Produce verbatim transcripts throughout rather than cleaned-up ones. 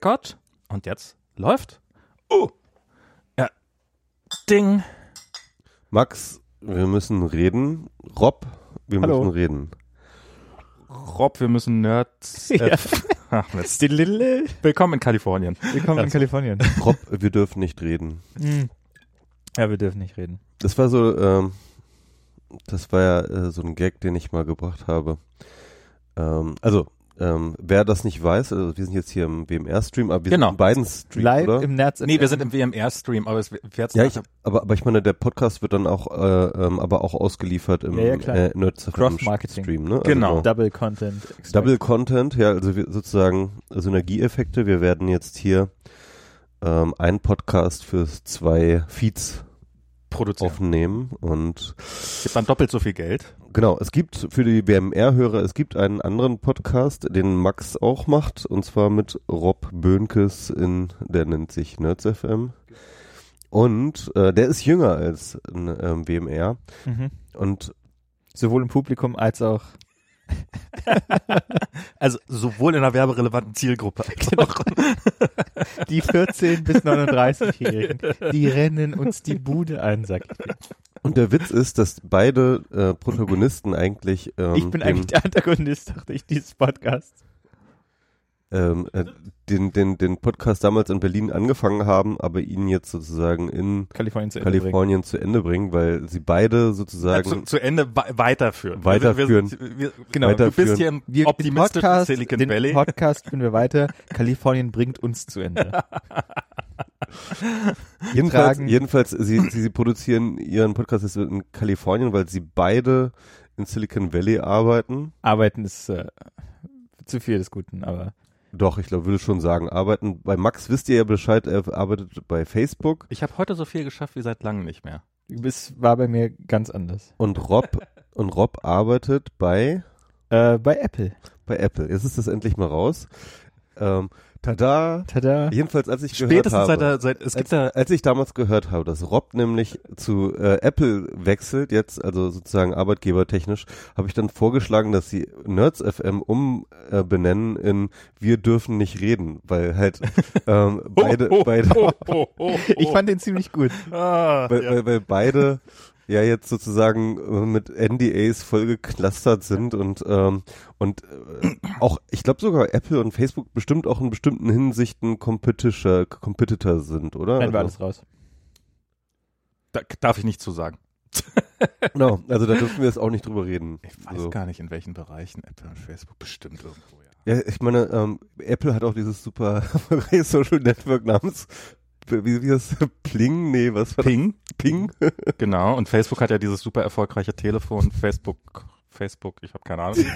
Gott. Und jetzt läuft. Oh. Ja. Ding. Max, wir müssen reden. Rob, wir Hallo. müssen reden. Rob, wir müssen Nerds. Äh, Ja. Ach, Mist. Willkommen in Kalifornien. Willkommen in Kalifornien. Rob, wir dürfen nicht reden. Hm. Ja, wir dürfen nicht reden. Das war so, ähm, das war ja äh, so ein Gag, den ich mal gebracht habe. Ähm, also, ähm, wer das nicht weiß, also wir sind jetzt hier im W M R-Stream, aber wir Genau. sind in beiden Streams, Live oder? im Nerds. Nee, wir sind im W M R-Stream, aber es wird Ja, ich, aber, aber ich meine, der Podcast wird dann auch, äh, ähm, aber auch ausgeliefert im Ja, ja, klar. äh, Nerds Cross-Marketing. Stream, ne? Genau. Also, Double Content. Extract. Double Content, ja, also wir, sozusagen Synergieeffekte. Wir werden jetzt hier ähm, einen Podcast für zwei Feeds produzieren. aufnehmen und Gibt dann doppelt so viel Geld. genau, es gibt für die W M R-Hörer, es gibt einen anderen Podcast, den Max auch macht, und zwar mit Rob Böhnkes, in, der nennt sich Nerds F M. Und äh, der ist jünger als ein ähm, W M R. Mhm. Und Sowohl im Publikum als auch. Also sowohl in einer werberelevanten Zielgruppe. Genau. Die vierzehn bis neununddreißig-Jährigen, die rennen uns die Bude ein, sag ich dir. Und der Witz ist, dass beide äh, Protagonisten eigentlich ähm, Ich bin den, eigentlich der Antagonist, dachte ich, dieses Podcasts. ähm, äh, den, den, den Podcast damals in Berlin angefangen haben, aber ihn jetzt sozusagen in Kalifornien zu Ende bringen. Kalifornien zu Ende bringen, weil sie beide Ja, sozusagen zu, zu Ende wa- weiterführen. Weiterführen. Wir, wir, wir, Genau, du bist weiterführen. hier im Wir, den optimistischen Podcast, Silicon den Valley. Podcast führen wir weiter. Kalifornien bringt uns zu Ende. jedenfalls, tragen- jedenfalls sie, sie, sie produzieren ihren Podcast jetzt in Kalifornien, weil sie beide in Silicon Valley arbeiten. Arbeiten ist äh, zu viel des Guten, aber Doch, ich glaube, würde schon sagen, arbeiten. Bei Max wisst ihr ja Bescheid, er arbeitet bei Facebook. Ich habe heute so viel geschafft wie seit langem nicht mehr. es war bei mir ganz anders. Und Rob und Rob arbeitet bei Äh, bei Apple. bei Apple. Jetzt ist das endlich mal raus. Ähm, tada. Tada. Jedenfalls, als ich Spätestens gehört seit, habe, der, seit es gibt als, da als ich damals gehört habe, dass Rob nämlich zu äh, Apple wechselt, jetzt also sozusagen arbeitgebertechnisch, habe ich dann vorgeschlagen, dass sie Nerds F M umbenennen äh, benennen in Wir dürfen nicht reden, weil halt ähm, beide, oh, beide, oh, oh, oh, oh. Ich fand den ziemlich gut. ah, weil, ja. weil, weil beide ja jetzt sozusagen äh, mit N D As voll geklustert sind und ähm, und äh, auch, ich glaube sogar Apple und Facebook bestimmt auch in bestimmten Hinsichten Competitor, Competitor sind, oder? Nennen wir Also, alles raus. Da darf ich nicht zu sagen. genau, also da dürfen wir jetzt auch nicht drüber reden. Ich weiß So. gar nicht, in welchen Bereichen Apple und Facebook bestimmt irgendwo, ja. Ja, ich meine, ähm, Apple hat auch dieses super erfolgreiche Social Network namens wie, wie das Pling? Nee, was war Ping, das? Ping? genau. Und Facebook hat ja dieses super erfolgreiche Telefon, Facebook, Facebook, ich habe keine Ahnung.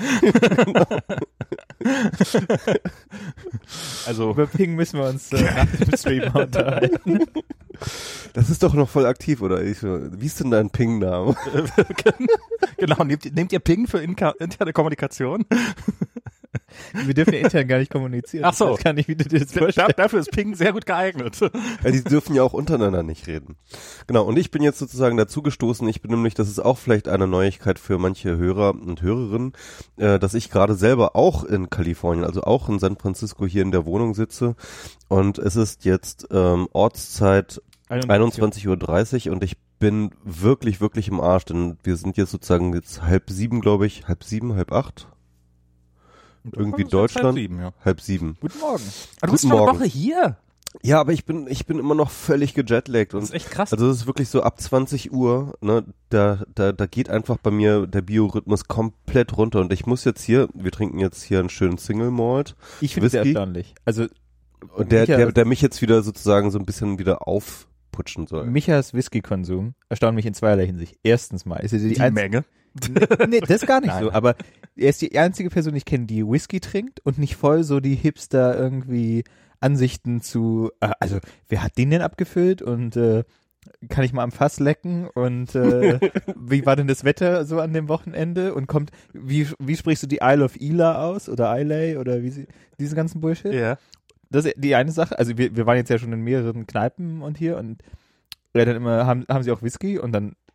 Also Über Ping müssen wir uns äh, nach dem Stream unterhalten. Das ist doch noch voll aktiv, oder? Ich, wie ist denn dein Ping-Name? genau, nehmt, nehmt ihr Ping für inka- interne Kommunikation? Wir dürfen ja intern gar nicht kommunizieren. Ach so. Ich weiß gar nicht, wie du dir das Da, vorstellst. dafür ist Ping sehr gut geeignet. Ja, die dürfen ja auch untereinander nicht reden. Genau, und ich bin jetzt sozusagen dazugestoßen. Ich bin nämlich, das ist auch vielleicht eine Neuigkeit für manche Hörer und Hörerinnen, äh, dass ich gerade selber auch in Kalifornien, also auch in San Francisco hier in der Wohnung sitze. Und es ist jetzt ähm, Ortszeit einundzwanzig Uhr dreißig und ich bin wirklich, wirklich im Arsch, denn wir sind jetzt sozusagen jetzt halb sieben, glaube ich, halb sieben, halb acht. Irgendwie Deutschland. Halb sieben, ja. Halb sieben. Guten Morgen. Aber du bist Guten schon eine Morgen. Woche hier. Ja, aber ich bin, ich bin immer noch völlig gejetlaggt Das und ist echt krass. also das ist wirklich so ab zwanzig Uhr, ne, da, da, da geht einfach bei mir der Biorhythmus komplett runter und ich muss jetzt hier, wir trinken jetzt hier einen schönen Single Malt Ich finde es sehr Whisky? erstaunlich. Also und der, Micha- der, der mich jetzt wieder sozusagen so ein bisschen wieder aufputschen soll. Michas Whisky-Konsum erstaunt mich in zweierlei Hinsicht. Erstens mal ist er die, die einz- Menge. Nee, nee, das gar nicht Nein, so. nein. Aber er ist die einzige Person, die ich kenne, die Whisky trinkt und nicht voll so die Hipster irgendwie Ansichten zu, äh, also wer hat den denn abgefüllt und äh, kann ich mal am Fass lecken und äh, wie war denn das Wetter so an dem Wochenende und kommt, wie, wie sprichst du die Isle of Ila aus oder Islay oder wie sie, diesen ganzen Bullshit? Ja. Das ist die eine Sache. Also wir, wir waren jetzt ja schon in mehreren Kneipen und hier und ja, dann immer haben, haben sie auch Whisky und dann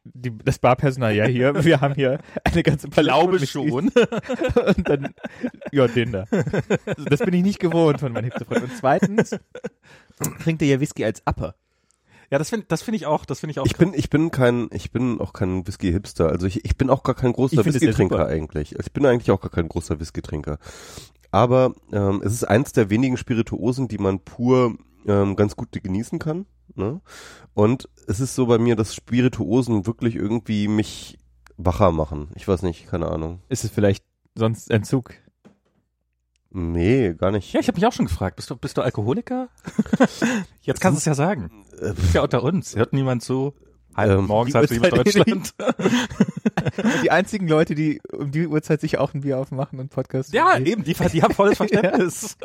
die, das Barpersonal, ja hier, wir haben hier eine ganze Palette. Glaube von schon. Und dann, ja, den da. Also das bin ich nicht gewohnt von meinen Hipsterfreunden. Und zweitens trinkt er ja Whisky als Upper. Ja, das finde das find ich auch, das finde ich auch. Ich bin, ich bin kein, ich bin auch kein Whisky-Hipster. Also ich, ich bin auch gar kein großer Whisky-Trinker ja eigentlich. Ich bin eigentlich auch gar kein großer Whisky-Trinker. Aber ähm, es ist eins der wenigen Spirituosen, die man pur ähm, ganz gut genießen kann. Ne? Und es ist so bei mir, dass Spirituosen wirklich irgendwie mich wacher machen. Ich weiß nicht, keine Ahnung. Ist es vielleicht sonst Entzug? Nee, gar nicht. Ja, ich habe mich auch schon gefragt, bist du, bist du Alkoholiker? Jetzt kannst du es ja sagen. Äh, Ist ja unter uns. Hört niemand so. Halb Ähm, morgens die halb sieben Uhrzeit Deutschland. Die einzigen Leute, die um die Uhrzeit sich auch ein Bier aufmachen und Podcast. Ja, eben, die, die haben volles Verständnis.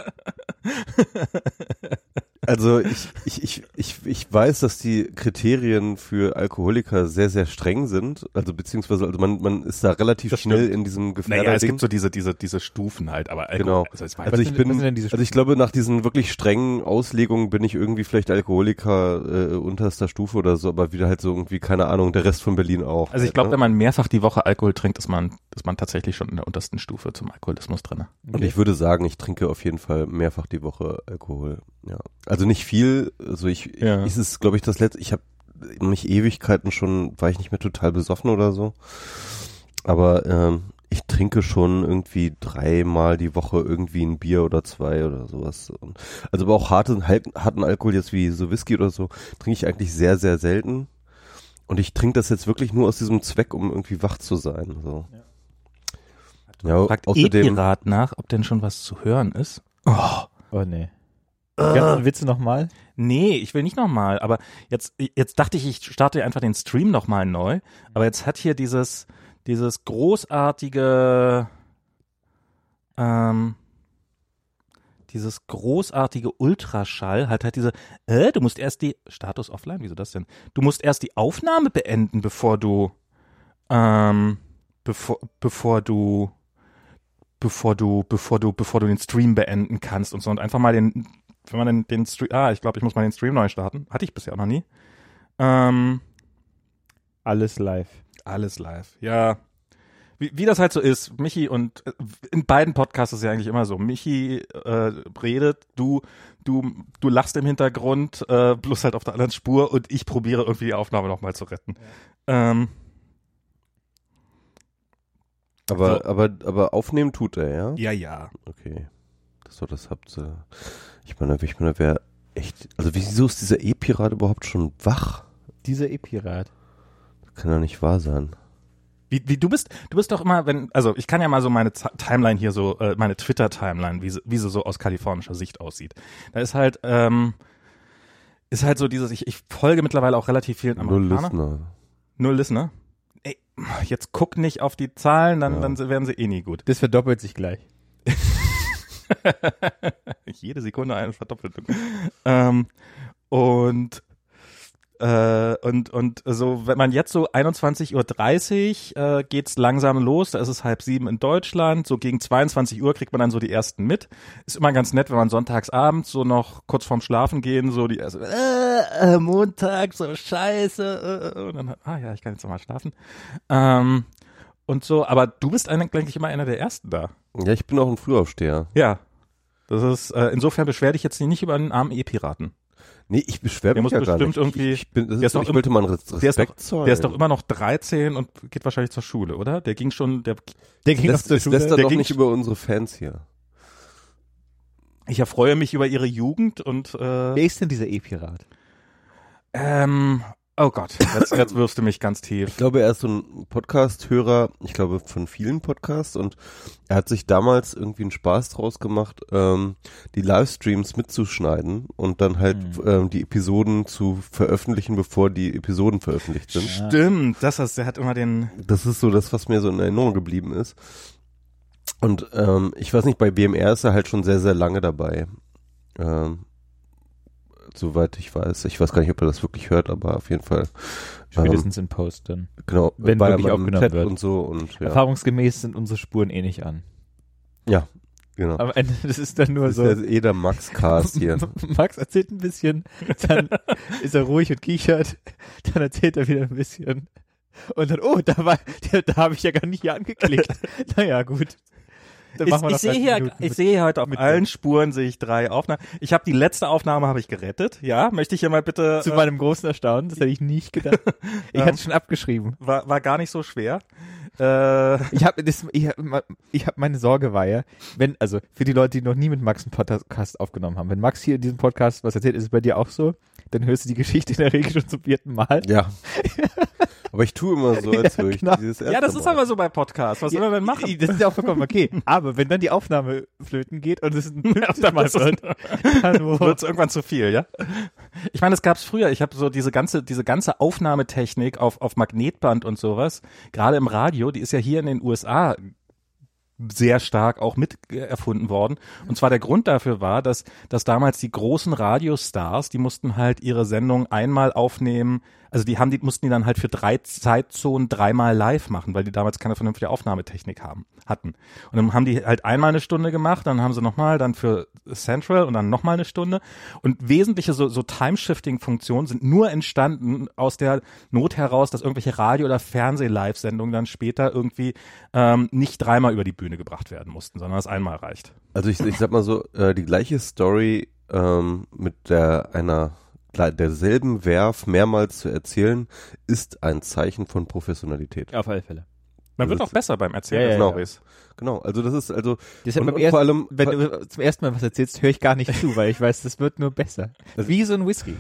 Also ich, ich, ich, ich, ich weiß, dass die Kriterien für Alkoholiker sehr, sehr streng sind. Also beziehungsweise also man, man ist da relativ Das schnell stimmt. in diesem Gefährder. Naja, es gibt so diese, diese, diese Stufen halt, aber Alkohol, Genau. also, es war Also ich sind- bin, was sind denn diese also ich glaube, nach diesen wirklich strengen Auslegungen bin ich irgendwie vielleicht Alkoholiker äh, unterster Stufe oder so, aber wieder halt so irgendwie, keine Ahnung, der Rest von Berlin auch. Also ich glaube, halt, wenn man mehrfach die Woche Alkohol trinkt, ist man, ist man tatsächlich schon in der untersten Stufe zum Alkoholismus drin. Und ich würde sagen, ich trinke auf jeden Fall mehrfach die Woche Alkohol. Ja, also nicht viel. Also ich, Ja. ich ist es, glaube ich, das letzte. Ich habe mich Ewigkeiten schon, war ich nicht mehr total besoffen oder so. Aber ähm, ich trinke schon irgendwie dreimal die Woche irgendwie ein Bier oder zwei oder sowas. Und, also aber auch harten, harten Alkohol jetzt wie so Whisky oder so trinke ich eigentlich sehr, sehr selten. Und ich trinke das jetzt wirklich nur aus diesem Zweck, um irgendwie wach zu sein. So. Ja, Fragt außerdem. E-Pirat nach, ob denn schon was zu hören ist. Oh. Oh nee. Ganzen Witze nochmal? Nee, ich will nicht nochmal, aber jetzt, jetzt dachte ich, ich starte einfach den Stream nochmal neu, aber jetzt hat hier dieses, dieses großartige, ähm, dieses großartige Ultraschall hat halt diese, äh, du musst erst die, Status offline, wieso das denn? Du musst erst die Aufnahme beenden, bevor du, ähm, bevor, bevor du, bevor du, bevor du, bevor du den Stream beenden kannst und so und einfach mal den, wenn man den, den Stream, ah, ich glaube, ich muss mal den Stream neu starten. Hatte ich bisher auch noch nie. Ähm, Alles live. alles live. Ja. Wie, wie das halt so ist, Michi und äh, in beiden Podcasts ist es ja eigentlich immer so. Michi äh, redet, du, du, du lachst im Hintergrund, äh, bloß halt auf der anderen Spur und ich probiere irgendwie die Aufnahme nochmal zu retten. Ja. Ähm, Aber, So. aber, aber aufnehmen tut er, ja? ja, ja. Okay. So, das habt ihr. Ich meine, ich meine, wer echt. Also wieso ist dieser E-Pirat überhaupt schon wach? Dieser E-Pirat. Das kann doch nicht wahr sein. Wie, wie du bist, du bist doch immer, wenn, also ich kann ja mal so meine Z- Timeline hier so, äh, meine Twitter-Timeline, wie sie, wie sie so aus kalifornischer Sicht aussieht. Da ist halt, ähm, ist halt so dieses, ich, ich folge mittlerweile auch relativ vielen Null Amerikanern. Listener. Null Listener. Ey, jetzt guck nicht auf die Zahlen, dann, Ja. dann werden sie eh nie gut. Das verdoppelt sich gleich. Jede Sekunde eine Verdoppelung. ähm, und äh, und und so, wenn man jetzt so einundzwanzig Uhr dreißig äh, geht's langsam los, da ist es halb sieben in Deutschland, so gegen zweiundzwanzig Uhr kriegt man dann so die ersten mit. Ist immer ganz nett, wenn man sonntags abends so noch kurz vorm Schlafen gehen, so die erste, äh, äh, Montag, so scheiße, äh, und dann, ah ja, ich kann jetzt noch mal schlafen. Ähm, und so, aber du bist eigentlich immer einer der Ersten da. Ja, ich bin auch ein Frühaufsteher. Ja. Das ist, äh, insofern beschwer dich jetzt nicht über einen armen E-Piraten. Nee, ich beschwere Der mich muss ja gar bestimmt nicht. irgendwie- Ich, ich, bin, das der ist ist doch doch, ich im- wollte mal einen Res- Der ist, doch, Respekt zollen. der ist doch immer noch dreizehn und geht wahrscheinlich zur Schule, oder? Der ging schon, der, Der ging das, noch zur das Schule. lässt er Der doch ging- nicht über unsere Fans hier. ich erfreue mich über ihre Jugend und, äh, Wer ist denn dieser E-Pirat? ähm, oh Gott, jetzt, jetzt wirfst du mich ganz tief. Ich glaube, er ist so ein Podcast-Hörer, ich glaube von vielen Podcasts, und er hat sich damals irgendwie einen Spaß draus gemacht, ähm, die Livestreams mitzuschneiden und dann halt Hm. ähm, die Episoden zu veröffentlichen, bevor die Episoden veröffentlicht sind. Ja. Stimmt, das ist, der hat immer den, Das ist so das, was mir so in Erinnerung geblieben ist. Und ähm, ich weiß nicht, bei B M R ist er halt schon sehr, sehr lange dabei. Ähm, soweit ich weiß. Ich weiß gar nicht, ob er das wirklich hört, aber auf jeden Fall. Spätestens in Post dann. Genau, Wenn war er wirklich mal im aufgenommen Chat wird. und so und ja. Erfahrungsgemäß sind unsere Spuren eh nicht an. Ja, genau. Am Ende, das ist dann nur Das so. ist ja eh der Max-Cast hier. Max erzählt ein bisschen, dann ist er ruhig und kichert, dann erzählt er wieder ein bisschen. Und dann, oh, da war, da, da habe ich ja gar nicht hier angeklickt. Naja, gut. Dann Ich, machen wir ich noch sehe dreißig hier, Minuten ich mit- sehe hier heute auf mit- allen Spuren sehe ich drei Aufnahmen. Ich habe die letzte Aufnahme habe ich gerettet. Ja, möchte ich hier mal bitte. Zu äh, meinem großen Erstaunen, das hätte ich nicht gedacht. Ich hatte es schon abgeschrieben. war, war gar nicht so schwer. Äh, Ich habe das, ich hab, ich hab meine Sorge war ja, wenn, also für die Leute, die noch nie mit Max einen Podcast aufgenommen haben, wenn Max hier in diesem Podcast was erzählt, ist es bei dir auch so, dann hörst du die Geschichte in der Regel schon zum vierten Mal. Ja. Aber ich tue immer so, als Ja, würde ich genau. dieses ja, erste das ist Mal. aber so bei Podcasts. Was soll man denn machen? Das ist ja auch vollkommen okay. Aber wenn dann die Aufnahme flöten geht und es ein Ja, fünftes dann Mal ist es- wird, dann wo, Wird es irgendwann zu viel, ja? Ich meine, es gab's früher. Ich habe so diese ganze, diese ganze Aufnahmetechnik auf, auf Magnetband und sowas, gerade im Radio, die ist ja hier in den U S A sehr stark auch mit äh, erfunden worden. Und zwar der Grund dafür war, dass, dass damals die großen Radiostars, die mussten halt ihre Sendung einmal aufnehmen, also die haben die, mussten die dann halt für drei Zeitzonen dreimal live machen, weil die damals keine vernünftige Aufnahmetechnik haben, hatten. Und dann haben die halt einmal eine Stunde gemacht, dann haben sie nochmal, dann für Central und dann nochmal eine Stunde. Und wesentliche so, so Time-Shifting-Funktionen sind nur entstanden aus der Not heraus, dass irgendwelche Radio- oder Fernseh-Live-Sendungen dann später irgendwie ähm, nicht dreimal über die Bühne gebracht werden mussten, sondern es einmal reicht. Also ich, ich sag mal so, äh, die gleiche Story ähm, mit der einer derselben Verve mehrmals zu erzählen, ist ein Zeichen von Professionalität. auf alle Fälle. Man Also wird das- auch besser beim Erzählen Ja, der ja, Storys. Genau, also das ist also Deshalb und, beim und vor ersten- allem wenn du zum ersten Mal was erzählst, höre ich gar nicht zu, weil ich weiß, das wird nur besser. Also- Wie so ein Whisky.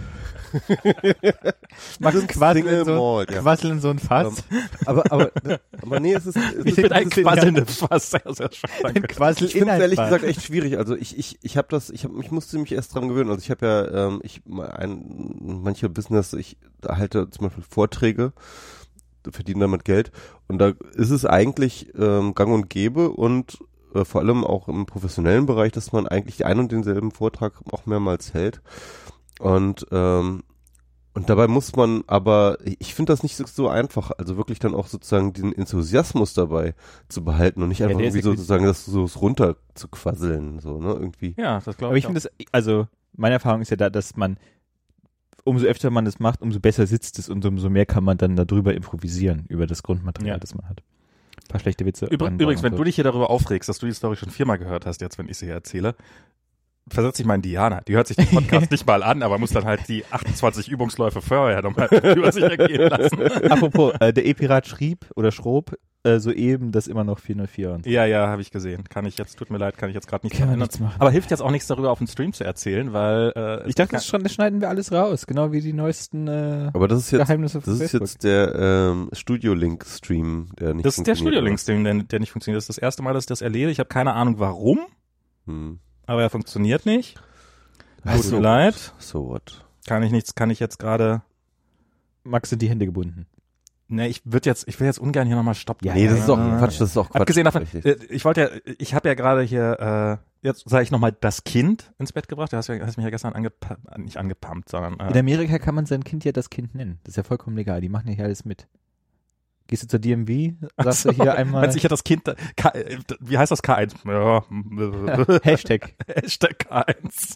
Max quasseln in, so, Malt, ja. quasseln in so ein Fass. aber aber aber nee, es ist, es Ich ist bin ein es ist- quasselndes Fass. Sehr, sehr schön, Ein danke. Quassel Ich in finde es ein ehrlich Fass. gesagt echt schwierig. Also ich ich ich habe das, ich habe ich musste mich erst dran gewöhnen. Also ich habe ja ähm, ich ein manche Business, ich halte zum Beispiel Vorträge, verdiene damit Geld und da ist es eigentlich ähm, gang und gäbe und äh, vor allem auch im professionellen Bereich, dass man eigentlich einen und denselben Vortrag auch mehrmals hält und ähm, und dabei muss man aber, ich finde das nicht so, so einfach, also wirklich dann auch sozusagen den Enthusiasmus dabei zu behalten und nicht einfach der ist irgendwie ja sozusagen das so runter zu quasseln, so, ne, irgendwie. Ja, das glaube Aber ich ich finde das, also meine Erfahrung ist ja da, dass man, umso öfter man das macht, umso besser sitzt es und umso mehr kann man dann darüber improvisieren, über das Grundmaterial, Ja. das man hat. Ein paar schlechte Witze. Übr ranbauen Übrigens, und wenn so. du dich hier darüber aufregst, dass du die Story schon viermal gehört hast, jetzt, wenn ich sie hier erzähle, versetz dich mal in Diana. Die hört sich den Podcast nicht mal an, aber muss dann halt die achtundzwanzig Übungsläufe vorher nochmal über sich ergehen lassen. Apropos, äh, der E-Pirat schrieb oder schrob äh, soeben, dass immer noch vier null vier und Ja, ja, habe ich gesehen. Kann ich jetzt, tut mir leid, kann ich jetzt gerade nicht Kann man ändern. nichts machen. Aber hilft jetzt auch nichts darüber auf dem Stream zu erzählen, weil äh, Ich dachte, das, schon, das schneiden wir alles raus, genau wie die neuesten äh, Aber das ist jetzt, Geheimnisse von das ist Facebook. jetzt der ähm, Studio-Link-Stream, der nicht das ist der funktioniert, Studio-Link-Stream, der, der nicht funktioniert. Das ist das erste Mal, dass ich das erlebe. Ich habe keine Ahnung warum, oder? Hm. aber er funktioniert nicht. Ach Tut so. mir leid. So what? Kann ich nichts, kann ich jetzt gerade. Max sind die Hände gebunden. Ne, ich würde jetzt, ich will jetzt ungern hier nochmal stoppen. Ja, Nee, das ist auch Äh, Quatsch, das ist auch Quatsch. Abgesehen davon, Richtig. äh, ich wollte ja, ich habe ja gerade hier, äh, jetzt sage ich nochmal, das Kind ins Bett gebracht. Du hast, ja, hast mich ja gestern angepumpt, nicht angepumpt, sondern In äh, Amerika kann man sein Kind ja das Kind nennen. Das ist ja vollkommen legal. Die machen ja hier alles mit. Gehst du zur D M V, sagst du hier einmal meinst du, ich hätte das Kind, äh, K, äh, wie heißt das K eins? Ja, Hashtag. Hashtag K eins.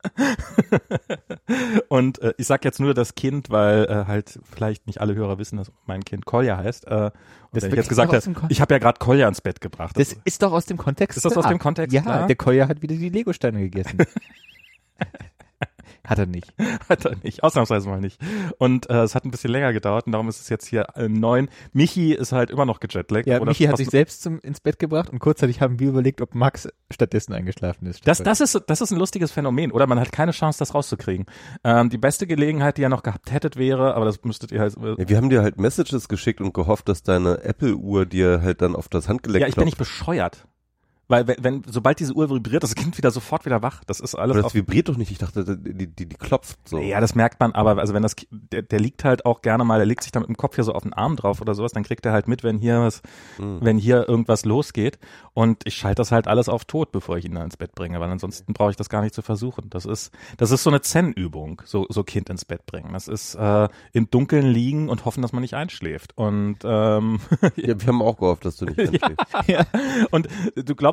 Und äh, ich sag jetzt nur das Kind, weil äh, halt vielleicht nicht alle Hörer wissen, dass mein Kind Kolja heißt. Äh, und Das wenn ich wirklich jetzt gesagt noch aus habe, dem Kon- ich habe ja gerade Kolja ins Bett gebracht. Das ist doch aus dem Kontext Ist das aus klar. dem Kontext Ja, klar? der Koya hat wieder die Legosteine gegessen. Hat er nicht. Hat er nicht, ausnahmsweise mal nicht. Und äh, es hat ein bisschen länger gedauert und darum ist es jetzt hier äh, neun. Michi ist halt immer noch gejetlaggt. Ja, oder Michi hat fast- sich selbst zum, ins Bett gebracht und kurzzeitig haben wir überlegt, ob Max stattdessen eingeschlafen ist. Das, das, ist, das ist ein lustiges Phänomen, oder? Man hat keine Chance, das rauszukriegen. Ähm, die beste Gelegenheit, die ihr noch gehabt hättet, wäre, aber das müsstet ihr halt. Äh, Ja, wir haben dir halt Messages geschickt und gehofft, dass deine Apple-Uhr dir halt dann auf das Handgelenk ja, ich bin klopft. nicht bescheuert. Weil wenn, wenn sobald diese Uhr vibriert, das Kind wieder sofort wieder wach. Das ist alles Aber das auf. vibriert doch nicht. Ich dachte, die, die, die klopft so. Ja, das merkt man, aber also wenn das Ki- der, der liegt halt auch gerne mal, der legt sich dann mit dem Kopf hier so auf den Arm drauf oder sowas, dann kriegt er halt mit, wenn hier was, Hm. wenn hier irgendwas losgeht. Und ich schalte das halt alles auf tot, bevor ich ihn dann ins Bett bringe, weil ansonsten brauche ich das gar nicht zu versuchen. Das ist, das ist so eine Zen-Übung, so, so Kind ins Bett bringen. Das ist äh, im Dunkeln liegen und hoffen, dass man nicht einschläft. Und ähm, Ja, wir haben auch gehofft, dass du nicht einschläfst. ja. und du glaubst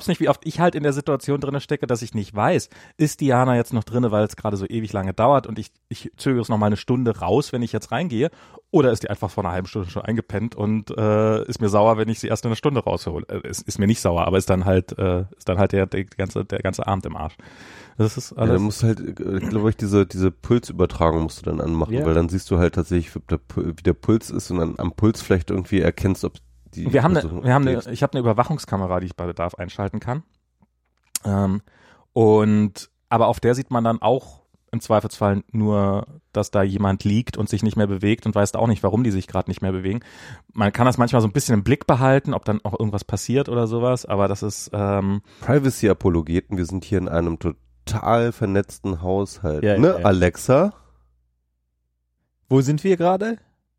glaubst nicht, wie oft ich halt in der Situation drinne stecke, dass ich nicht weiß, ist Diana jetzt noch drinne, weil es gerade so ewig lange dauert und ich, ich zögere es noch mal eine Stunde raus, wenn ich jetzt reingehe, oder ist die einfach vor einer halben Stunde schon eingepennt und äh, ist mir sauer, wenn ich sie erst in einer Stunde raushole. Äh, ist, ist mir nicht sauer, aber ist dann halt, äh, ist dann halt der, der ganze, der ganze Abend im Arsch. Das ist alles. Ja, dann musst du halt, glaube ich, diese, diese Pulsübertragung musst du dann anmachen, Ja. weil dann siehst du halt tatsächlich, wie der, wie der Puls ist und dann am Puls vielleicht irgendwie erkennst, ob die. Wir haben, also, eine, wir haben eine, die- ich habe eine Überwachungskamera, die ich bei Bedarf einschalten kann. Ähm, und aber auf der sieht man dann auch im Zweifelsfall nur, dass da jemand liegt und sich nicht mehr bewegt und weiß auch nicht, warum die sich gerade nicht mehr bewegen. Man kann das manchmal so ein bisschen im Blick behalten, ob dann auch irgendwas passiert oder sowas, aber das ist ähm, Privacy-Apologeten, wir sind hier in einem total vernetzten Haushalt. Ja, ne, ja, ja. Alexa? Wo sind wir gerade?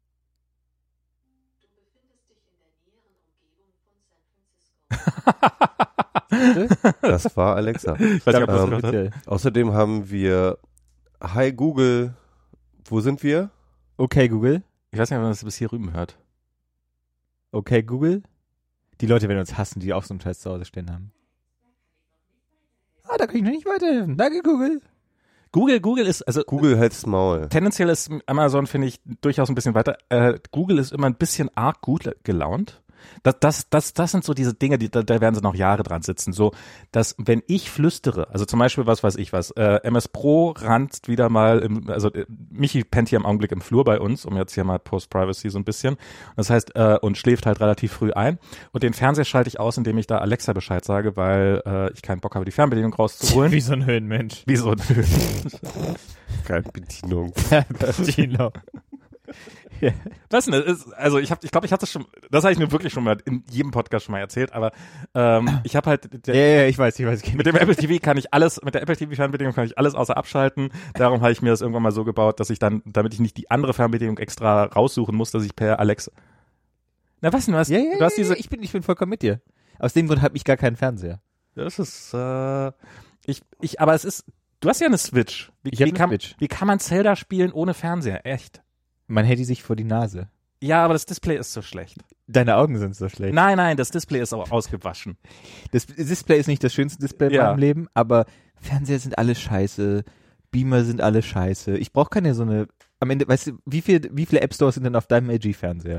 Das war Alexa. ich weiß nicht, ob das Ähm, gehört hat. Bitte. Außerdem haben wir Hi Google, wo sind wir? Okay, Google. Ich weiß nicht, ob man das bis hier rüben hört. Okay, Google. Die Leute werden uns hassen, die auch so einen Scheiß zu Hause stehen haben. Ah, da kann ich noch nicht weiterhelfen. Danke, Google. Google, Google ist, also Google hält's Maul. tendenziell ist Amazon, finde ich, durchaus ein bisschen weiter. Äh, Google ist immer ein bisschen arg gut gelaunt. Das, das, das, das sind so diese Dinge, die, da, da werden sie noch Jahre dran sitzen. So, dass wenn ich flüstere, also zum Beispiel, was weiß ich was, äh, M S Pro ranzt wieder mal, im, also äh, Michi pennt hier im Augenblick im Flur bei uns, um jetzt hier mal Post-Privacy so ein bisschen. Das heißt, äh, und schläft halt relativ früh ein. Und den Fernseher schalte ich aus, indem ich da Alexa Bescheid sage, weil äh, ich keinen Bock habe, die Fernbedienung rauszuholen. Wie so ein Höhenmensch. Wie so ein Keine Bedienung. Gino. Ja. Was denn? Das ist, also ich habe, ich glaube, ich hatte das schon, das habe ich mir wirklich schon mal in jedem Podcast schon mal erzählt, aber ähm, ich habe halt, der, Ja, ja, ich weiß, ich weiß. Ich mit dem Apple T V kann ich alles, mit der Apple T V-Fernbedienung kann ich alles außer abschalten. Darum habe ich mir das irgendwann mal so gebaut, dass ich dann, damit ich nicht die andere Fernbedienung extra raussuchen muss, dass ich per Alexa. Na was denn, du hast, ja, ja, du hast ja, diese, ich bin, ich bin vollkommen mit dir. Aus dem Grund habe ich gar keinen Fernseher. das ist, äh, ich, ich, aber es ist, du hast ja eine Switch. Wie, Ich hab wie eine kann, Switch. Wie kann man Zelda spielen ohne Fernseher? Echt? Man hält die sich vor die Nase. Ja, aber das Display ist so schlecht. Deine Augen sind so schlecht. Nein, nein, das Display ist auch ausgewaschen. Das Display ist nicht das schönste Display in Ja. meinem Leben, aber Fernseher sind alle scheiße, Beamer sind alle scheiße. Ich brauche keine so eine, am Ende, weißt du, wie, viel, wie viele App Stores sind denn auf deinem L G-Fernseher?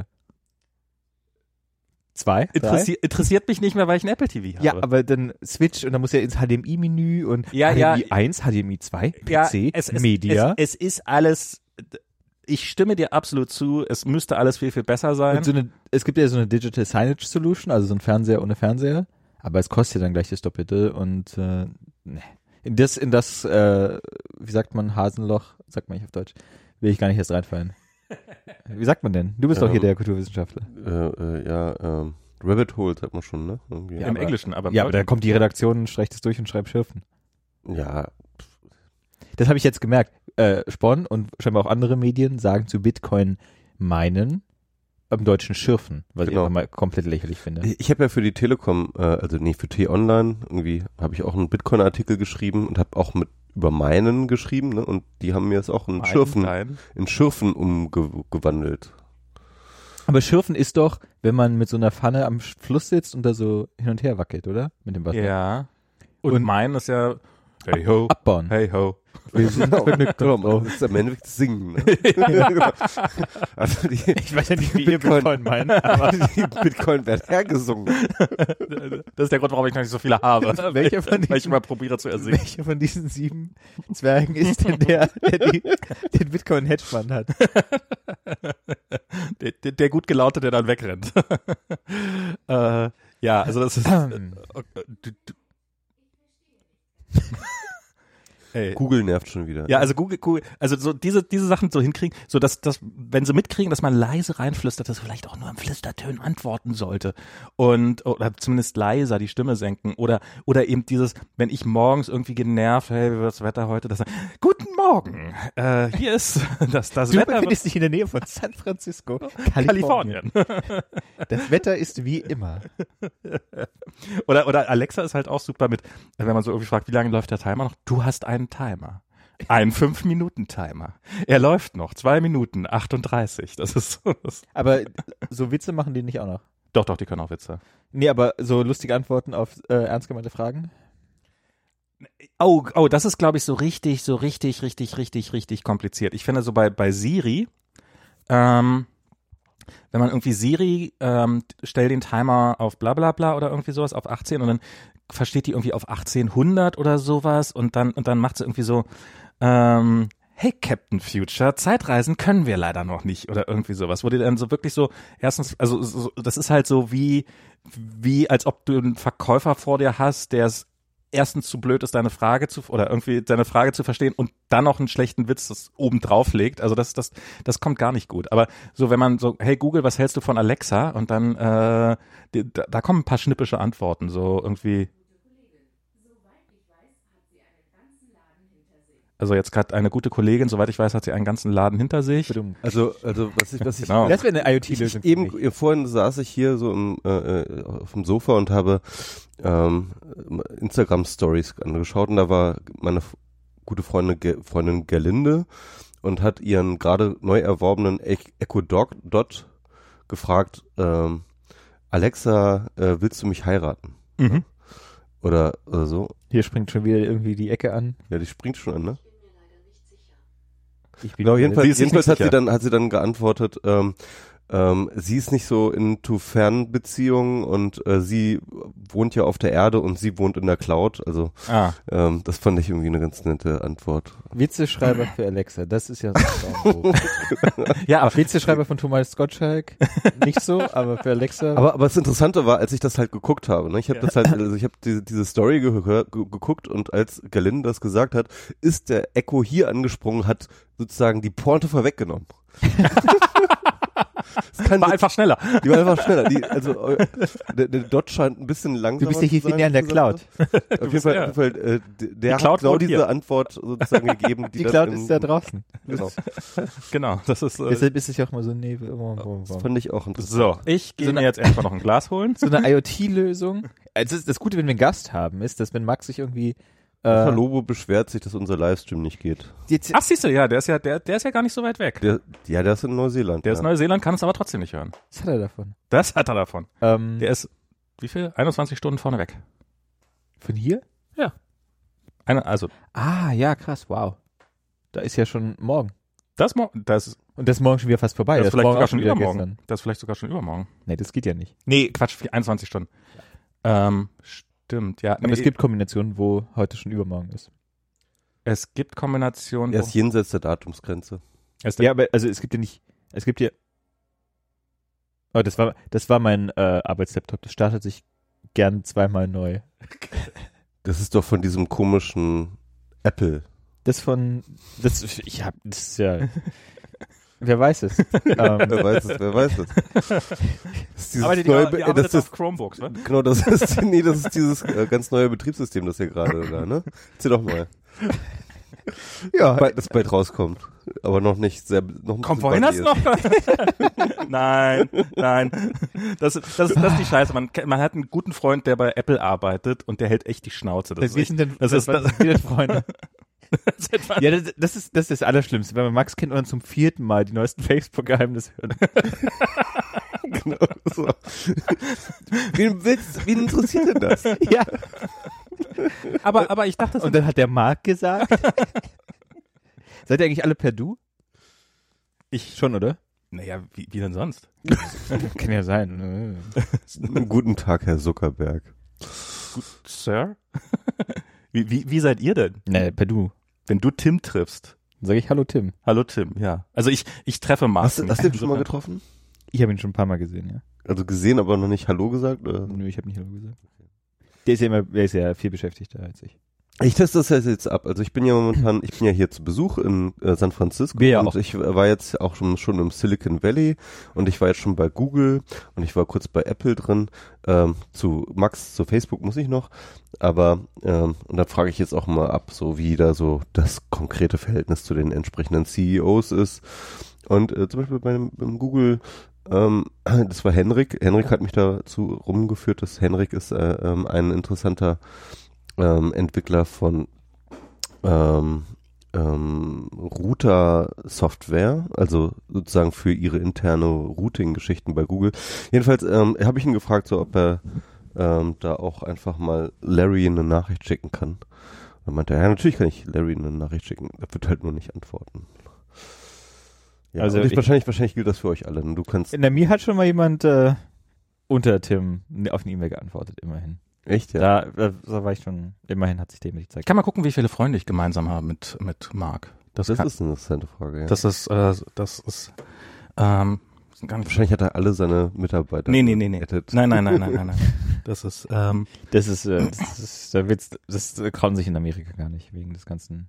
Zwei? Drei? Interessi interessiert mich nicht mehr, weil ich ein Apple T V habe. Ja, aber dann Switch und dann muss ja ins H D M I-Menü und Ja, H D M I ja. eins, H D M I zwei, P C, Ja, es, es, Media. Es, es ist alles, ich stimme dir absolut zu, es müsste alles viel, viel besser sein. Und so eine, es gibt ja so eine Digital Signage Solution, also so ein Fernseher ohne Fernseher, aber es kostet ja dann gleich das Doppelte und äh, ne. In das, in das, äh, wie sagt man, Hasenloch, sagt man nicht auf Deutsch, will ich gar nicht erst reinfallen. Wie sagt man denn? Du bist doch hier Ähm, der Kulturwissenschaftler. Äh, äh, ja, ähm, Rabbit Hole sagt man schon, ne? Irgendwie. Ja, Im aber- Englischen, aber im Ja, aber da Deutschen. kommt die Redaktion, streicht es durch und schreibt Schürfen. Ja, Das habe ich jetzt gemerkt. Äh, Spon und scheinbar auch andere Medien sagen zu Bitcoin meinen, am Deutschen Schürfen, was Genau. ich einfach mal komplett lächerlich finde. ich habe ja für die Telekom, äh, also nee, für T-Online, irgendwie habe ich auch einen Bitcoin-Artikel geschrieben und habe auch mit über meinen geschrieben, ne? Und die haben mir jetzt auch in Mein Schürfen, Klein. in Schürfen umgewandelt. Aber Schürfen ist doch, wenn man mit so einer Pfanne am Fluss sitzt und da so hin und her wackelt, oder? Mit dem Wasser. Ja. Und, Und- mein ist ja, hey ho, Abbauen. hey ho. Wir sind vergnügt Genau, drauf. das ist am Ende das Singen. Ne? Genau. Also die, Ich weiß ja nicht, wie ihr Bitcoin- Bitcoin meint, aber die Bitcoin wird hergesungen. Das ist der Grund, warum ich noch nicht so viele habe. Welcher von Weil ich diesen- immer probiere zu ersingen. welcher von diesen sieben Zwergen ist denn der, der die, den Bitcoin-Hedgefonds hat? Der, der, der gut gelaunte, der dann wegrennt. äh, ja, also das ist. Äh, du, du, Ey. Google nervt schon wieder. Ja, also Google, Google, also so diese diese Sachen so hinkriegen, so dass dass wenn sie mitkriegen, dass man leise reinflüstert, dass vielleicht auch nur im Flüstertönen antworten sollte und oder zumindest leiser die Stimme senken oder oder eben dieses, wenn ich morgens irgendwie genervt, hey, wie wird das Wetter heute, das guten Morgen, äh, hier ist das das Du Wetter befindest dich in der Nähe von San Francisco, Kalifornien. Kalifornien. Das Wetter ist wie immer. Oder oder Alexa ist halt auch super mit, wenn man so irgendwie fragt, wie lange läuft der Timer noch? Du hast einen Timer. Ein fünf Minuten Timer. Er läuft noch zwei Minuten achtunddreißig. Das ist so. Das Aber so Witze machen die nicht auch noch. Doch, doch, die können auch Witze. Nee, aber so lustige Antworten auf äh, ernst gemeinte Fragen? Oh, oh, das ist, glaube ich, so richtig, so richtig, richtig, richtig, richtig kompliziert. Ich finde so bei, bei Siri, ähm, wenn man irgendwie Siri, ähm, stell den Timer auf bla bla bla oder irgendwie sowas auf achtzehn und dann versteht die irgendwie auf achtzehnhundert oder sowas und dann, und dann macht sie irgendwie so, ähm, hey Captain Future, Zeitreisen können wir leider noch nicht oder irgendwie sowas, wo die dann so wirklich so, erstens, also so, das ist halt so wie, wie als ob du einen Verkäufer vor dir hast, der es erstens zu blöd ist, deine Frage zu, oder irgendwie deine Frage zu verstehen und dann noch einen schlechten Witz das oben drauf legt. Also das, das, das kommt gar nicht gut. Aber so, wenn man so, hey Google, was hältst du von Alexa? Und dann, äh, die, da, da kommen ein paar schnippische Antworten, so irgendwie. Also jetzt gerade eine gute Kollegin, soweit ich weiß, hat sie einen ganzen Laden hinter sich. Also, also was ich, was ich, Genau. Das wäre eine IoT-Lösung. ich eben vorhin saß ich hier so im, äh, auf dem Sofa und habe ähm, Instagram-Stories angeschaut und da war meine f- gute Freundin, Ge- Freundin Gerlinde und hat ihren gerade neu erworbenen e- Echo Dot, Dot gefragt, ähm, Alexa, äh, willst du mich heiraten? Mhm. Oder, oder so. Hier springt schon wieder irgendwie die Ecke an. Ja, die springt schon an, ne? Ich bin Genau, Sie jedenfalls, ist sich jedenfalls nicht hat sie sicher. dann, hat sie dann geantwortet, ähm, ähm, sie ist nicht so into Fernbeziehungen und äh, sie wohnt ja auf der Erde und sie wohnt in der Cloud. Also Ah, ähm, das fand ich irgendwie eine ganz nette Antwort. Witzeschreiber für Alexa, das ist ja so ein Traumberuf. ja, aber Witzeschreiber von Thomas Gottschalk, nicht so, aber für Alexa. Aber, aber das Interessante war, als ich das halt geguckt habe, ne, ich habe Ja. das halt, also ich habe diese, diese Story gehört, ge geguckt und als Gerlinde das gesagt hat, ist der Echo hier angesprungen, hat sozusagen die Pointe vorweggenommen. Das kann war so- einfach schneller. Die war einfach schneller. Die, also äh, der, der Dot scheint ein bisschen langsamer Du bist ja zu hier sein, näher an der als du gesagt Cloud. hast. Auf jeden bist Fall, ja- auf jeden Fall äh, d- der Die Cloud hat genau wohnt diese hier. Antwort sozusagen gegeben. Die, Die dann Cloud in- ist da draußen. Genau. Genau, das ist, äh, Deshalb ist es ja auch mal so Nebel. Das fand ich auch interessant. so. Ich gehe So mir eine- jetzt erstmal noch ein Glas holen. So eine IoT-Lösung. Also das Gute, wenn wir einen Gast haben, ist, dass wenn Max sich irgendwie Äh, äh, Lobo beschwert sich, dass unser Livestream nicht geht. jetzt, Ach, siehst du, ja, der ist ja, der, der ist ja gar nicht so weit weg. Der, ja, der ist in Neuseeland. Der ja. ist Neuseeland, kann es aber trotzdem nicht hören. was hat er davon? Das hat er davon. Ähm, Der ist, wie viel? einundzwanzig Stunden vorne weg. von hier? Eine, also, Ah, ja, krass, wow. Da ist ja schon morgen. das, mo- das, Und das ist morgen schon wieder fast vorbei. das ist vielleicht morgen sogar auch schon wieder übermorgen. gestern. Das ist vielleicht sogar schon übermorgen. Nee, das geht ja nicht. Nee, Quatsch, einundzwanzig Stunden. Ähm, stimmt, ja. Aber nee, es gibt Kombinationen, wo heute schon übermorgen ist. es gibt Kombinationen. Er wo- ist jenseits der Datumsgrenze. es- Ja, aber also es gibt ja nicht, es gibt ja. Oh, das war, das war mein äh, Arbeitslaptop. Das startet sich gern zweimal neu. Das ist doch von diesem komischen Apple. Das von, das, ich hab, das ist ja, wer weiß es. ähm, Wer weiß es, wer weiß es. Das ist dieses aber die, die, neue, die Be- arbeitet das ist, auf Chromebooks, ne? genau, das ist, nee, das ist dieses äh, ganz neue Betriebssystem, das hier gerade da, ne? Erzähl doch mal. ja, Bald, das bald rauskommt. Aber noch nicht sehr, noch ein Kommt bisschen vorhin das buggy noch? Nein, nein. Das, das, das ist die Scheiße. Man, man hat einen guten Freund, der bei Apple arbeitet und der hält echt die Schnauze. Das ist wir echt, sind denn, das ist- was sind wir denn Freunde? das ist etwa- Ja, das, das ist, das ist das Allerschlimmste, wenn man Max kennt und dann zum vierten Mal die neuesten Facebook-Geheimnisse hört. ist. Genau, so. Wen, willst, wen interessiert denn das? Ja. aber, aber ich dachte, das Und dann hat der Marc gesagt. Seid ihr eigentlich alle per Du? ich, Schon, oder? naja, wie, wie denn sonst? Kann ja sein. Guten Tag, Herr Zuckerberg. Sir? wie, wie, wie seid ihr denn? Nee, per Du. Wenn du Tim triffst. Dann sage ich Hallo Tim. Hallo Tim, ja. Also ich, ich treffe Marc. Hast, du- hast du ihn schon mal getroffen? Ich habe ihn schon ein paar Mal gesehen, ja. Also gesehen, aber noch nicht Hallo gesagt? Oder? Nö, ich habe nicht Hallo gesagt. Der ist ja immer, der ist ja viel beschäftigter als ich. Ich teste das jetzt ab. Also ich bin ja momentan, ich bin ja hier zu Besuch in äh, San Francisco. Wir ja und auch. ich war jetzt auch schon, schon im Silicon Valley und ich war jetzt schon bei Google und ich war kurz bei Apple drin. Ähm, zu Max, zu Facebook muss ich noch. Aber, ähm, und dann frage ich jetzt auch mal ab, so wie da so das konkrete Verhältnis zu den entsprechenden C E Os ist. Und äh, zum Beispiel beim, beim Google, ähm, das war Henrik. Henrik hat mich dazu rumgeführt, dass Henrik ist äh, ähm, ein interessanter ähm, Entwickler von ähm, ähm, Router-Software, also sozusagen für ihre interne Routing-Geschichten bei Google. Jedenfalls ähm, habe ich ihn gefragt, so ob er ähm, da auch einfach mal Larry eine Nachricht schicken kann. Dann meinte er, ja, natürlich kann ich Larry eine Nachricht schicken, er wird halt nur nicht antworten. Ja, also und ich, ich, wahrscheinlich, wahrscheinlich gilt das für euch alle. Du kannst. In der Mir hat schon mal jemand äh, unter Tim auf eine E-Mail geantwortet, immerhin. Echt, ja? Da, da, da war ich schon, immerhin hat sich dem die Zeit. Ich kann mal gucken, wie viele Freunde ich gemeinsam habe mit, mit Marc. Das, Das kann, ist eine interessante Frage, ja. das ist, äh, das ist, ähm, sind gar nicht Wahrscheinlich hat er alle seine Mitarbeiter. Nee, nee, nee, nee. geaddet. Nein, nein, nein, nein, nein, nein. Das ist, ähm, Das ist, äh, das ist, da wird's, das trauen sich in Amerika gar nicht, wegen des ganzen.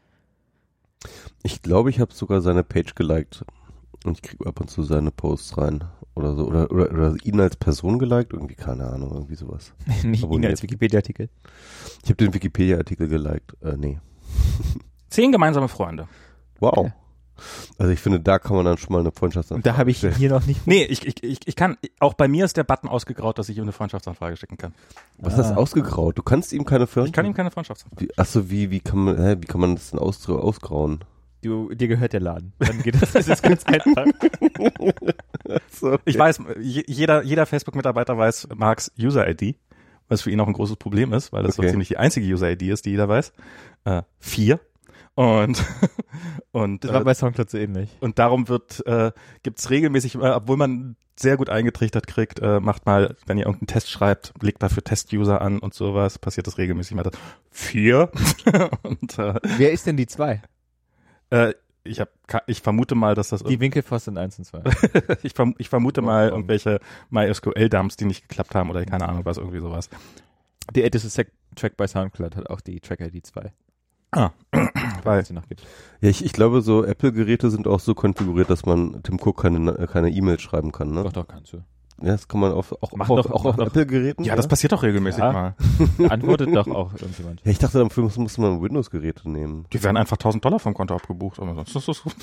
Ich glaube, ich habe sogar seine Page geliked. Und ich kriege ab und zu seine Posts rein. Oder so. Oder, oder, oder ihn als Person geliked. Irgendwie, keine Ahnung, irgendwie sowas. Nicht ihn Abonniert. als Wikipedia-Artikel. Ich habe den Wikipedia-Artikel geliked. Äh, nee. zehn gemeinsame Freunde. Wow. Okay. Also ich finde, da kann man dann schon mal eine Und Freundschaftsanfrage da habe ich stellen. hier noch nicht. Nee, ich, ich, ich, ich kann, auch bei mir ist der Button ausgegraut, dass ich ihm eine Freundschaftsanfrage schicken kann. Was ist das Ah. ausgegraut? Du kannst ihm keine Freundschaft... Ich kann ihm keine Freundschaftsanfrage. Wie, achso, wie, wie kann man, hä, wie kann man das denn aus, ausgrauen? Du, dir gehört der Laden. Dann geht das, das ist ganz einfach. So, okay. Ich weiß, je- jeder, jeder Facebook-Mitarbeiter weiß Marks User-I D, was für ihn auch ein großes Problem ist, weil das Okay. so ziemlich die einzige User-I D ist, die jeder weiß. Äh, vier. Und, und, Das war äh, bei Soundcloud so ähnlich. und darum wird, äh, gibt's regelmäßig, äh, obwohl man sehr gut eingetrichtert kriegt, äh, macht mal, wenn ihr irgendeinen Test schreibt, legt dafür Test-User an und sowas, passiert das regelmäßig mal. Das vier. und, äh, Wer ist denn die zwei? äh, ich hab, ich vermute mal, dass das, Die Winkelfoss sind eins und zwei. ich, verm ich vermute mal irgendwelche MySQL-Dumps, die nicht geklappt haben oder keine Ahnung was, irgendwie sowas. Der älteste Track bei Soundcloud hat auch die Track-I D zwei. Ah, weil, Was sie noch gibt. Ja, ich, ich glaube, so Apple-Geräte sind auch so konfiguriert, dass man Tim Cook keine, keine E-Mail schreiben kann, ne? Doch, doch, kannst du. Ja, das kann man auf, auch, Mach auch, doch- auf, auch mach auf doch. Apple-Geräten. ja, das passiert doch regelmäßig Ja. mal. Antwortet doch auch irgendjemand. Ja, ich dachte, dafür muss, muss man Windows-Geräte nehmen. Die werden einfach tausend Dollar vom Konto abgebucht, aber sonst ist das so.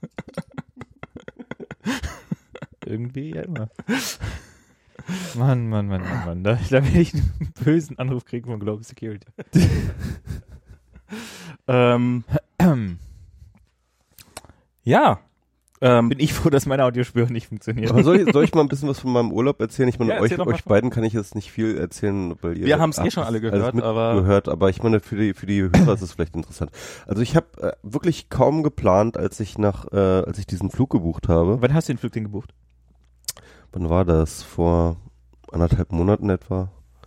Irgendwie ja immer. Mann, Mann, Mann, Mann, Mann. Da, da werde ich einen bösen Anruf kriegen von Global Security. ähm, ja. Ähm, Bin ich froh, dass meine Audiospur nicht funktioniert. Aber soll ich, soll ich mal ein bisschen was von meinem Urlaub erzählen? Ich meine, Ja, euch, erzähl doch mal euch von- beiden kann ich jetzt nicht viel erzählen, weil ihr Wir haben's eh habt schon alle das gehört, alles aber- mitgehört, aber ich meine, für die, für die Hörer ist es vielleicht interessant. Also ich habe äh, wirklich kaum geplant, als ich nach, äh, als ich diesen Flug gebucht habe. Wann hast du den Flug denn gebucht? Wann war das? Vor anderthalb Monaten etwa.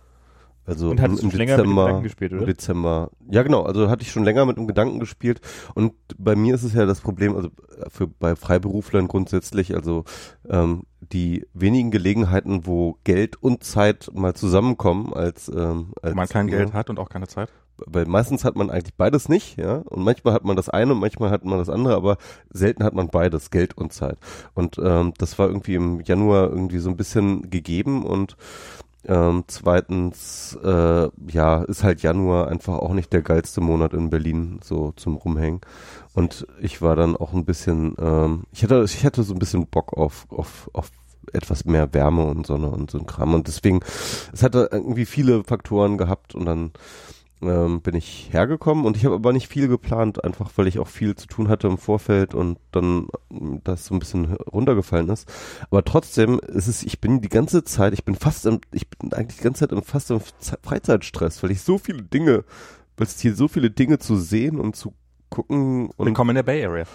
Also Und hattest im, du im schon länger mit dem Dezember, Gedanken gespielt, oder? Im Dezember. Ja, genau. Also hatte ich schon länger mit dem Gedanken gespielt. Und bei mir ist es ja das Problem, also für bei Freiberuflern grundsätzlich, also ähm, die wenigen Gelegenheiten, wo Geld und Zeit mal zusammenkommen, als, ähm, als wenn man kein ja, Geld hat und auch keine Zeit. weil meistens hat man eigentlich beides nicht, ja, und manchmal hat man das eine und manchmal hat man das andere, aber selten hat man beides, Geld und Zeit. Und ähm, das war irgendwie im Januar irgendwie so ein bisschen gegeben und ähm, zweitens, äh, ja, ist halt Januar einfach auch nicht der geilste Monat in Berlin, so zum Rumhängen. Und ich war dann auch ein bisschen, ähm, ich hatte, ich hatte so ein bisschen Bock auf, auf, auf etwas mehr Wärme und Sonne und so ein Kram. Und deswegen, es hatte irgendwie viele Faktoren gehabt und dann ähm, bin ich hergekommen und ich habe aber nicht viel geplant, einfach weil ich auch viel zu tun hatte im Vorfeld und dann ähm, das so ein bisschen runtergefallen ist. Aber trotzdem ist es, ich bin die ganze Zeit, ich bin fast im, ich bin eigentlich die ganze Zeit im, fast im Ze- Freizeitstress, weil ich so viele Dinge, weil es hier so viele Dinge zu sehen und zu gucken und Willkommen in der Bay Area.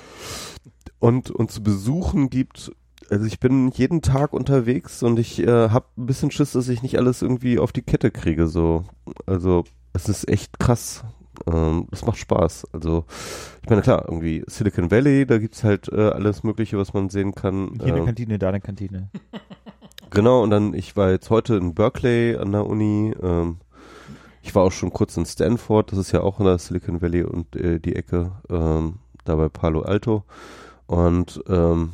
und, und zu besuchen gibt. Also ich bin jeden Tag unterwegs und ich äh, habe ein bisschen Schiss, dass ich nicht alles irgendwie auf die Kette kriege. So, also es ist echt krass. Ähm, das macht Spaß. Also ich meine klar, irgendwie Silicon Valley, da gibt's halt äh, alles Mögliche, was man sehen kann. Hier eine Ähm, Kantine, da eine Kantine. Genau, und dann, ich war jetzt heute in Berkeley an der Uni. Ähm, ich war auch schon kurz in Stanford, das ist ja auch in der Silicon Valley und äh, die Ecke, ähm, da bei Palo Alto. Und ähm,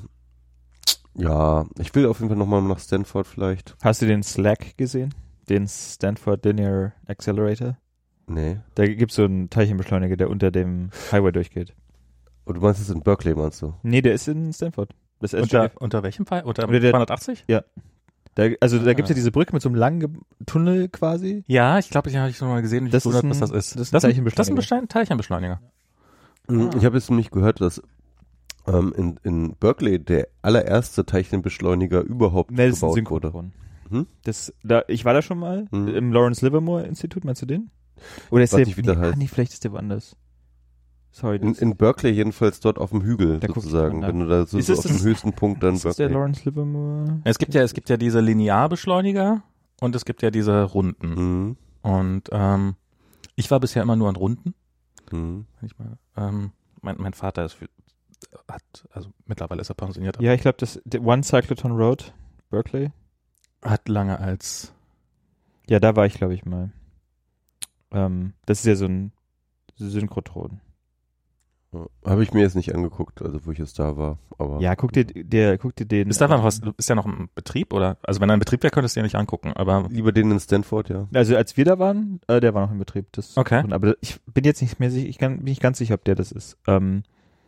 ja, ich will auf jeden Fall nochmal nach Stanford vielleicht. Hast du den Slack gesehen? Den Stanford Linear Accelerator? Nee. Da gibt's so einen Teilchenbeschleuniger, der unter dem Highway durchgeht. Und du meinst es in Berkeley, meinst du? Nee, der ist in Stanford. Das ist Unter, unter welchem Fall? Unter Unter der- zweihundertachtzig? da, also da gibt's Ah. ja diese Brücke mit so einem langen Ge- Tunnel quasi. Ja, ich glaube, ich habe ich schon mal gesehen, wie Das ist gewundert, ein- was das ist. das ist ein das, ist ein- Teilchenbeschleuniger. das ist ein Bestein- Teilchenbeschleuniger. Ich habe jetzt nämlich gehört, dass ähm, in, in Berkeley der allererste Teilchenbeschleuniger überhaupt Nelson gebaut wurde. Synchrotron. Hm? Das, da, ich war da schon mal, Hm. im Lawrence Livermore Institut, meinst du den? Oder ist Weiß der, nicht, wie der nee, heißt. ah, nee, vielleicht ist der woanders. Sorry. In, Das, in Berkeley jedenfalls dort auf dem Hügel Da guck ich sozusagen. mal nach. Wenn du da so, Ist so es auf das- dem höchsten Punkt dann ist das der Berkeley. Lawrence Livermore? Es gibt ja, es gibt ja diese Linearbeschleuniger und es gibt ja diese Runden. Mhm. Und ähm, ich war bisher immer nur an Runden. Mhm. Wenn ich mal, ähm, mein, mein Vater ist für, hat, also mittlerweile ist er pensioniert, Ja, ich glaube, das der One Cyclotron Road, Berkeley. hat lange als Ja, da war ich, glaube ich, mal. Ähm, das ist ja so ein Synchrotron. Ja. Habe ich mir jetzt nicht angeguckt, also wo ich jetzt da war. Aber Ja, guck dir, der, guck dir den. ist da noch was, ist ja noch ein Betrieb oder? Also wenn er in Betrieb wäre, könntest du ja nicht angucken, aber lieber den in Stanford, ja. Also als wir da waren, äh, der war noch in Betrieb. Das Okay. Aber ich bin jetzt nicht mehr sicher, ich kann, bin nicht ganz sicher, ob der das ist. Ähm,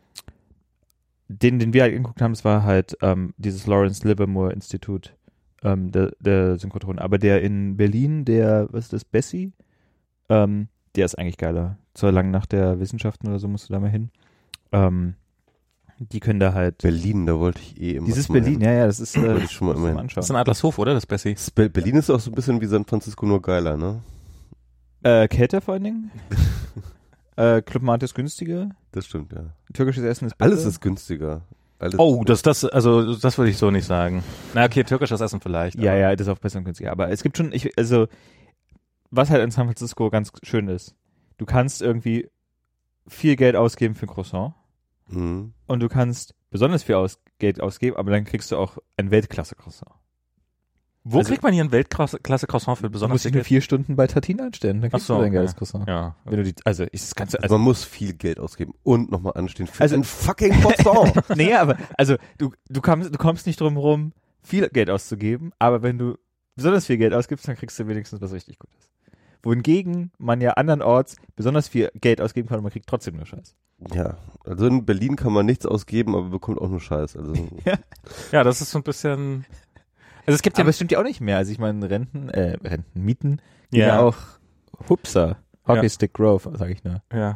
den, den wir halt angeguckt haben, es war halt ähm, dieses Lawrence Livermore Institut, ähm, der, der Synchrotron. Aber der in Berlin, der, was ist das, Bessie, ähm, der ist eigentlich geiler. Zur langen Nacht der Wissenschaften oder so musst du da mal hin. Ähm, die können da halt. Berlin, da wollte ich eh immer. Dieses mal Berlin, hin. ja, ja, das ist. Äh, Wollte ich schon mal musst du immer hin. anschauen. das ist in Adlershof, oder? Das Bessie. Das Be- Berlin ist auch so ein bisschen wie San Francisco, nur geiler, ne? Äh, Kälte vor allen Dingen. äh, Clubmate ist günstiger. Das stimmt, ja. Türkisches Essen ist besser. Alles ist günstiger. Alles Oh, das, das, also das würde ich so nicht sagen. Na okay, türkisches Essen vielleicht. Ja, aber- ja, das ist auch besser und günstiger. Aber es gibt schon, ich, also, was halt in San Francisco ganz schön ist, du kannst irgendwie viel Geld ausgeben für ein Croissant Mhm. und du kannst besonders viel aus, Geld ausgeben, aber dann kriegst du auch ein Weltklasse-Croissant. Wo Also- kriegt man hier ein Weltklasse-Croissant für Du besonders musst dich nur vier Stunden bei Tatin einstellen, dann Ach kriegst so, du dein okay. geiles Croissant. Ja. Wenn du die, also, ich, das Ganze, Also also, man muss viel Geld ausgeben und nochmal anstehen für Also- ein fucking Croissant. nee, aber, also, du, du kommst, du kommst nicht drum rum, viel Geld auszugeben, aber wenn du besonders viel Geld ausgibst, dann kriegst du wenigstens was richtig Gutes. Wohingegen man ja andernorts besonders viel Geld ausgeben kann und man kriegt trotzdem nur Scheiß. Ja, also in Berlin kann man nichts ausgeben, aber bekommt auch nur Scheiß. Also Ja, das ist so ein bisschen. Also es gibt ja Aber es stimmt ja auch nicht mehr. Also ich meine, Renten, äh, Renten, Mieten, gehen Ja. ja auch Hupsa, Hockey Ja. Stick Grove, sage ich nur. ja.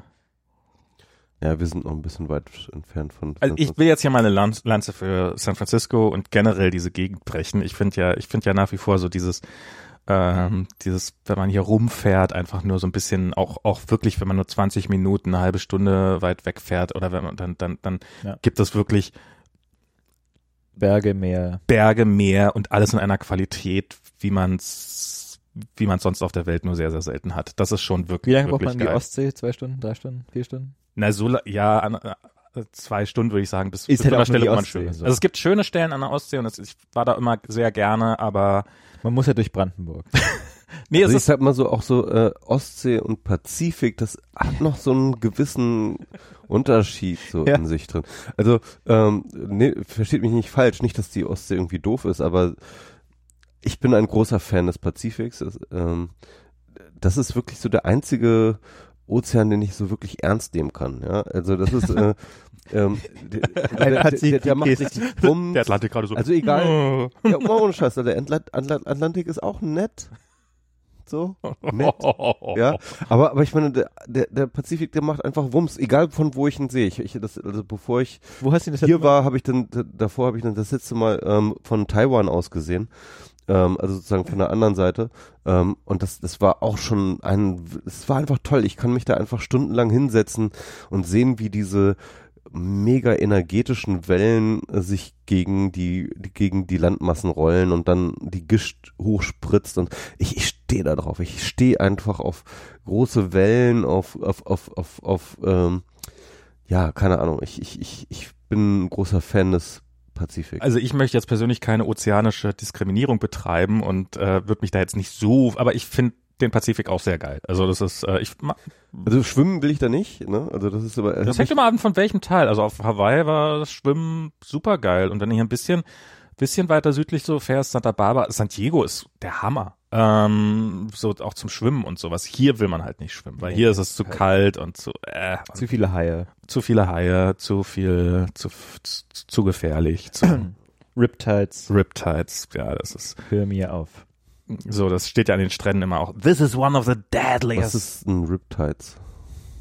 ja, wir sind noch ein bisschen weit entfernt von. Also ich will jetzt hier mal eine Lan- Lanze für San Francisco und generell diese Gegend brechen. Ich finde ja, ich finde ja nach wie vor so dieses, ähm, dieses, wenn man hier rumfährt, einfach nur so ein bisschen, auch auch wirklich, wenn man nur zwanzig Minuten, eine halbe Stunde weit wegfährt oder wenn man dann dann dann Ja. gibt es wirklich Berge, Meer. Berge, Meer und alles in einer Qualität, wie man's wie man sonst auf der Welt nur sehr sehr selten hat. Das ist schon wirklich Wie lange braucht wirklich man in die geil. Ostsee? Zwei Stunden, drei Stunden, vier Stunden? Na, so, la- ja, an, äh, zwei Stunden würde ich sagen, bis, Ist bis halt zu auch einer nur Stelle, die wo man Ostsee, schön ist. so. Also es gibt schöne Stellen an der Ostsee und es, ich war da immer sehr gerne, aber Man muss ja durch Brandenburg. nee, Also es ich ist, sag mal so, auch so äh, Ostsee und Pazifik, das hat noch so einen gewissen Unterschied so Ja. in sich drin. Also, ähm, nee, versteht mich nicht falsch, nicht, dass die Ostsee irgendwie doof ist, aber ich bin ein großer Fan des Pazifiks. Das, ähm, das ist wirklich so der einzige Ozean, den ich so wirklich ernst nehmen kann. Ja, also das ist äh, ähm, der, der, der, der macht richtig Bumm. der Atlantik gerade so. Also egal. Ja, mal ohne Scheiß, der Atlant- Atlant- Atlantik ist auch nett. So, nett. Ja, aber, aber ich meine, der, der, der Pazifik, der macht einfach Wumms, egal von wo ich ihn sehe. Ich, ich, das, also bevor ich Wo hast du das hier war, habe ich dann, d- davor habe ich dann das letzte Mal ähm, von Taiwan aus gesehen. Ähm, also sozusagen von der anderen Seite. Ähm, und das, das war auch schon ein, es war einfach toll. Ich kann mich da einfach stundenlang hinsetzen und sehen, wie diese mega energetischen Wellen äh, sich gegen die, die gegen die Landmassen rollen und dann die Gischt hochspritzt und ich, ich stehe da drauf. Ich stehe einfach auf große Wellen, auf auf auf auf, auf ähm, ja, keine Ahnung. Ich ich ich ich bin ein großer Fan des Pazifik. Also ich möchte jetzt persönlich keine ozeanische Diskriminierung betreiben und äh, würde mich da jetzt nicht so, aber ich finde den Pazifik auch sehr geil. Also das ist, äh, ich ma- Also schwimmen will ich da nicht, ne? Also das ist aber das hängt immer an von welchem Teil. Also auf Hawaii war das Schwimmen super geil und wenn du hier ein bisschen bisschen weiter südlich so fährst, Santa Barbara, San Diego ist der Hammer. Ähm, so auch zum Schwimmen und sowas. Hier will man halt nicht schwimmen, weil hier ist es zu kalt und zu äh, Zu viele Haie. zu viele Haie, zu viel, zu, zu, zu gefährlich, zu Riptides. Riptides. Ja, das ist Hör mir auf. so, das steht ja an den Stränden immer auch. This is one of the Was deadliest. ist ein Riptides?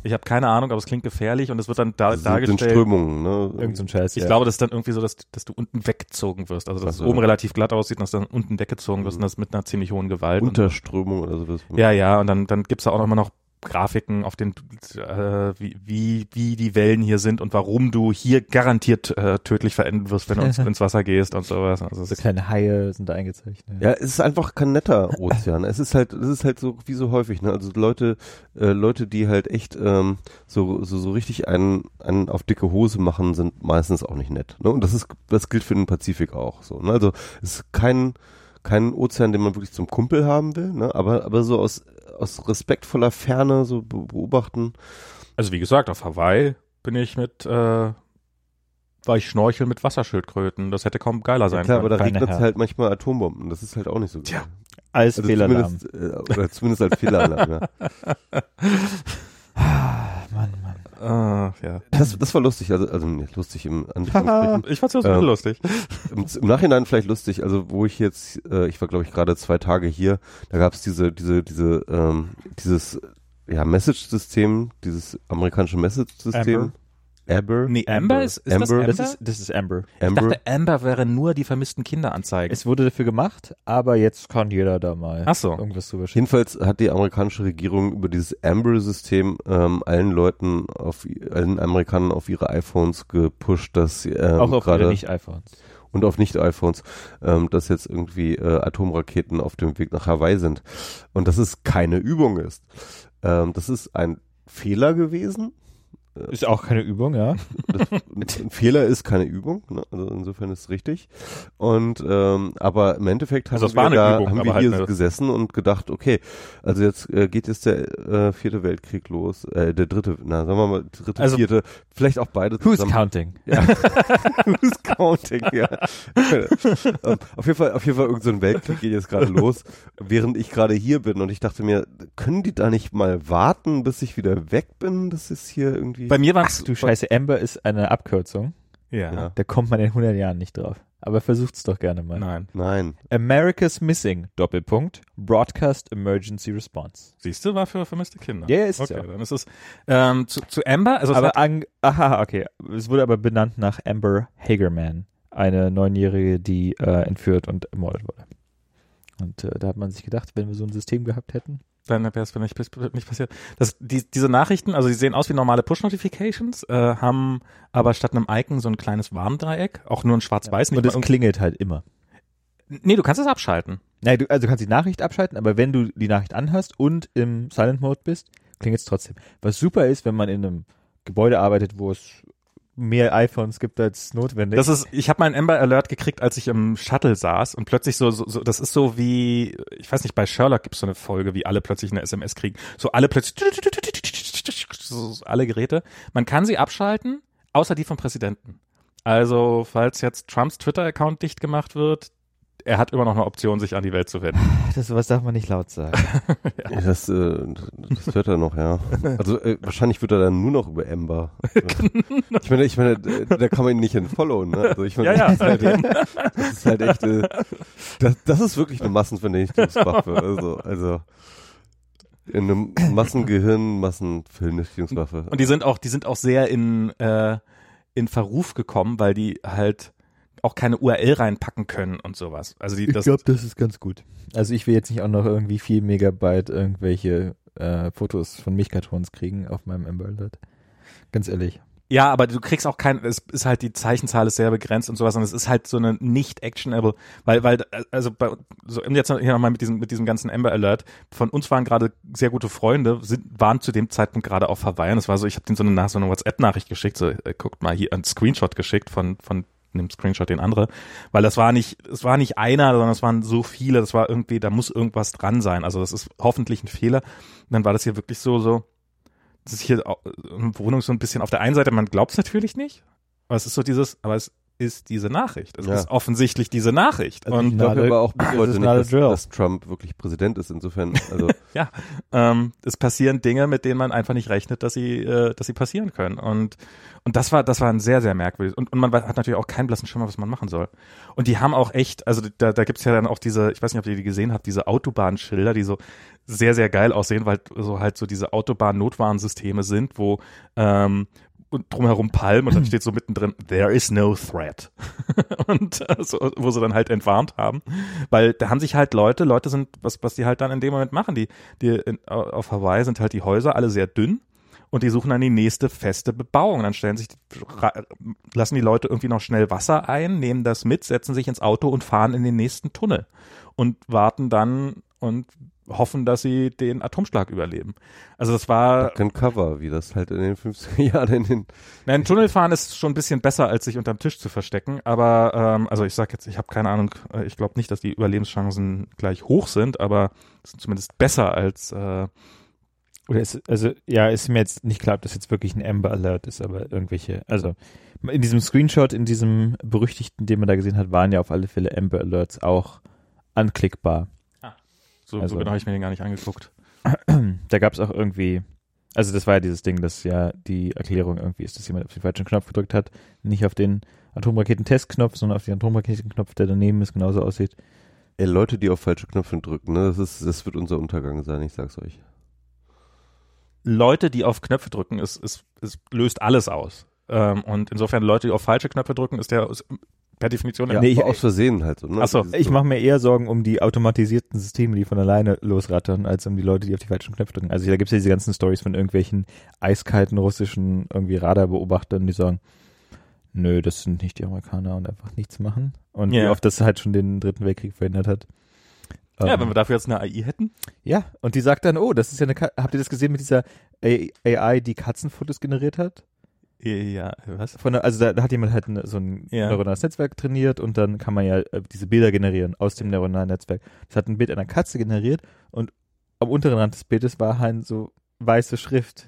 Ich habe keine Ahnung, aber es klingt gefährlich und es wird dann da, Das sind dargestellt. Strömungen, ne? Irgend so ein Scheiß, Ich ja. glaube, das ist dann irgendwie so, dass, dass du unten weggezogen wirst. Also, dass Ach so. es oben relativ glatt aussieht und dass du dann unten weggezogen wirst Mhm. und das mit einer ziemlich hohen Gewalt. Und, Unterströmung oder sowas. ja, ja, und dann, dann gibt's da auch noch immer noch Grafiken auf den, äh, wie, wie, wie die Wellen hier sind und warum du hier garantiert äh, tödlich verenden wirst, wenn du ins, ins Wasser gehst und sowas. Also es So ist, kleine Haie sind da eingezeichnet. Ja, es ist einfach kein netter Ozean. Es ist halt, es ist halt so wie so häufig, ne? Also Leute, äh, Leute, die halt echt ähm, so, so so richtig einen, einen auf dicke Hose machen, sind meistens auch nicht nett. Ne? Und das ist, das gilt für den Pazifik auch so. Ne? Also es ist kein kein Ozean, den man wirklich zum Kumpel haben will, ne? Aber aber so aus aus respektvoller Ferne so beobachten. also wie gesagt, auf Hawaii bin ich mit, äh, war ich schnorcheln mit Wasserschildkröten. Das hätte kaum geiler sein Ja, klar, aber können. da Keine regnet es Herr. halt manchmal Atombomben. Das ist halt auch nicht so geil. Tja. Als Also Fehlalarm. zumindest, äh, oder zumindest als Fehlalarm, ja. Mann, Mann. Ah, ja. Das, das war lustig, also, also nicht lustig im Anführungsstrichen. Ich fand's ja so Ähm, lustig. Im, Im Nachhinein vielleicht lustig, also wo ich jetzt, äh, ich war glaube ich gerade zwei Tage hier, da gab es diese, diese, diese, ähm, dieses, ja, Message-System, dieses amerikanische Message-System. Amber. Amber. Nee, Amber ist, ist das Amber. Amber? Das ist, das ist Amber. Ich Amber. dachte, Amber wäre nur die vermissten Kinder anzeigen. Es wurde dafür gemacht, aber jetzt kann jeder da mal Ach so. irgendwas drüber schicken. Jedenfalls hat die amerikanische Regierung über dieses Amber-System ähm, allen Leuten, auf allen Amerikanern auf ihre iPhones gepusht, dass sie ähm, Auch auf gerade ihre Nicht-iPhones. und auf Nicht-iPhones, ähm, dass jetzt irgendwie äh, Atomraketen auf dem Weg nach Hawaii sind und dass es keine Übung ist. Ähm, das ist ein Fehler gewesen. Ist auch keine Übung, ja. Das, ein Fehler ist keine Übung, ne? Also insofern ist es richtig. Und ähm, aber im Endeffekt haben Also es wir war eine da Übung, haben aber wir halt hier eine- gesessen und gedacht, okay, also jetzt äh, geht jetzt der äh, vierte Weltkrieg los, äh, der dritte, na sagen wir mal dritte, Also- vierte, vielleicht auch beide Who's zusammen. counting? Ja. Who's counting, ja. ähm, auf jeden Fall, auf jeden Fall irgend so ein Weltkrieg geht jetzt gerade los, während ich gerade hier bin und ich dachte mir, können die da nicht mal warten, bis ich wieder weg bin? Das ist hier irgendwie. Bei mir war's. Ach du Scheiße, Amber ist eine Abkürzung. Ja. Ja. Da kommt man in hundert Jahren nicht drauf. Aber versucht's doch gerne mal. Nein. Nein. America's Missing, Doppelpunkt, Broadcast Emergency Response. Siehst du, war für vermisste Kinder. Ja, ja, ist es okay, ja. dann ist es ähm, zu, zu Amber. Also es Aber hat, an, aha, okay. Es wurde aber benannt nach Amber Hagerman, eine Neunjährige, die äh, entführt und ermordet wurde. Und äh, da hat man sich gedacht, wenn wir so ein System gehabt hätten. dann wäre es nicht, nicht passiert. Das, die, diese Nachrichten, also die sehen aus wie normale Push-Notifications, äh, haben aber statt einem Icon so ein kleines Warndreieck, auch nur ein schwarz-weiß. Und nicht das mal klingelt halt immer. irgend- nee, du kannst es abschalten. Nein, du, also du kannst die Nachricht abschalten, aber wenn du die Nachricht anhast und im Silent Mode bist, klingelt es trotzdem. Was super ist, wenn man in einem Gebäude arbeitet, wo es mehr iPhones gibt als notwendig. Das ist, ich habe meinen Amber Alert gekriegt, als ich im Shuttle saß und plötzlich so, so, so das ist so wie, ich weiß nicht, bei Sherlock gibt es so eine Folge, wie alle plötzlich eine S M S kriegen. So alle plötzlich, so alle Geräte. Man kann sie abschalten, außer die vom Präsidenten. Also, falls jetzt Trumps Twitter-Account dicht gemacht wird, er hat immer noch eine Option, sich an die Welt zu wenden. das sowas darf man nicht laut sagen. Ja, das, äh, das hört er noch, ja. Also äh, wahrscheinlich wird er dann nur noch über Amber. ich meine, ich meine, da da kann man ihn nicht entfollowen, ne? Also ich meine, Ja, ja. das, ist halt, das ist halt echt, äh, das, das ist wirklich eine Massenvernichtungswaffe. Also, also in einem Massengehirn, Massenvernichtungswaffe. Und die sind auch, die sind auch sehr in, äh, in Verruf gekommen, weil die halt auch keine U R L reinpacken können und sowas. Also die, das, das ist ganz gut. Also ich will jetzt nicht auch noch irgendwie vier Megabyte irgendwelche äh, Fotos von Milchkartons kriegen auf meinem Amber Alert. Ganz ehrlich. ja, aber du kriegst auch kein, es ist halt, die Zeichenzahl ist sehr begrenzt und sowas und es ist halt so eine nicht actionable, weil, weil, also bei, so jetzt hier nochmal mit diesem, mit diesem ganzen Amber Alert, von uns waren gerade sehr gute Freunde, sind, waren zu dem Zeitpunkt gerade auf Hawaii und es war so, ich habe denen so eine, so eine WhatsApp-Nachricht geschickt, so, äh, guckt mal hier, einen Screenshot geschickt von, von dem Screenshot den andere, weil das war nicht, es war nicht einer, sondern es waren so viele, das war irgendwie, da muss irgendwas dran sein, also das ist hoffentlich ein Fehler. Und dann war das hier wirklich so, so, das ist hier auch, eine Wohnung so ein bisschen auf der einen Seite, man glaubt es natürlich nicht, aber es ist so dieses, aber es ist diese Nachricht. Es Ja. ist offensichtlich diese Nachricht. Also Und Ich glaube aber auch bis Das heute ist nicht, not a dass, drill. dass Trump wirklich Präsident ist. Insofern, also ja, ähm, es passieren Dinge, mit denen man einfach nicht rechnet, dass sie, äh, dass sie passieren können. Und und das war, das war ein sehr, sehr merkwürdig. Und, und man hat natürlich auch keinen blassen Schimmer, was man machen soll. Und die haben auch echt, also da, da gibt's ja dann auch diese, ich weiß nicht, ob ihr die gesehen habt, diese Autobahnschilder, die so sehr, sehr geil aussehen, weil so halt so diese Autobahn-Notwarnsysteme sind, wo ähm, und drumherum Palmen und dann steht so mittendrin, there is no threat. und äh, so, wo sie dann halt entwarnt haben. Weil da haben sich halt Leute, Leute sind, was, was die halt dann in dem Moment machen, die, die in, auf Hawaii sind halt die Häuser alle sehr dünn und die suchen dann die nächste feste Bebauung. Dann stellen sich, die, lassen die Leute irgendwie noch schnell Wasser ein, nehmen das mit, setzen sich ins Auto und fahren in den nächsten Tunnel und warten dann und hoffen, dass sie den Atomschlag überleben. Also das war... kein Cover, wie das halt in den fünfziger Jahren in den... Nein, Tunnelfahren ist schon ein bisschen besser, als sich unterm Tisch zu verstecken, aber ähm, also ich sag jetzt, ich habe keine Ahnung, äh, ich glaube nicht, dass die Überlebenschancen gleich hoch sind, aber es sind zumindest besser als... Äh, Oder ist, also, ja, ist mir jetzt nicht klar, ob das jetzt wirklich ein Amber Alert ist, aber irgendwelche, also in diesem Screenshot, in diesem berüchtigten, den man da gesehen hat, waren ja auf alle Fälle Amber Alerts auch anklickbar. so, Also- so genau habe ich mir den gar nicht angeguckt. Da gab es auch irgendwie, also das war ja dieses Ding, dass ja die Erklärung irgendwie ist, dass jemand auf den falschen Knopf gedrückt hat, nicht auf den Atomraketentestknopf, sondern auf den Atomraketenknopf, der daneben ist, genauso aussieht. Ey, Leute, die auf falsche Knöpfe drücken, ne, das ist, das wird unser Untergang sein, ich sag's euch. Leute, die auf Knöpfe drücken, es, es, es löst alles aus. Ähm, und insofern Leute, die auf falsche Knöpfe drücken, ist der ist per Definition... Ja, Nee, ich- aber aus Versehen halt so, ne? Ach so, Dieses Ich so- mache mir eher Sorgen um die automatisierten Systeme, die von alleine losrattern, als um die Leute, die auf die falschen Knöpfe drücken. Also da gibt es ja diese ganzen Stories von irgendwelchen eiskalten russischen irgendwie Radarbeobachtern, die sagen, nö, das sind nicht die Amerikaner und einfach nichts machen. Und Ja. wie oft das halt schon den Dritten Weltkrieg verhindert hat. Ja, Ähm, wenn wir dafür jetzt eine A I hätten. ja, und die sagt dann, oh, das ist ja eine, Ka habt ihr das gesehen mit dieser A I, die Katzenfotos generiert hat? Ja, was? Von der, also da, da hat jemand halt eine, so ein Ja. neuronales Netzwerk trainiert und dann kann man ja äh, diese Bilder generieren aus dem neuronalen Netzwerk. Das hat ein Bild einer Katze generiert und am unteren Rand des Bildes war halt so weiße Schrift,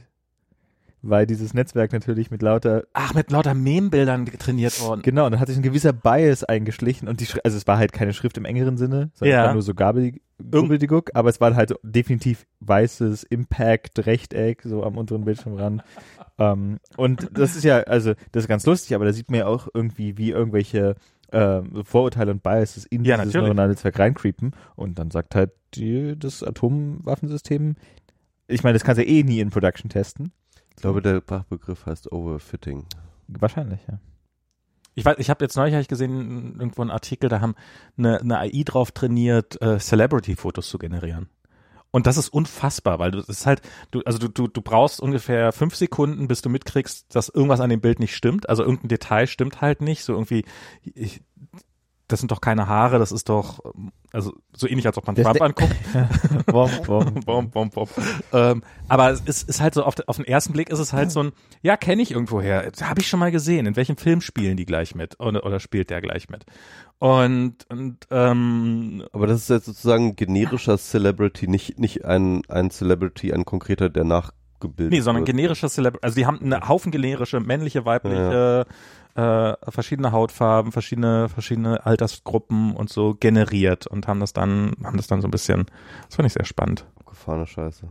weil dieses Netzwerk natürlich mit lauter, Ach, mit lauter Meme-Bildern trainiert worden. genau, und dann hat sich ein gewisser Bias eingeschlichen und die Schrift, also es war halt keine Schrift im engeren Sinne, sondern Ja. es war nur so Gabel- Gubbeldiguck, aber es war halt so definitiv weißes Impact-Rechteck, so am unteren Bildschirmrand. ähm, und das ist ja, also das ist ganz lustig, aber da sieht man ja auch irgendwie, wie irgendwelche ähm, Vorurteile und Biases in Ja, dieses natürlich. neuronale Netzwerk reincreepen und dann sagt halt die, das Atomwaffensystem, ich meine, das kannst du ja eh nie in Production testen. Ich glaube, der Fachbegriff heißt Overfitting. Wahrscheinlich, ja. Ich weiß, ich habe jetzt neulich hab ich gesehen, irgendwo einen Artikel, da haben eine, eine A I drauf trainiert, äh, Celebrity-Fotos zu generieren. Und das ist unfassbar, weil du das ist halt, du, also du, du, du brauchst ungefähr fünf Sekunden, bis du mitkriegst, dass irgendwas an dem Bild nicht stimmt. Also irgendein Detail stimmt halt nicht. So irgendwie, ich, das sind doch keine Haare, das ist doch, also so ähnlich, als ob man Das Trump de- anguckt. Bom, bom. Bom, bom, bom. Ähm, aber es ist, ist halt so, auf, auf den ersten Blick ist es halt so ein, ja, kenne ich irgendwoher, habe ich schon mal gesehen, in welchem Film spielen die gleich mit oder, oder spielt der gleich mit. Und, und ähm, Aber das ist jetzt sozusagen generischer Celebrity, nicht, nicht ein, ein Celebrity, ein konkreter, der nachgebildet nee, sondern wird. generischer Celebrity, also die haben einen Haufen generische, männliche, weibliche, äh, verschiedene Hautfarben, verschiedene, verschiedene Altersgruppen und so generiert und haben das dann, haben das dann so ein bisschen, das fand ich sehr spannend. Abgefahrene Scheiße.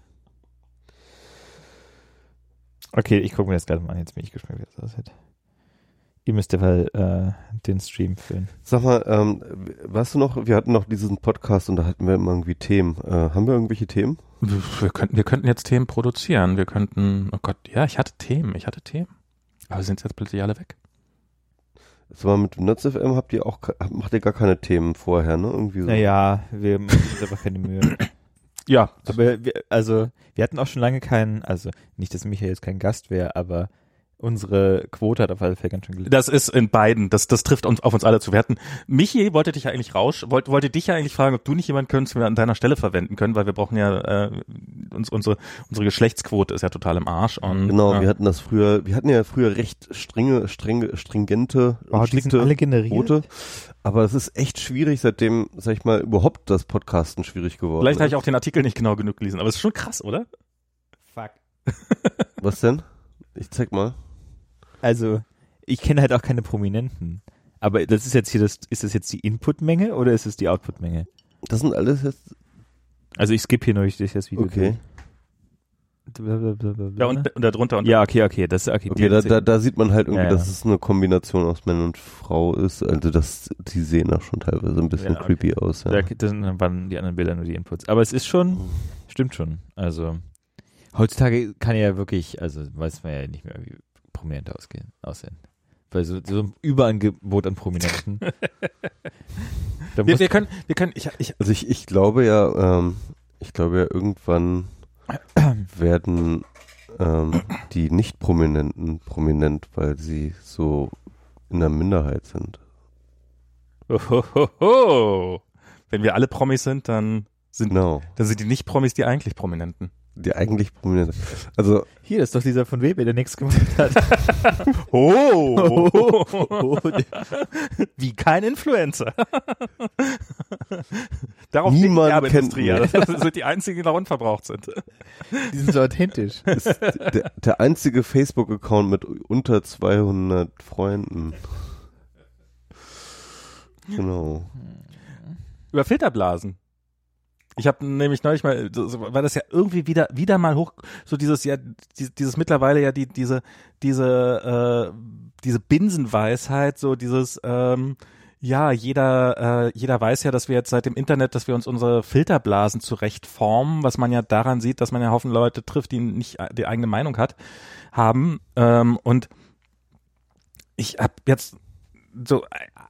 Okay, ich gucke mir das gerade mal an, jetzt bin ich gespannt, wie das aussieht. Ihr müsst ja mal äh, den Stream führen. Sag mal, ähm, weißt du noch, wir hatten noch diesen Podcast und da hatten wir immer irgendwie Themen. Äh, haben wir irgendwelche Themen? Wir könnten, wir könnten jetzt Themen produzieren. Wir könnten, oh Gott, ja, ich hatte Themen, ich hatte Themen. Aber sind jetzt plötzlich alle weg. Sag mal, mit NutzFM habt ihr auch, macht ihr gar keine Themen vorher, ne? Irgendwie so. Naja, wir machen uns einfach keine Mühe. Ja, Aber wir, also, wir hatten auch schon lange keinen, also nicht, dass Michael jetzt kein Gast wäre, aber unsere Quote hat auf alle Fälle ganz schön gelitten. das ist in beiden. Das, das trifft uns auf uns alle zu. Wir hatten, Michi wollte dich ja eigentlich rausch, wollte, wollte dich ja eigentlich fragen, ob du nicht jemanden könntest, den wir an deiner Stelle verwenden können, weil wir brauchen ja, äh, uns, unsere, unsere Geschlechtsquote ist ja total im Arsch. Und, Genau, äh, wir hatten das früher, wir hatten ja früher recht strenge, strenge, stringente, Oh, die sind strikte alle generiert. Quote. Aber es ist echt schwierig, seitdem, sag ich mal, überhaupt das Podcasten schwierig geworden vielleicht habe ist. ich auch den Artikel nicht genau genug gelesen, aber es ist schon krass, oder? Fuck. Was denn? Ich zeig mal. Also, ich kenne halt auch keine Prominenten. Aber das ist jetzt hier das, ist das jetzt die Inputmenge oder ist es die Outputmenge? Das sind alles jetzt. Also ich skippe hier noch durch das Video. Okay. Ja, und, und darunter. Und ja, okay, okay. Das, okay, okay da, da, da sieht man halt irgendwie, ja, ja. dass es eine Kombination aus Mann und Frau ist. Also das, die sehen auch schon teilweise ein bisschen ja, okay. creepy aus. Ja. Da, dann waren die anderen Bilder nur die Inputs. Aber es ist schon, stimmt schon. Also heutzutage kann ja wirklich, also weiß man ja nicht mehr, wie prominent ausgehen, aussehen. Weil so, so ein Überangebot an Prominenten. wir, wir können, wir können, ich, ich, also ich, ich glaube ja, ähm, ich glaube ja irgendwann werden ähm, die Nicht-Prominenten prominent, weil sie so in der Minderheit sind. Ohohoho. Wenn wir alle Promis sind, dann sind, genau. dann sind die Nicht-Promis die eigentlich Prominenten. Die eigentlich Prominenten. Also hier, das ist doch dieser von Weber, der nichts gemacht hat. oh, oh, oh. Wie kein Influencer. Darauf Niemand kennt mich. Das sind die einzigen, die da unverbraucht sind. Die sind so authentisch. Das ist der, der einzige Facebook-Account mit unter zweihundert Freunden. Genau. Über Filterblasen. Ich habe nämlich neulich mal, weil das ja irgendwie wieder wieder mal hoch, so dieses ja dieses, dieses mittlerweile ja die diese diese äh, diese Binsenweisheit, so dieses ähm, ja jeder äh, jeder weiß ja, dass wir jetzt seit dem Internet, dass wir uns unsere Filterblasen zurecht formen, was man ja daran sieht, dass man ja Haufen Leute trifft, die nicht die eigene Meinung hat haben ähm, und ich habe jetzt so,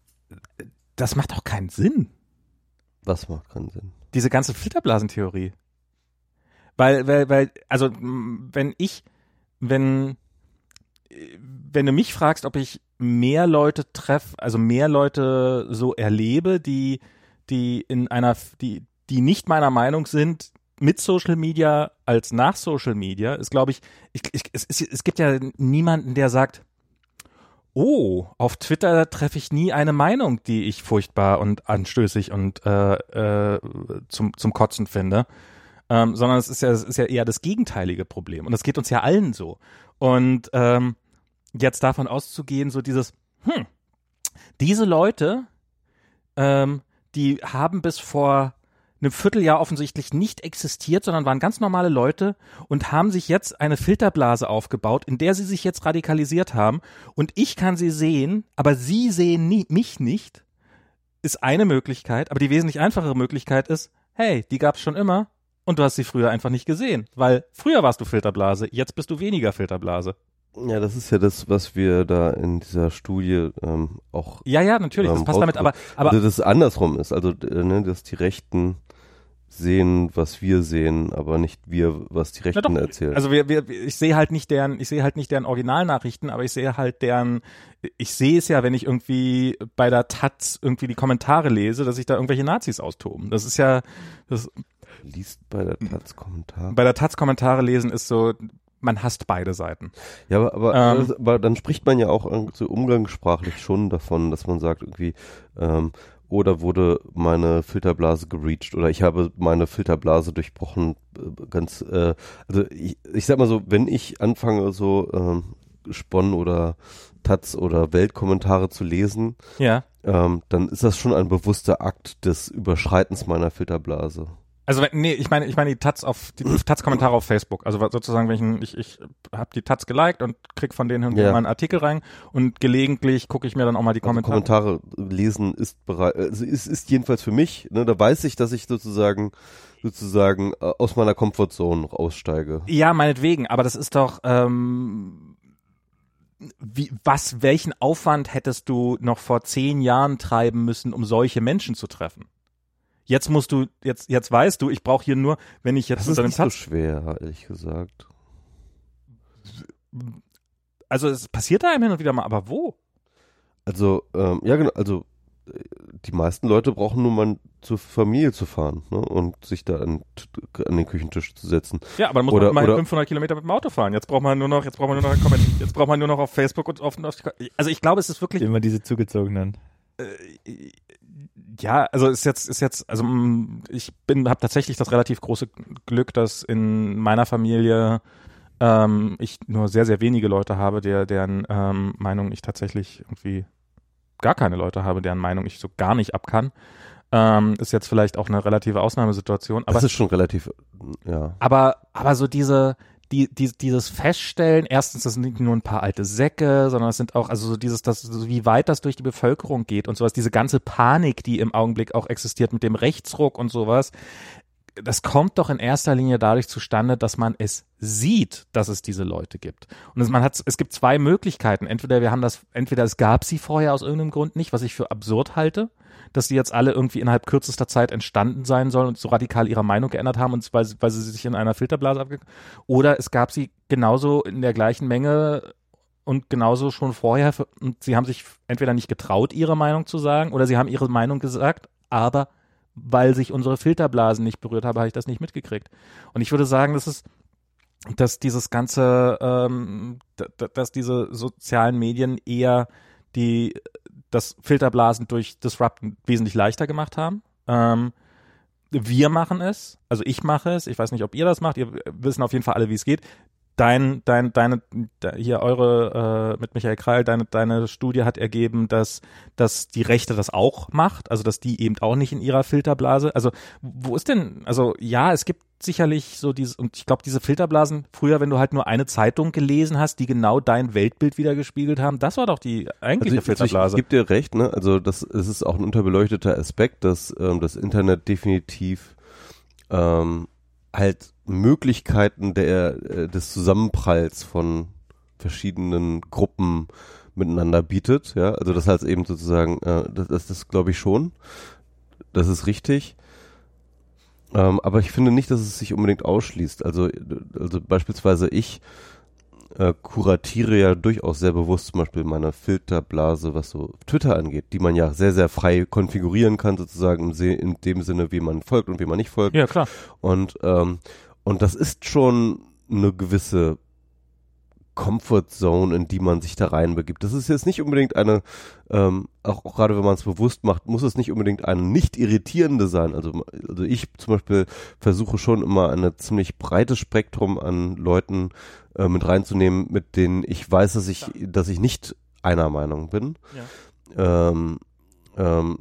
das macht doch keinen Sinn. Was macht keinen Sinn? Diese ganze Filterblasentheorie. Weil, weil, weil, also, wenn ich, wenn, wenn du mich fragst, ob ich mehr Leute treffe, also mehr Leute so erlebe, die, die in einer, die, die nicht meiner Meinung sind, mit Social Media als nach Social Media, ist, glaube ich, ich, ich es, es, es gibt ja niemanden, der sagt, oh, auf Twitter treffe ich nie eine Meinung, die ich furchtbar und anstößig und äh, äh, zum, zum Kotzen finde, ähm, sondern es ist ja, es ist ja eher das gegenteilige Problem und das geht uns ja allen so. Und ähm, jetzt davon auszugehen, so dieses, hm, diese Leute, ähm, die haben bis vor einem Vierteljahr offensichtlich nicht existiert, sondern waren ganz normale Leute und haben sich jetzt eine Filterblase aufgebaut, in der sie sich jetzt radikalisiert haben und ich kann sie sehen, aber sie sehen nie, mich nicht, ist eine Möglichkeit, aber die wesentlich einfachere Möglichkeit ist, hey, die gab's schon immer und du hast sie früher einfach nicht gesehen, weil früher warst du Filterblase, jetzt bist du weniger Filterblase. Ja, das ist ja das, was wir da in dieser Studie ähm, auch. Ja, ja, natürlich, das ähm, passt damit, aber, aber also, dass es andersrum ist, also äh, ne, dass die Rechten sehen, was wir sehen, aber nicht wir, was die Rechten doch, erzählen. Also wir, wir, ich sehe halt nicht deren, ich sehe halt nicht deren Originalnachrichten, aber ich sehe halt deren, ich sehe es ja, wenn ich irgendwie bei der Taz irgendwie die Kommentare lese, dass sich da irgendwelche Nazis austoben. Das ist ja, das liest bei der Taz Kommentare. Bei der Taz Kommentare lesen ist so, man hasst beide Seiten. Ja, aber, aber, ähm, aber dann spricht man ja auch so umgangssprachlich schon davon, dass man sagt irgendwie, ähm, oder wurde meine Filterblase gereached oder ich habe meine Filterblase durchbrochen, ganz, äh, also ich, ich sag mal so, wenn ich anfange so ähm, Spon oder Taz oder Weltkommentare zu lesen, ja. ähm, dann ist das schon ein bewusster Akt des Überschreitens meiner Filterblase. Also nee, ich meine, ich meine die Taz auf die Taz-Kommentare auf Facebook. Also sozusagen, wenn ich ich, ich habe die Taz geliked und krieg von denen ja. mal einen Artikel rein und gelegentlich gucke ich mir dann auch mal die Kommentare. Also Kommentare lesen ist bereit, also ist, ist jedenfalls für mich, ne, da weiß ich, dass ich sozusagen sozusagen äh, aus meiner Comfortzone noch aussteige. Ja, meinetwegen, aber das ist doch ähm, wie, was, welchen Aufwand hättest du noch vor zehn Jahren treiben müssen, um solche Menschen zu treffen? Jetzt musst du, jetzt, jetzt weißt du, ich brauche hier nur, wenn ich jetzt das ist nicht so schwer, ehrlich gesagt. Also es passiert da hin und wieder mal, aber wo? Also, ähm, ja genau, also die meisten Leute brauchen nur mal zur Familie zu fahren, ne, und sich da an, an den Küchentisch zu setzen. Ja, aber dann muss oder, man mal oder, fünfhundert Kilometer mit dem Auto fahren. Jetzt braucht man nur noch, jetzt braucht man nur noch, jetzt braucht man nur noch auf Facebook und auf, also ich glaube, es ist wirklich immer diese zugezogenen. Äh, Ja, also ist jetzt ist jetzt also ich bin habe tatsächlich das relativ große Glück, dass in meiner Familie ähm, ich nur sehr, sehr wenige Leute habe, der, deren ähm, Meinung ich tatsächlich irgendwie gar keine Leute habe, deren Meinung ich so gar nicht ab kann. Ähm, ist jetzt vielleicht auch eine relative Ausnahmesituation. Aber das ist schon relativ, ja. Aber, aber so diese, die, die, dieses Feststellen, erstens, das sind nicht nur ein paar alte Säcke, sondern es sind auch, also so dieses, das, so wie weit das durch die Bevölkerung geht und sowas, diese ganze Panik, die im Augenblick auch existiert mit dem Rechtsruck und sowas, das kommt doch in erster Linie dadurch zustande, dass man es sieht, dass es diese Leute gibt. Und es, man hat, es gibt zwei Möglichkeiten. Entweder wir haben das, entweder es gab sie vorher aus irgendeinem Grund nicht, was ich für absurd halte, dass die jetzt alle irgendwie innerhalb kürzester Zeit entstanden sein sollen und so radikal ihre Meinung geändert haben, und weil, weil sie sich in einer Filterblase abge... Oder es gab sie genauso in der gleichen Menge und genauso schon vorher und sie haben sich entweder nicht getraut, ihre Meinung zu sagen, oder sie haben ihre Meinung gesagt, aber weil sich unsere Filterblasen nicht berührt haben, habe ich das nicht mitgekriegt. Und ich würde sagen, das ist, dass dieses ganze, ähm, d- dass diese sozialen Medien eher die das Filterblasen durch Disrupten wesentlich leichter gemacht haben. Ähm, wir machen es, also ich mache es, ich weiß nicht, ob ihr das macht, ihr wissen auf jeden Fall alle, wie es geht. Dein, dein, deine, hier eure, äh, mit Michael Kreil, deine, deine Studie hat ergeben, dass, dass die Rechte das auch macht, also dass die eben auch nicht in ihrer Filterblase, also wo ist denn, also ja, es gibt sicherlich so dieses, und ich glaube, diese Filterblasen, früher, wenn du halt nur eine Zeitung gelesen hast, die genau dein Weltbild wiedergespiegelt haben, das war doch die eigentliche also ich, Filterblase. Also ich, ich gebe dir recht, ne, also das, es ist auch ein unterbeleuchteter Aspekt, dass ähm, das Internet definitiv ähm, halt Möglichkeiten der äh, des Zusammenpralls von verschiedenen Gruppen miteinander bietet, ja, also das heißt eben sozusagen, äh, das, das, das glaube ich schon, das ist richtig, ähm, aber ich finde nicht, dass es sich unbedingt ausschließt, also also beispielsweise ich äh, kuratiere ja durchaus sehr bewusst zum Beispiel meine Filterblase, was so Twitter angeht, die man ja sehr, sehr frei konfigurieren kann, sozusagen im Se- in dem Sinne, wie man folgt und wie man nicht folgt. Ja, klar. Und, ähm, und das ist schon eine gewisse Comfort Zone, in die man sich da reinbegibt. Das ist jetzt nicht unbedingt eine, ähm, auch, auch gerade wenn man es bewusst macht, muss es nicht unbedingt eine nicht irritierende sein. Also, also ich zum Beispiel versuche schon immer ein ziemlich breites Spektrum an Leuten äh, mit reinzunehmen, mit denen ich weiß, dass ich, dass ich nicht einer Meinung bin. Ja. Ähm, ähm,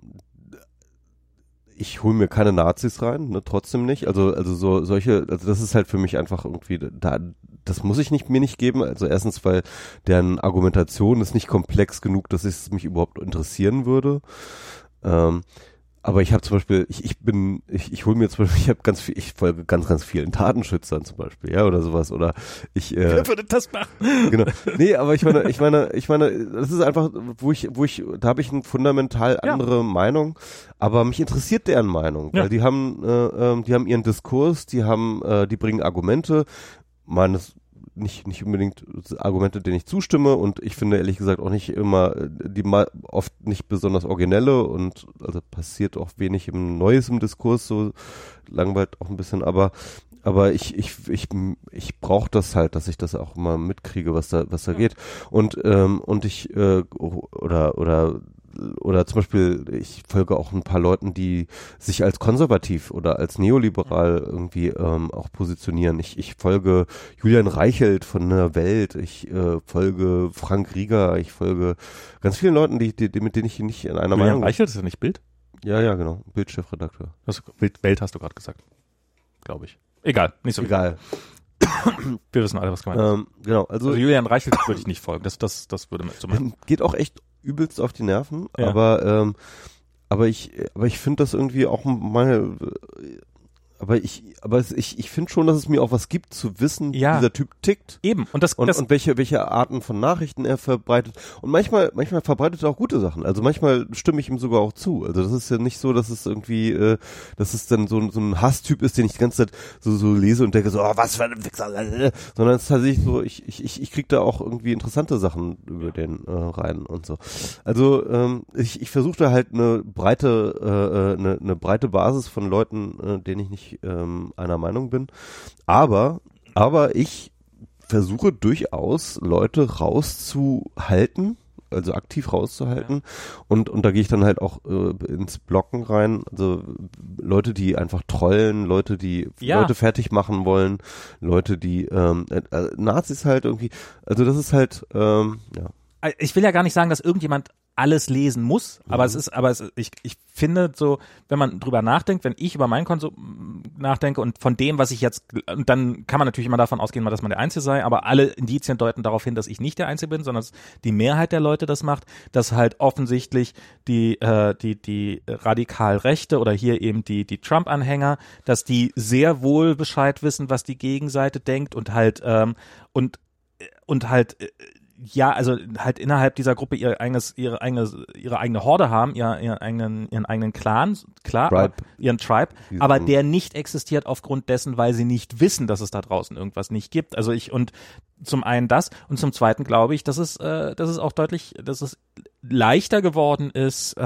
ich hole mir keine Nazis rein, ne, trotzdem nicht. Also, also so solche, also das ist halt für mich einfach irgendwie, da, das muss ich nicht mir nicht geben. Also erstens, weil deren Argumentation ist nicht komplex genug, dass es mich überhaupt interessieren würde. Ähm, aber ich habe zum Beispiel, ich, ich bin, ich, ich hole mir zum Beispiel, ich habe ganz viel, ich folge ganz, ganz vielen Datenschützern zum Beispiel, ja, oder sowas. Oder ich. Äh, Wer würde das machen? Genau. Nee, aber ich meine, ich meine, ich meine, das ist einfach, wo ich, wo ich, da habe ich eine fundamental andere ja. Meinung, aber mich interessiert deren Meinung, weil ja. die haben, äh, die haben ihren Diskurs, die haben, äh, die bringen Argumente, meines nicht nicht unbedingt Argumente, denen ich zustimme, und ich finde ehrlich gesagt auch nicht immer, die mal oft nicht besonders originelle, und also passiert auch wenig im Neues im Diskurs, so langweilt auch ein bisschen, aber aber ich ich ich ich brauche das halt, dass ich das auch mal mitkriege, was da was da ja. geht, und ähm, und ich äh, oder oder oder zum Beispiel, ich folge auch ein paar Leuten, die sich als konservativ oder als neoliberal irgendwie ähm, auch positionieren. Ich, ich folge Julian Reichelt von der Welt, ich äh, folge Frank Rieger, ich folge ganz vielen Leuten, die, die, die mit denen ich nicht in einer Julian Meinung bin. Reichelt ist ja nicht Bild? Ja, ja, genau. Bildchefredakteur. Also, Bild, Welt hast du gerade gesagt. Glaube ich. Egal, nicht so Egal. Wir wissen alle, was gemeint ist. Ähm, genau, also, also Julian Reichelt würde ich nicht folgen. Das, das, das würde mir zu meinen. Geht auch echt übelst auf die Nerven, ja. aber ähm, aber ich aber ich finde das irgendwie auch mal, aber ich aber es, ich ich finde schon, dass es mir auch was gibt zu wissen, ja. wie dieser Typ tickt. Eben, und das und, das und welche welche Arten von Nachrichten er verbreitet, und manchmal manchmal verbreitet er auch gute Sachen. Also manchmal stimme ich ihm sogar auch zu. Also das ist ja nicht so, dass es irgendwie äh, dass es dann so so ein Hasstyp ist, den ich die ganze Zeit so so lese und denke so, oh, was für ein Wichser, sondern es ist tatsächlich so, ich ich ich ich krieg da auch irgendwie interessante Sachen über den äh, rein und so. Also ähm, ich ich versuche da halt eine breite äh, eine eine breite Basis von Leuten, äh, denen ich nicht ähm, einer Meinung bin, aber aber ich versuche durchaus Leute rauszuhalten also aktiv rauszuhalten. Ja. Und, und da gehe ich dann halt auch äh, ins Blocken rein. Also Leute, die einfach trollen, Leute, die ja. Leute fertig machen wollen, Leute, die ähm, äh, Nazis halt irgendwie, also das ist halt, ähm, ja. Ich will ja gar nicht sagen, dass irgendjemand alles lesen muss, aber mhm. es ist, aber es, ich, ich finde so, wenn man drüber nachdenkt, wenn ich über meinen Konsum nachdenke und von dem, was ich jetzt, und dann kann man natürlich immer davon ausgehen, dass man der Einzige sei, aber alle Indizien deuten darauf hin, dass ich nicht der Einzige bin, sondern dass die Mehrheit der Leute das macht, dass halt offensichtlich die, äh, die, die radikal Rechte oder hier eben die, die Trump-Anhänger, dass die sehr wohl Bescheid wissen, was die Gegenseite denkt und halt, ähm, und, und halt, äh, ja, also halt innerhalb dieser Gruppe ihr eigenes, ihre eigene, ihre eigene Horde haben, ihr, ihren eigenen, ihren eigenen Clan, klar, Tribe. ihren Tribe, aber der nicht existiert aufgrund dessen, weil sie nicht wissen, dass es da draußen irgendwas nicht gibt. Also ich, und zum einen das und zum zweiten glaube ich, dass es, äh, dass es auch deutlich, dass es leichter geworden ist,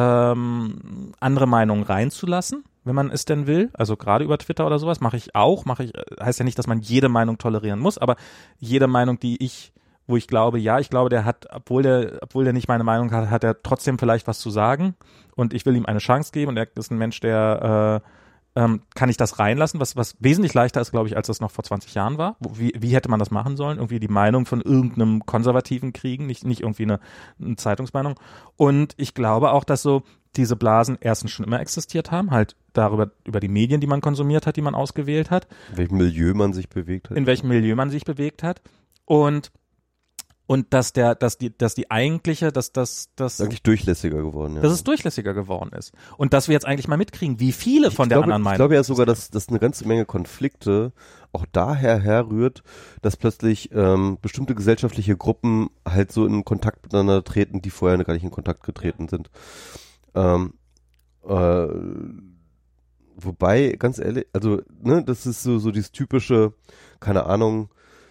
ähm, andere Meinungen reinzulassen, wenn man es denn will. Also gerade über Twitter oder sowas mache ich auch, mache ich, heißt ja nicht, dass man jede Meinung tolerieren muss, aber jede Meinung, die ich wo ich glaube, ja, ich glaube, der hat, obwohl der, obwohl der nicht meine Meinung hat, hat er trotzdem vielleicht was zu sagen und ich will ihm eine Chance geben und er ist ein Mensch, der äh, ähm, kann ich das reinlassen, was was wesentlich leichter ist, glaube ich, als das noch vor zwanzig Jahren war. Wie, wie hätte man das machen sollen? Irgendwie die Meinung von irgendeinem Konservativen kriegen, nicht nicht irgendwie eine, eine Zeitungsmeinung. Und ich glaube auch, dass so diese Blasen erstens schon immer existiert haben, halt darüber, über die Medien, die man konsumiert hat, die man ausgewählt hat. In welchem Milieu man sich bewegt hat. In welchem Milieu man sich bewegt hat. Und Und dass der, dass die, dass die eigentliche, dass das, das eigentlich durchlässiger geworden, ja. Dass es durchlässiger geworden ist. Und dass wir jetzt eigentlich mal mitkriegen, wie viele von ich der glaube, anderen Meinung. Ich glaube ja sogar, dass, dass eine ganze Menge Konflikte auch daher herrührt, dass plötzlich ähm, bestimmte gesellschaftliche Gruppen halt so in Kontakt miteinander treten, die vorher gar nicht in Kontakt getreten sind. Ähm, äh, wobei, ganz ehrlich, also, ne, das ist so, so dieses typische, keine Ahnung,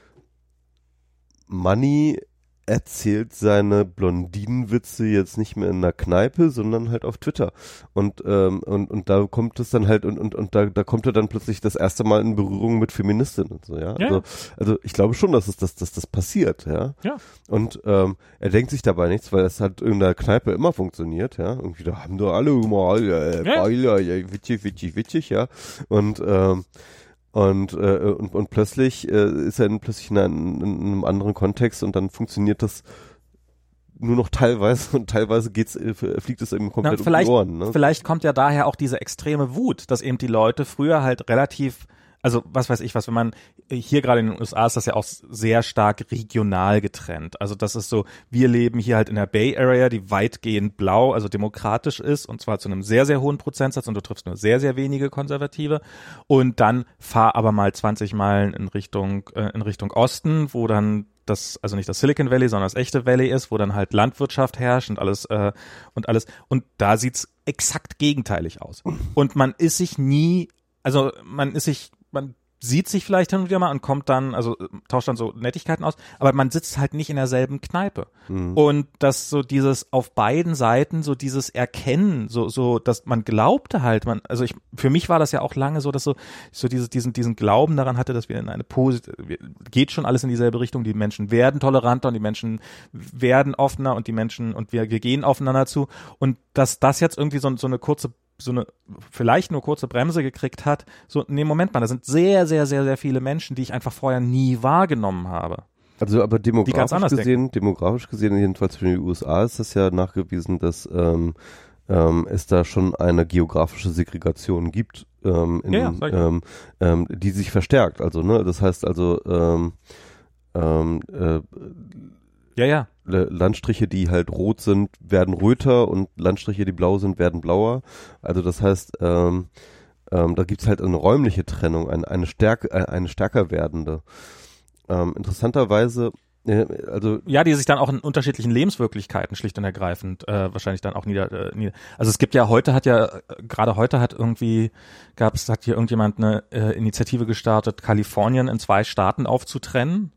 Manni erzählt seine Blondinenwitze jetzt nicht mehr in einer Kneipe, sondern halt auf Twitter. Und ähm, und und da kommt es dann halt und und und da da kommt er dann plötzlich das erste Mal in Berührung mit Feministinnen und so, ja. ja. Also also ich glaube schon, dass es dass, dass das passiert, ja. Ja. Und ähm, er denkt sich dabei nichts, weil es halt in der Kneipe immer funktioniert, ja. Irgendwie da haben doch alle mal äh, ja. ja, ja, witzig, witzig, witzig, ja. Und ähm, Und, äh, und, und plötzlich äh, ist er in, plötzlich in einem, in einem anderen Kontext und dann funktioniert das nur noch teilweise und teilweise geht's, äh, fliegt es eben komplett Na, um die Ohren. Ne? Vielleicht kommt ja daher auch diese extreme Wut, dass eben die Leute früher halt relativ, also was weiß ich was, wenn man, hier gerade in den U S A ist das ja auch sehr stark regional getrennt. Also das ist so, wir leben hier halt in der Bay Area, die weitgehend blau, also demokratisch ist und zwar zu einem sehr, sehr hohen Prozentsatz und du triffst nur sehr, sehr wenige Konservative und dann fahr aber mal zwanzig Meilen in Richtung, äh, in Richtung Osten, wo dann das, also nicht das Silicon Valley, sondern das echte Valley ist, wo dann halt Landwirtschaft herrscht und alles, äh, und alles und da sieht's exakt gegenteilig aus. Und man ist sich nie, also man ist sich man sieht sich vielleicht hin und wieder mal und kommt dann, also tauscht dann so Nettigkeiten aus, aber man sitzt halt nicht in derselben Kneipe. Mhm. Und dass so dieses auf beiden Seiten so dieses Erkennen, so so, dass man glaubte halt, man, also ich, für mich war das ja auch lange so, dass so so dieses diesen diesen Glauben daran hatte, dass wir in eine positive, geht schon alles in dieselbe Richtung, die Menschen werden toleranter und die Menschen werden offener und die Menschen und wir, wir gehen aufeinander zu und dass das jetzt irgendwie so, so eine kurze so eine vielleicht nur kurze Bremse gekriegt hat, so, nee, Moment mal, da sind sehr, sehr, sehr, sehr viele Menschen, die ich einfach vorher nie wahrgenommen habe. Also aber demografisch gesehen, denken. demografisch gesehen, jedenfalls für die U S A ist das ja nachgewiesen, dass ähm, ähm, es da schon eine geografische Segregation gibt, ähm, in, ja, ja, ähm, ähm, die sich verstärkt. Also, ne, das heißt also ähm, ähm, äh, ja, ja. Landstriche, die halt rot sind, werden röter und Landstriche, die blau sind, werden blauer. Also das heißt, ähm, ähm, da gibt's halt eine räumliche Trennung, eine, eine, stärk, eine stärker werdende. Ähm, interessanterweise, äh, also ja, die sich dann auch in unterschiedlichen Lebenswirklichkeiten schlicht und ergreifend äh, wahrscheinlich dann auch nieder, äh, nieder. Also es gibt ja heute hat ja äh, gerade heute hat irgendwie gab's hat hier irgendjemand eine äh, Initiative gestartet, Kalifornien in zwei Staaten aufzutrennen.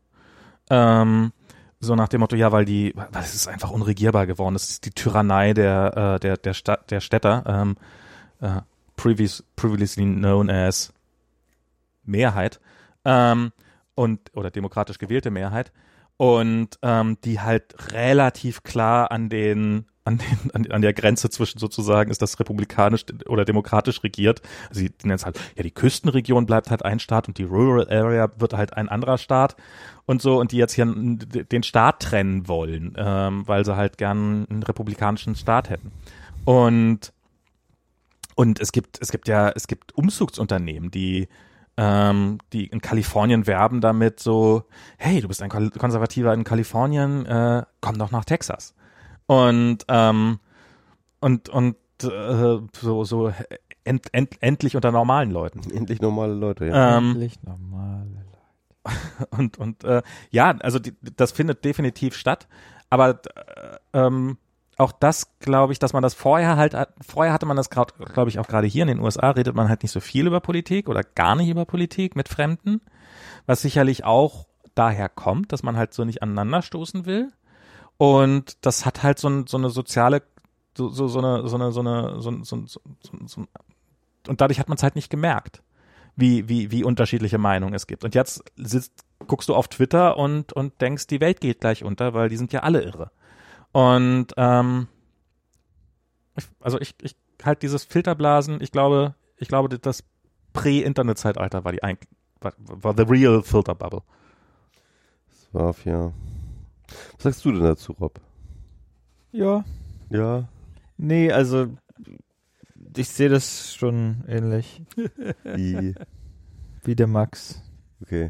Ähm, So nach dem Motto, ja, weil die, weil es ist einfach unregierbar geworden. Das ist die Tyrannei der, äh, der, der Stadt, der Städter, ähm, äh, previous, previously known as Mehrheit, ähm, und, oder demokratisch gewählte Mehrheit. und ähm, die halt relativ klar an den an, den, an, an der Grenze zwischen sozusagen ist das republikanisch oder demokratisch regiert. Also die, die nennen es halt, ja, die Küstenregion bleibt halt ein Staat und die Rural Area wird halt ein anderer Staat und so, und die jetzt hier den Staat trennen wollen, ähm, weil sie halt gern einen republikanischen Staat hätten. Und und es gibt es gibt ja es gibt Umzugsunternehmen, die ähm, die in Kalifornien werben damit so, hey, du bist ein Konservativer in Kalifornien, äh, komm doch nach Texas. Und ähm, und und äh, so so end, end, endlich unter normalen Leuten. Endlich normale Leute, ja. Ähm, Endlich normale Leute. und und äh, ja, also die, das findet definitiv statt, aber äh, ähm, auch das glaube ich, dass man das vorher halt, vorher hatte man das gerade, glaube ich, auch gerade hier in den U S A redet man halt nicht so viel über Politik oder gar nicht über Politik mit Fremden, was sicherlich auch daher kommt, dass man halt so nicht aneinanderstoßen will. Und das hat halt so, ein, so eine soziale, so, so, so eine, so eine, so eine, so, so, so, so, und dadurch hat man es halt nicht gemerkt, wie, wie, wie unterschiedliche Meinungen es gibt. Und jetzt sitzt, guckst du auf Twitter und, und denkst, die Welt geht gleich unter, weil die sind ja alle irre. Und, ähm, ich, also ich, ich halt dieses Filterblasen, ich glaube, ich glaube, das Prä-Internet-Zeitalter war die eigentlich, war, war the real Filter Bubble. Das war ja. Was sagst du denn dazu, Rob? Ja. Ja. Nee, also ich sehe das schon ähnlich Wie? wie der Max. Okay.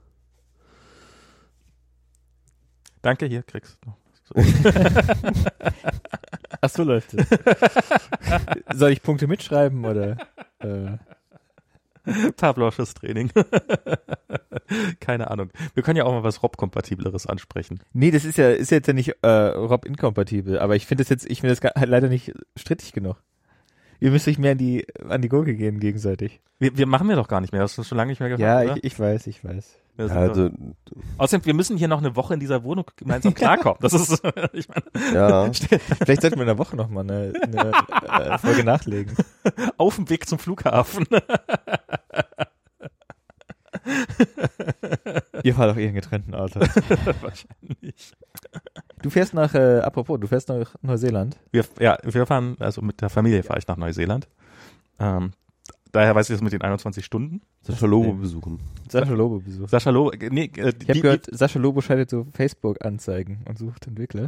Danke, hier kriegst du. Ach so läuft es. Soll ich Punkte mitschreiben oder? Äh? Pavlovsches Training. Keine Ahnung. Wir können ja auch mal was Rob-kompatibleres ansprechen. Nee, das ist ja ist jetzt ja nicht äh, Rob-inkompatibel, aber ich finde das jetzt, ich finde das gar, halt leider nicht strittig genug. Ihr müsst euch mehr an die an die Gurke gehen gegenseitig. Wir, wir machen wir doch gar nicht mehr. Das ist schon lange nicht mehr gemacht, Ja, oder? ich, ich weiß, ich weiß. Wir sind Also, doch- Außerdem, wir müssen hier noch eine Woche in dieser Wohnung gemeinsam klarkommen. Das ist, ich meine, ja. Vielleicht sollten wir in der Woche nochmal eine, eine äh, Folge nachlegen. auf dem Weg zum Flughafen. Ihr fahrt auch eh in getrennten Autos. Wahrscheinlich. Du fährst nach, äh, apropos, du fährst nach Neuseeland. Wir, ja, wir fahren, also mit der Familie fahre ich nach Neuseeland. Ähm, daher weiß ich das mit den einundzwanzig Stunden. Sascha Lobo besuchen. Sascha Lobo besucht. Sascha Lobo, nee, äh, Ich habe die, gehört, Sascha Lobo schaltet so Facebook-Anzeigen und sucht Entwickler.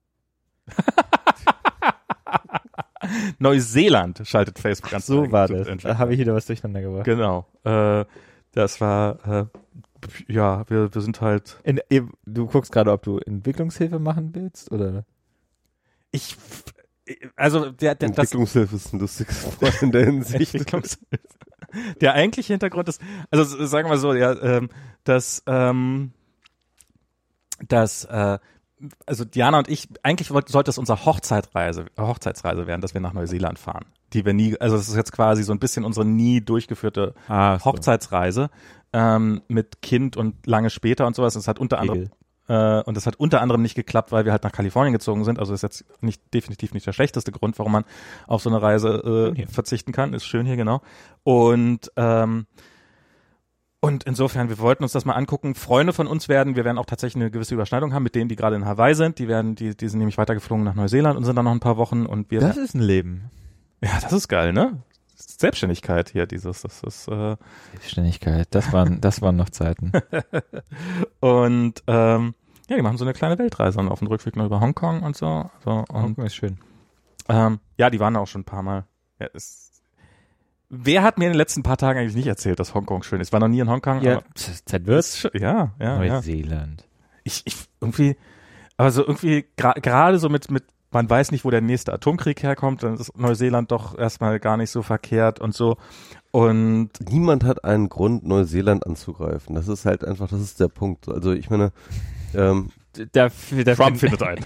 Neuseeland schaltet Facebook ganz So war das. Da habe ich wieder was durcheinander gebracht. Genau. Äh, das war, äh, ja, wir, wir sind halt, In, du guckst gerade, ob du Entwicklungshilfe machen willst, oder? ich, also der, der, das, Entwicklungshilfe ist ein lustiges Wort in der Hinsicht. Entwicklungs- der eigentliche Hintergrund ist, also sagen wir mal so, ja, ähm, dass, ähm, dass, äh, also Diana und ich, eigentlich wollt, sollte es unsere Hochzeitreise, Hochzeitsreise werden, dass wir nach Neuseeland fahren. Die wir nie, also das ist jetzt quasi so ein bisschen unsere nie durchgeführte Ah, Hochzeitsreise ähm, mit Kind und lange später und sowas. Es hat unter anderem äh, und das hat unter anderem nicht geklappt, weil wir halt nach Kalifornien gezogen sind. Also ist jetzt nicht definitiv nicht der schlechteste Grund, warum man auf so eine Reise äh, verzichten kann. Ist schön hier, genau. Und ähm, und insofern, wir wollten uns das mal angucken. Freunde von uns werden, wir werden auch tatsächlich eine gewisse Überschneidung haben mit denen, die gerade in Hawaii sind. Die werden, die, die sind nämlich weitergeflogen nach Neuseeland und sind dann noch ein paar Wochen und wir. Das ist ein Leben. Ja, das ist geil, ne? Selbstständigkeit hier, dieses, das ist. Äh Selbstständigkeit, das waren, das waren noch Zeiten. und ähm, ja, die machen so eine kleine Weltreise und auf dem Rückweg noch über Hongkong und so. so und, Hongkong ist schön. ähm, ja, die waren da auch schon ein paar Mal. Ja, ist, wer hat mir in den letzten paar Tagen eigentlich nicht erzählt, dass Hongkong schön ist? Ich war noch nie in Hongkong. Ja, aber Zeit wird's. ist, ja, ja, ja. Neuseeland. Ich, ich irgendwie, aber so irgendwie gra- gerade so mit mit man weiß nicht, wo der nächste Atomkrieg herkommt, dann ist Neuseeland doch erstmal gar nicht so verkehrt und so. Und Niemand hat einen Grund, Neuseeland anzugreifen. Das ist halt einfach, das ist der Punkt. Also ich meine, ähm, Da, da Trump findet einen.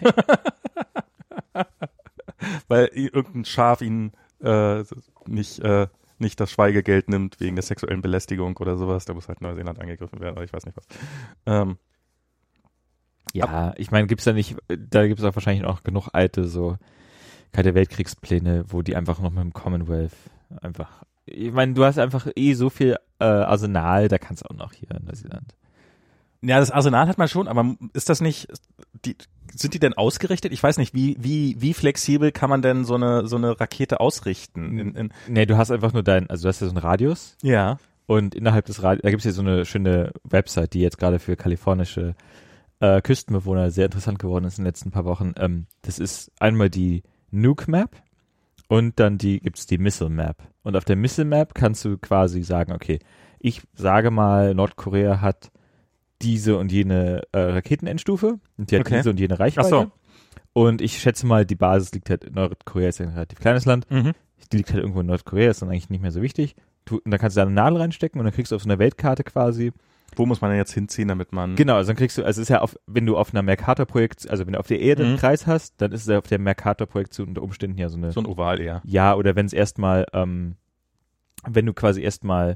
Weil i- irgendein Schaf ihn äh, nicht, äh, nicht das Schweigegeld nimmt wegen der sexuellen Belästigung oder sowas. Da muss halt Neuseeland angegriffen werden, aber ich weiß nicht was. Ähm, Ja, ich meine, gibt's da nicht, da gibt's auch wahrscheinlich auch genug alte, so kalte Weltkriegspläne, wo die einfach noch mit dem Commonwealth einfach, ich meine, du hast einfach eh so viel äh, Arsenal, da kannst du auch noch hier in Neuseeland Ja, das Arsenal hat man schon, aber ist das nicht, die, sind die denn ausgerichtet? Ich weiß nicht, wie, wie, wie flexibel kann man denn so eine, so eine Rakete ausrichten? In, in Nee, du hast einfach nur dein, also du hast ja so einen Radius. ja. Und innerhalb des Radius, da gibt es ja so eine schöne Website, die jetzt gerade für kalifornische äh, Küstenbewohner sehr interessant geworden ist in den letzten paar Wochen. Ähm, das ist einmal die Nuke Map und dann die gibt's die Missile Map. Und auf der Missile Map kannst du quasi sagen, okay, ich sage mal, Nordkorea hat diese und jene äh, Raketenendstufe und die hat Okay. diese und jene Reichweite. Ach so. Und ich schätze mal, die Basis liegt halt, Nordkorea ist ja ein relativ kleines Land, Mhm. die liegt halt irgendwo in Nordkorea, ist dann eigentlich nicht mehr so wichtig. Du, und dann kannst du da eine Nadel reinstecken und dann kriegst du auf so einer Weltkarte quasi, Wo muss man denn jetzt hinziehen, damit man... genau, also dann kriegst du, also es ist ja auf, wenn du auf einer Mercator-Projekt, also wenn du auf der Erde einen Mhm. Kreis hast, dann ist es ja auf der Mercator-Projektion unter Umständen ja so eine, So ein Oval eher. ja, oder wenn es erstmal, ähm, wenn du quasi erstmal,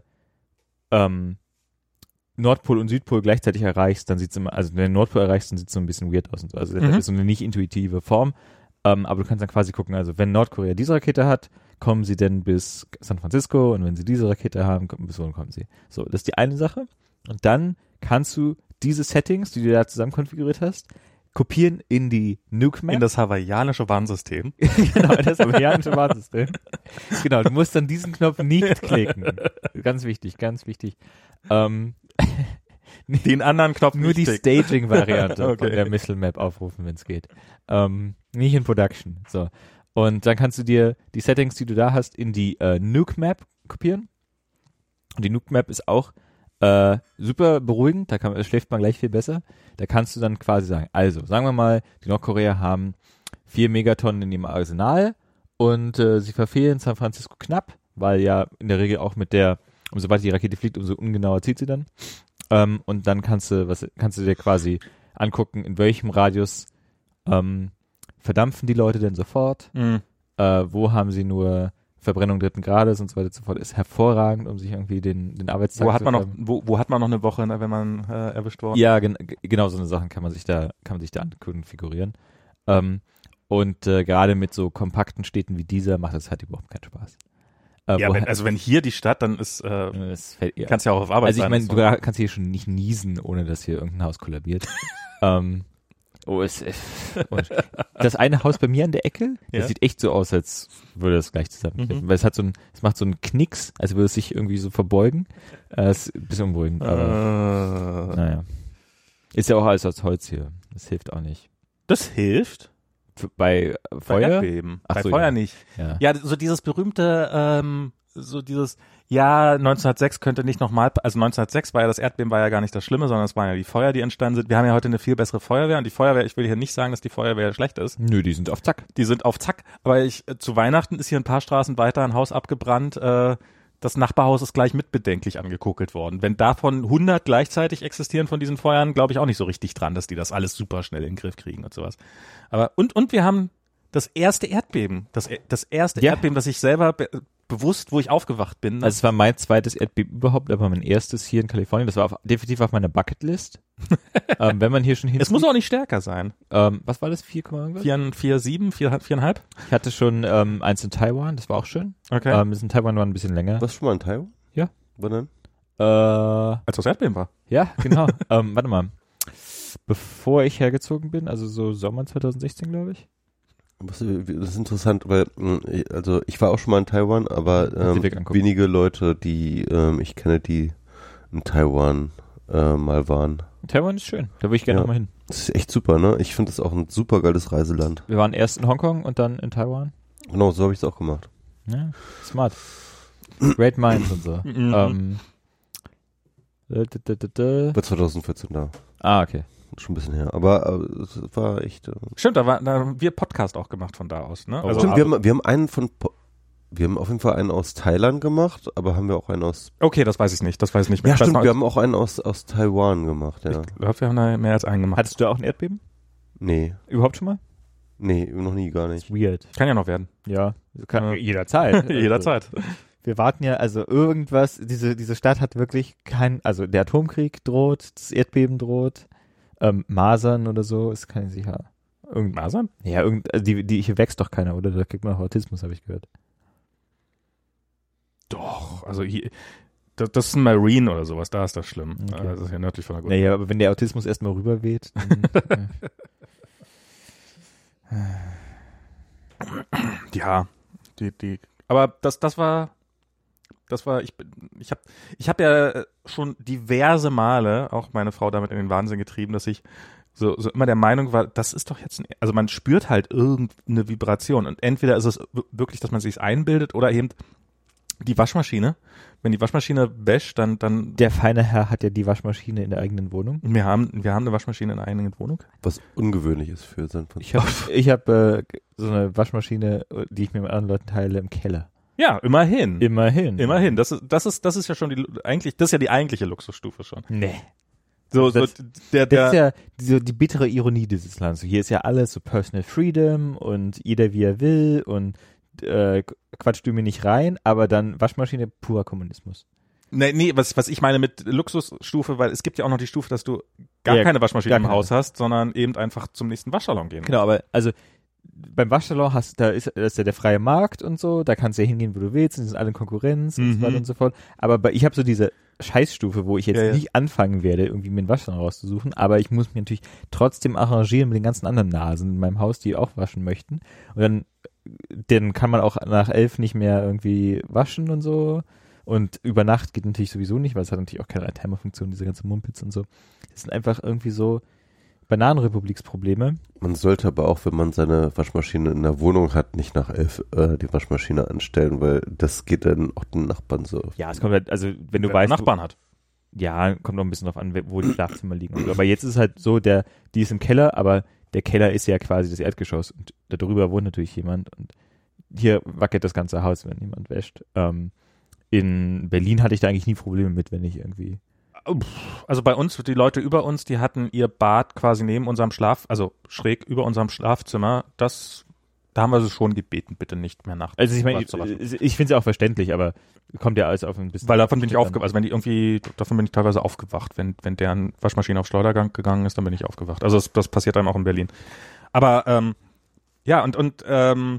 ähm, Nordpol und Südpol gleichzeitig erreichst, dann sieht's immer, also wenn du den Nordpol erreichst, dann sieht's so ein bisschen weird aus und so. Also das Mhm. ist so eine nicht intuitive Form. Ähm, aber du kannst dann quasi gucken, also wenn Nordkorea diese Rakete hat, kommen sie denn bis San Francisco und wenn sie diese Rakete haben, kommen, bis wohin kommen sie. So, das ist die eine Sache. Und dann kannst du diese Settings, die du da zusammen konfiguriert hast, kopieren in die Nuke Map. In das hawaiianische Warnsystem. Genau, in das amerikanische Warnsystem. Genau, du musst dann diesen Knopf nicht klicken. Ganz wichtig, ganz wichtig. Ähm, Den anderen Knopf nur die nicht klicken. Staging-Variante Okay. von der Missile Map aufrufen, wenn es geht. Ähm, nicht in Production. So. Und dann kannst du dir die Settings, die du da hast, in die äh, Nuke Map kopieren. Und die Nuke Map ist auch äh, super beruhigend, da kann, da schläft man gleich viel besser. Da kannst du dann quasi sagen, also, sagen wir mal, die Nordkorea haben vier Megatonnen in ihrem Arsenal und äh, sie verfehlen San Francisco knapp, weil ja in der Regel auch mit der, umso weiter die Rakete fliegt, umso ungenauer zieht sie dann. Ähm, und dann kannst du, was kannst du dir quasi angucken, in welchem Radius ähm, verdampfen die Leute denn sofort, Mhm. äh, wo haben sie nur Verbrennung dritten Grades und so weiter und so fort, ist hervorragend, um sich irgendwie den, den Arbeitstag Wo hat zu man noch, vertreiben. wo, wo hat man noch eine Woche, wenn man äh, erwischt worden? Ja, gen g- genau so eine Sachen kann man sich da, kann man sich da konfigurieren. Ähm, und äh, gerade mit so kompakten Städten wie dieser macht das halt überhaupt keinen Spaß. Äh, Ja, wo wenn, halt- also wenn hier die Stadt, dann ist, äh, das fällt, ja. kannst ja auch auf Arbeit Also ich sein. meine, und du so. kannst hier schon nicht niesen, ohne dass hier irgendein Haus kollabiert. ähm, oh, es, es, und das eine Haus bei mir an der Ecke, das Ja. sieht echt so aus, als würde das gleich zusammenkippen. Mhm. Weil es hat so ein, es macht so einen Knicks, als würde es sich irgendwie so verbeugen. Äh, ist ein bisschen unberuhigend, aber Äh, naja. Ist ja auch alles aus Holz hier. Das hilft auch nicht. das hilft. F- Bei äh, Bei Feuer? Erdbeben. Ach Bei so, Feuer ja. nicht. Ja. Ja, so dieses berühmte, ähm, so dieses, ja, neunzehnhundertsechs könnte nicht nochmal, also neunzehnhundertsechs war ja das Erdbeben, war ja gar nicht das Schlimme, sondern es waren ja die Feuer, die entstanden sind. Wir haben ja heute eine viel bessere Feuerwehr und die Feuerwehr, ich will hier nicht sagen, dass die Feuerwehr schlecht ist. Nö, die sind auf Zack. Die sind auf Zack, aber ich, äh, zu Weihnachten ist hier ein paar Straßen weiter ein Haus abgebrannt, äh, das Nachbarhaus ist gleich mitbedenklich angekokelt worden. Wenn davon hundert gleichzeitig existieren von diesen Feuern, glaube ich auch nicht so richtig dran, dass die das alles super schnell in den Griff kriegen und sowas. Aber, und, und wir haben das erste Erdbeben, das, das erste Ja. Erdbeben, das ich selber be bewusst, wo ich aufgewacht bin. Also es war mein zweites Erdbeben überhaupt, aber mein erstes hier in Kalifornien. Das war auf, definitiv auf meiner Bucketlist. ähm, wenn man hier schon hin. Es muss auch nicht stärker sein. Ähm, was war das? vier Komma irgendwas? Vier, vier, sieben, vier, viereinhalb? Ich hatte schon ähm, eins in Taiwan, das war auch schön. Okay. Ähm, das in Taiwan war ein bisschen länger. Warst du schon mal in Taiwan? Ja. Wann denn? Äh, Als das Erdbeben war. ja, genau. ähm, warte mal. Bevor ich hergezogen bin, also so Sommer zwanzig sechzehn, glaube ich. Was, Das ist interessant, weil mh, also ich war auch schon mal in Taiwan, aber Kannst du ähm, weg angucken. wenige Leute, die ähm, ich kenne, die in Taiwan äh, mal waren. Taiwan ist schön, da würde ich gerne Ja. noch mal hin. Das ist echt super, ne? Ich finde das auch ein super geiles Reiseland. Wir waren erst in Hongkong und dann in Taiwan. Genau, so habe ich es auch gemacht. Ja, smart. Great Minds und so. Mhm. ähm, äh, d- d- d- d- War zwanzig vierzehn da. ah, okay. Schon ein bisschen her. Aber äh, es war echt. Äh, Stimmt, da, war, da haben wir Podcast auch gemacht von da aus, ne? Oh, Also, Stimmt, wow. wir haben, wir haben einen von. Po- Wir haben auf jeden Fall einen aus Thailand gemacht, aber haben wir auch einen aus. okay, das weiß ich nicht, das weiß ich nicht mehr. Ja, Ich weiß stimmt, noch- wir haben auch einen aus, aus Taiwan gemacht, ja. Ich glaube, wir haben da mehr als einen gemacht. Hattest du auch ein Erdbeben? Nee, Überhaupt schon mal? nee, noch nie, gar nicht. Weird. Kann ja noch werden. Ja, kann Ja. jederzeit. Jederzeit. Wir warten ja, also irgendwas, diese, diese Stadt hat wirklich kein, also der Atomkrieg droht, das Erdbeben droht, ähm, Masern oder so, ist kein sicher. Irgend, Masern? ja, irgend, also die, die, hier wächst doch keiner, oder? Da kriegt man auch Autismus, habe ich gehört. Doch, also hier, das, das ist ein Marine oder sowas, da ist das schlimm. Okay. Das ist ja nördlich von der Gurke. Naja, aber wenn der Autismus erstmal rüberweht, dann, Ja, die, die, aber das, das war, das war, ich, ich habe, ich habe ja schon diverse Male auch meine Frau damit in den Wahnsinn getrieben, dass ich so, so immer der Meinung war, das ist doch jetzt, ein, also man spürt halt irgendeine Vibration und entweder ist es wirklich, dass man sich einbildet oder eben die Waschmaschine. Wenn die Waschmaschine wäscht, dann, dann. der feine Herr hat ja die Waschmaschine in der eigenen Wohnung. Wir haben, wir haben eine Waschmaschine in der eigenen Wohnung. Was ungewöhnlich ist für sein Ich habe ich hab, äh, so eine Waschmaschine, die ich mir mit anderen Leuten teile, im Keller. Ja, immerhin. Immerhin. Immerhin. Das ist, das ist, das ist ja schon die, eigentlich, das ist ja die eigentliche Luxusstufe schon. Nee. So, das, so, der, der. Das ist ja die, die bittere Ironie dieses Landes. Hier ist ja alles so Personal Freedom und jeder wie er will und äh, quatscht du mir nicht rein, aber dann Waschmaschine, purer Kommunismus. Nee, nee, was, was ich meine mit Luxusstufe, weil es gibt ja auch noch die Stufe, dass du gar ja, keine Waschmaschine gar im keine. Haus hast, sondern eben einfach zum nächsten Waschsalon gehen. Genau, aber also beim Waschsalon hast da ist, da ist ja der freie Markt und so, da kannst du ja hingehen, wo du willst, und die sind alle in Konkurrenz und Mhm. so weiter und so fort. Aber bei, ich habe so diese Scheißstufe, wo ich jetzt Ja, ja. nicht anfangen werde, irgendwie mir einen Waschsalon rauszusuchen, aber ich muss mich natürlich trotzdem arrangieren mit den ganzen anderen Nasen in meinem Haus, die auch waschen möchten. Und dann, dann kann man auch nach elf nicht mehr irgendwie waschen und so. Und über Nacht geht natürlich sowieso nicht, weil es hat natürlich auch keine Timer-Funktion, diese ganze Mumpitz und so. Das sind einfach irgendwie so Bananenrepubliksprobleme. Man sollte aber auch, wenn man seine Waschmaschine in der Wohnung hat, nicht nach elf äh, die Waschmaschine anstellen, weil das geht dann auch den Nachbarn so. Ja, es kommt halt, also wenn du Wer weißt, Nachbarn hat. ja, kommt noch ein bisschen drauf an, wo die Schlafzimmer liegen. Und so. Aber jetzt ist es halt so, der, die ist im Keller, aber der Keller ist ja quasi das Erdgeschoss und darüber wohnt natürlich jemand und hier wackelt das ganze Haus, wenn jemand wäscht. Ähm, in Berlin hatte ich da eigentlich nie Probleme mit, wenn ich irgendwie. Also bei uns, die Leute über uns, die hatten ihr Bad quasi neben unserem Schlaf, also schräg über unserem Schlafzimmer. Das, da haben wir sie schon gebeten, bitte nicht mehr nachts. Also ich meine, Bad ich, zu waschen. ich finde es ja auch verständlich, aber kommt ja alles auf ein bisschen. Weil davon bin ich an. aufgewacht, also wenn die irgendwie, davon bin ich teilweise aufgewacht, wenn, wenn deren Waschmaschine auf Schleudergang gegangen ist, dann bin ich aufgewacht. Also das, das passiert einem auch in Berlin. Aber ähm, ja, und, und ähm,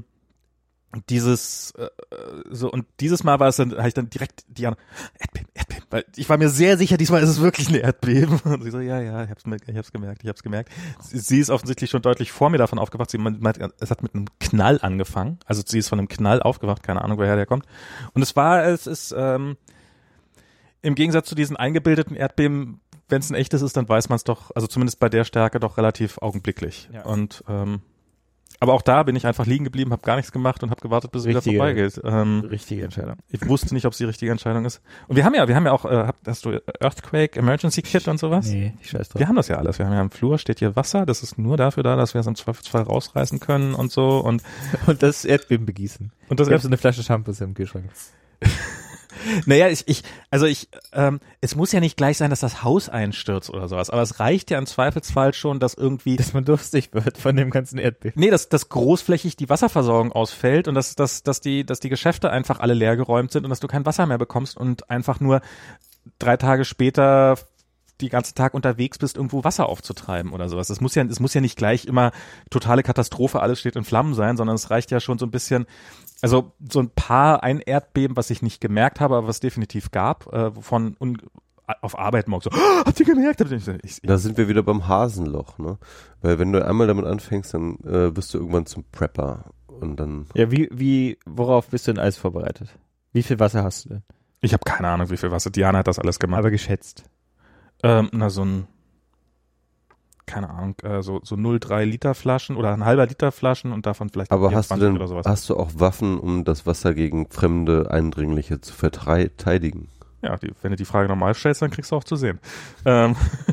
dieses äh, so und dieses Mal war es dann, habe ich dann direkt die Erdbeben, Erdbeben, weil ich war mir sehr sicher, diesmal ist es wirklich ein Erdbeben. Und sie so, ja, ja, ich hab's, ich hab's gemerkt, ich hab's gemerkt. Sie, sie ist offensichtlich schon deutlich vor mir davon aufgewacht. Sie meint, es hat mit einem Knall angefangen. Also sie ist von einem Knall aufgewacht, keine Ahnung, woher der kommt. Und es war, es ist ähm, im Gegensatz zu diesen eingebildeten Erdbeben, wenn es ein echtes ist, dann weiß man es doch, also zumindest bei der Stärke doch relativ augenblicklich. Ja. Und ähm, aber auch da bin ich einfach liegen geblieben, habe gar nichts gemacht und habe gewartet, bis es wieder Richtige- vorbeigeht. Ähm, Richtige Entscheidung. ich wusste nicht, ob es die richtige Entscheidung ist. Und wir haben ja, wir haben ja auch, äh, habt- hast du Earthquake Emergency Kit und sowas? Nee, ich scheiß drauf. Wir haben das ja alles. Wir haben ja im Flur steht hier Wasser. Das ist nur dafür da, dass wir es im Zweifelsfall rausreißen können und so. Und Und das Erdbeben begießen. und das Ich habe so eine Flasche Shampoos im Kühlschrank. Naja, ich, ich, also ich, ähm, es muss ja nicht gleich sein, dass das Haus einstürzt oder sowas, aber es reicht ja im Zweifelsfall schon, dass irgendwie, Dass man durstig wird von dem ganzen Erdbeben. nee, dass, dass großflächig die Wasserversorgung ausfällt und dass, dass, dass die, dass die Geschäfte einfach alle leergeräumt sind und dass du kein Wasser mehr bekommst und einfach nur drei Tage später die ganzen Tag unterwegs bist, irgendwo Wasser aufzutreiben oder sowas. Es muss ja, es muss ja nicht gleich immer totale Katastrophe, alles steht in Flammen sein, sondern es reicht ja schon so ein bisschen, also so ein paar, ein Erdbeben, was ich nicht gemerkt habe, aber was definitiv gab, äh, wovon un, auf Arbeit morgens so, oh, habt ihr gemerkt? Habt ihr nicht? Ich, Da sind wir wieder beim Hasenloch, ne? Weil wenn du einmal damit anfängst, dann äh, bist du irgendwann zum Prepper und dann. Ja, wie, wie, worauf bist du denn alles vorbereitet? Wie viel Wasser hast du denn? ich habe keine Ahnung, wie viel Wasser. Diana hat das alles gemacht. Aber geschätzt. Ähm, na, so ein, keine Ahnung, äh, so, so null Komma drei Liter Flaschen oder ein halber Liter Flaschen und davon vielleicht Aber hast du vierundzwanzig denn, oder sowas. hast du auch Waffen, um das Wasser gegen fremde Eindringliche zu verteidigen? Ja, die, wenn du die Frage normal stellst, dann kriegst du auch zu sehen. Ähm.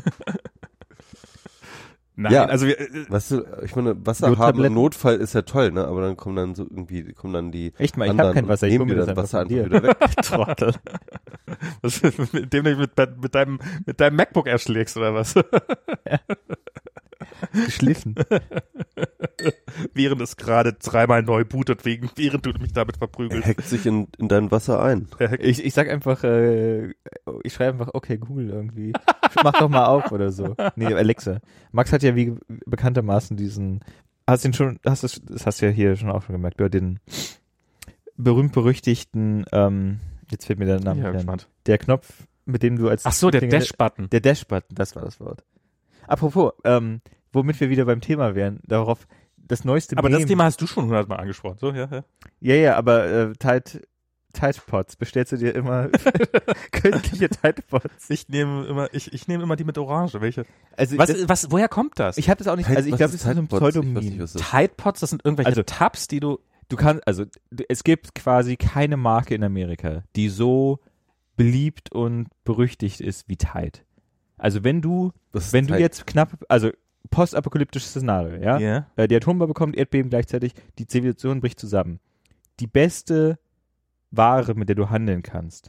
Nein, Ja. also wir, äh, Weißt du, ich meine, Wasser haben Jodtabletten? im Notfall ist ja toll, ne? Aber dann kommen dann so irgendwie, kommen dann die Echt mal, ich anderen habe kein und Wasser, ich nehmen hol mir dir das das einfach Wasser von einfach dir. wieder weg. Trottel. was, mit dem du mit, mit deinem, mit deinem MacBook erschlägst oder was? Geschliffen. Während es gerade dreimal neu bootet, wegen, während du mich damit Er verprügelst. hackt sich in, in dein Wasser ein. Ich, ich sag einfach, äh, ich schreibe einfach, okay, Google irgendwie. Mach doch mal auf oder so. Nee, Alexa. Max hat ja wie bekanntermaßen diesen, hast den schon, hast du, das hast du ja hier schon auch schon gemerkt, du hast den berühmt-berüchtigten ähm, Jetzt fällt mir der Name Ja, nicht ein. gespannt. Der Knopf, mit dem du als Ach so, der Finger- Dash-Button. Der Dash-Button, das war das Wort. Apropos, ähm, womit wir wieder beim Thema wären, darauf das neueste Aber Meme. das Thema hast du schon hundertmal angesprochen. So, ja, ja. Ja, ja, aber äh, Tide, Tide Pods bestellst du dir immer künstliche Tide Pods. Ich nehme immer, ich, ich nehme immer die mit Orange. Welche? Also Was, das, was, woher kommt das? ich habe das auch nicht, Tide- also ich was glaube, ist das ist so ein Tide Pods? Ich weiß nicht, Pseudonym. was das ist. Tide Pods, das sind irgendwelche Also- Tabs, die du. Du kannst, also du- es gibt quasi keine Marke in Amerika, die so beliebt und berüchtigt ist wie Tide. Also wenn du, Das ist wenn du Tide. jetzt knapp, also postapokalyptisches Szenario, ja, Ja. Äh, die Atombombe bekommt Erdbeben gleichzeitig, die Zivilisation bricht zusammen. Die beste Ware, mit der du handeln kannst,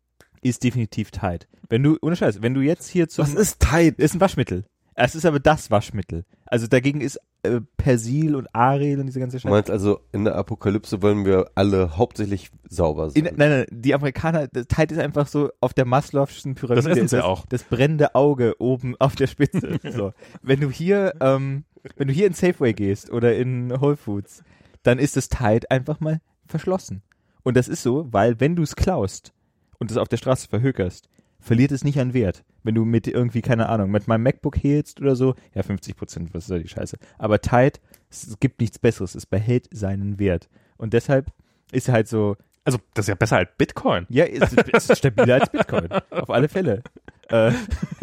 ist definitiv Tide. Wenn du, ohne Scheiß, wenn du jetzt hier zum... Was ist Tide? ist ein Waschmittel. Es ist aber das Waschmittel. Also dagegen ist äh, Persil und Ariel und diese ganze Du Scheiße. meinst also, in der Apokalypse wollen wir alle hauptsächlich sauber sein. In, nein, nein, die Amerikaner, das Tide ist einfach so auf der Maslow'schen Pyramide. Das essen sie ist auch. Das brennende Auge oben auf der Spitze. So. Wenn du hier, ähm, wenn du hier in Safeway gehst oder in Whole Foods, dann ist das Tide einfach mal verschlossen. Und das ist so, weil wenn du es klaust und es auf der Straße verhökerst, verliert es nicht an Wert. Wenn du mit irgendwie, keine Ahnung, mit meinem MacBook hehlst oder so, ja, fünfzig Prozent, was ist da die Scheiße. Aber Tide, es gibt nichts Besseres, es behält seinen Wert. Und deshalb ist halt so, Also, das ist ja besser als Bitcoin. ja, es ist, es ist stabiler als Bitcoin. Auf alle Fälle. Äh,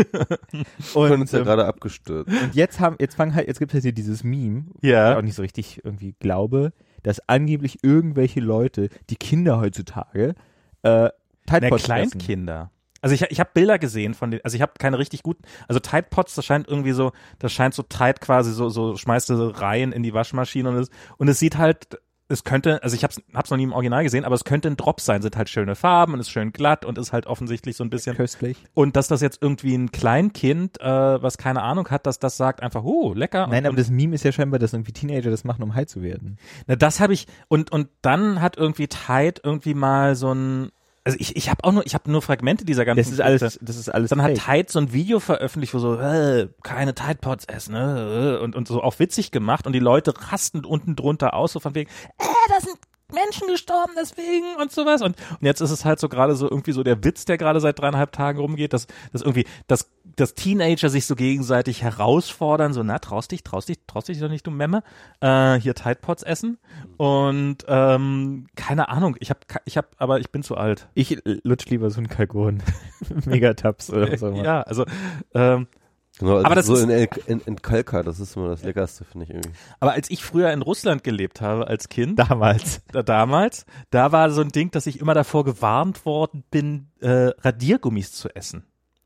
Wir haben und, uns ja ähm, gerade abgestürzt. und jetzt haben, jetzt fangen halt, jetzt gibt es halt hier dieses Meme, Ja. ich auch nicht so richtig irgendwie glaube, dass angeblich irgendwelche Leute, die Kinder heutzutage, äh, Tide Na, Pods fressen. Kleinkinder. Also ich, ich habe Bilder gesehen von den, also ich habe keine richtig guten, also Tide Pods, das scheint irgendwie so, das scheint so Tide quasi so, so schmeißt du rein in die Waschmaschine und es, und es sieht halt, es könnte, also ich hab's, hab's noch nie im Original gesehen, aber es könnte ein Drop sein, sind halt schöne Farben und ist schön glatt und ist halt offensichtlich so ein bisschen. Köstlich. Und dass das jetzt irgendwie ein Kleinkind, äh, was keine Ahnung hat, dass das sagt einfach, oh, lecker. Nein, und, aber das Meme ist ja scheinbar, dass irgendwie Teenager das machen, um high zu werden. Na, das habe ich, und, und dann hat irgendwie Tide irgendwie mal so ein, also ich, ich habe auch nur, ich habe nur Fragmente dieser ganzen Das ist alles, das ist alles Dann hat fake. Tide so ein Video veröffentlicht, wo so, äh, keine Tide Pods essen, äh, und, und so auch witzig gemacht und die Leute rasten unten drunter aus, so von wegen, äh, da sind Menschen gestorben deswegen und sowas. Und, und jetzt ist es halt so gerade so irgendwie so der Witz, der gerade seit dreieinhalb Tagen rumgeht, dass, dass irgendwie, dass, dass Teenager sich so gegenseitig herausfordern, so, na, traust dich, traust dich, traust dich doch nicht, du Memme, äh, hier Tide Pods essen. Und, ähm, keine Ahnung, ich hab, ich hab, aber ich bin zu alt. Ich lutsch lieber so einen Kalkon. Megatabs oder was auch immer. Ja, also, ähm, Genau, also Aber das so ist- in, El- in, in Kalka, das ist immer das Leckerste, finde ich irgendwie. aber als ich früher in Russland gelebt habe als Kind, Damals. da, damals, da war so ein Ding, dass ich immer davor gewarnt worden bin, äh, Radiergummis zu essen.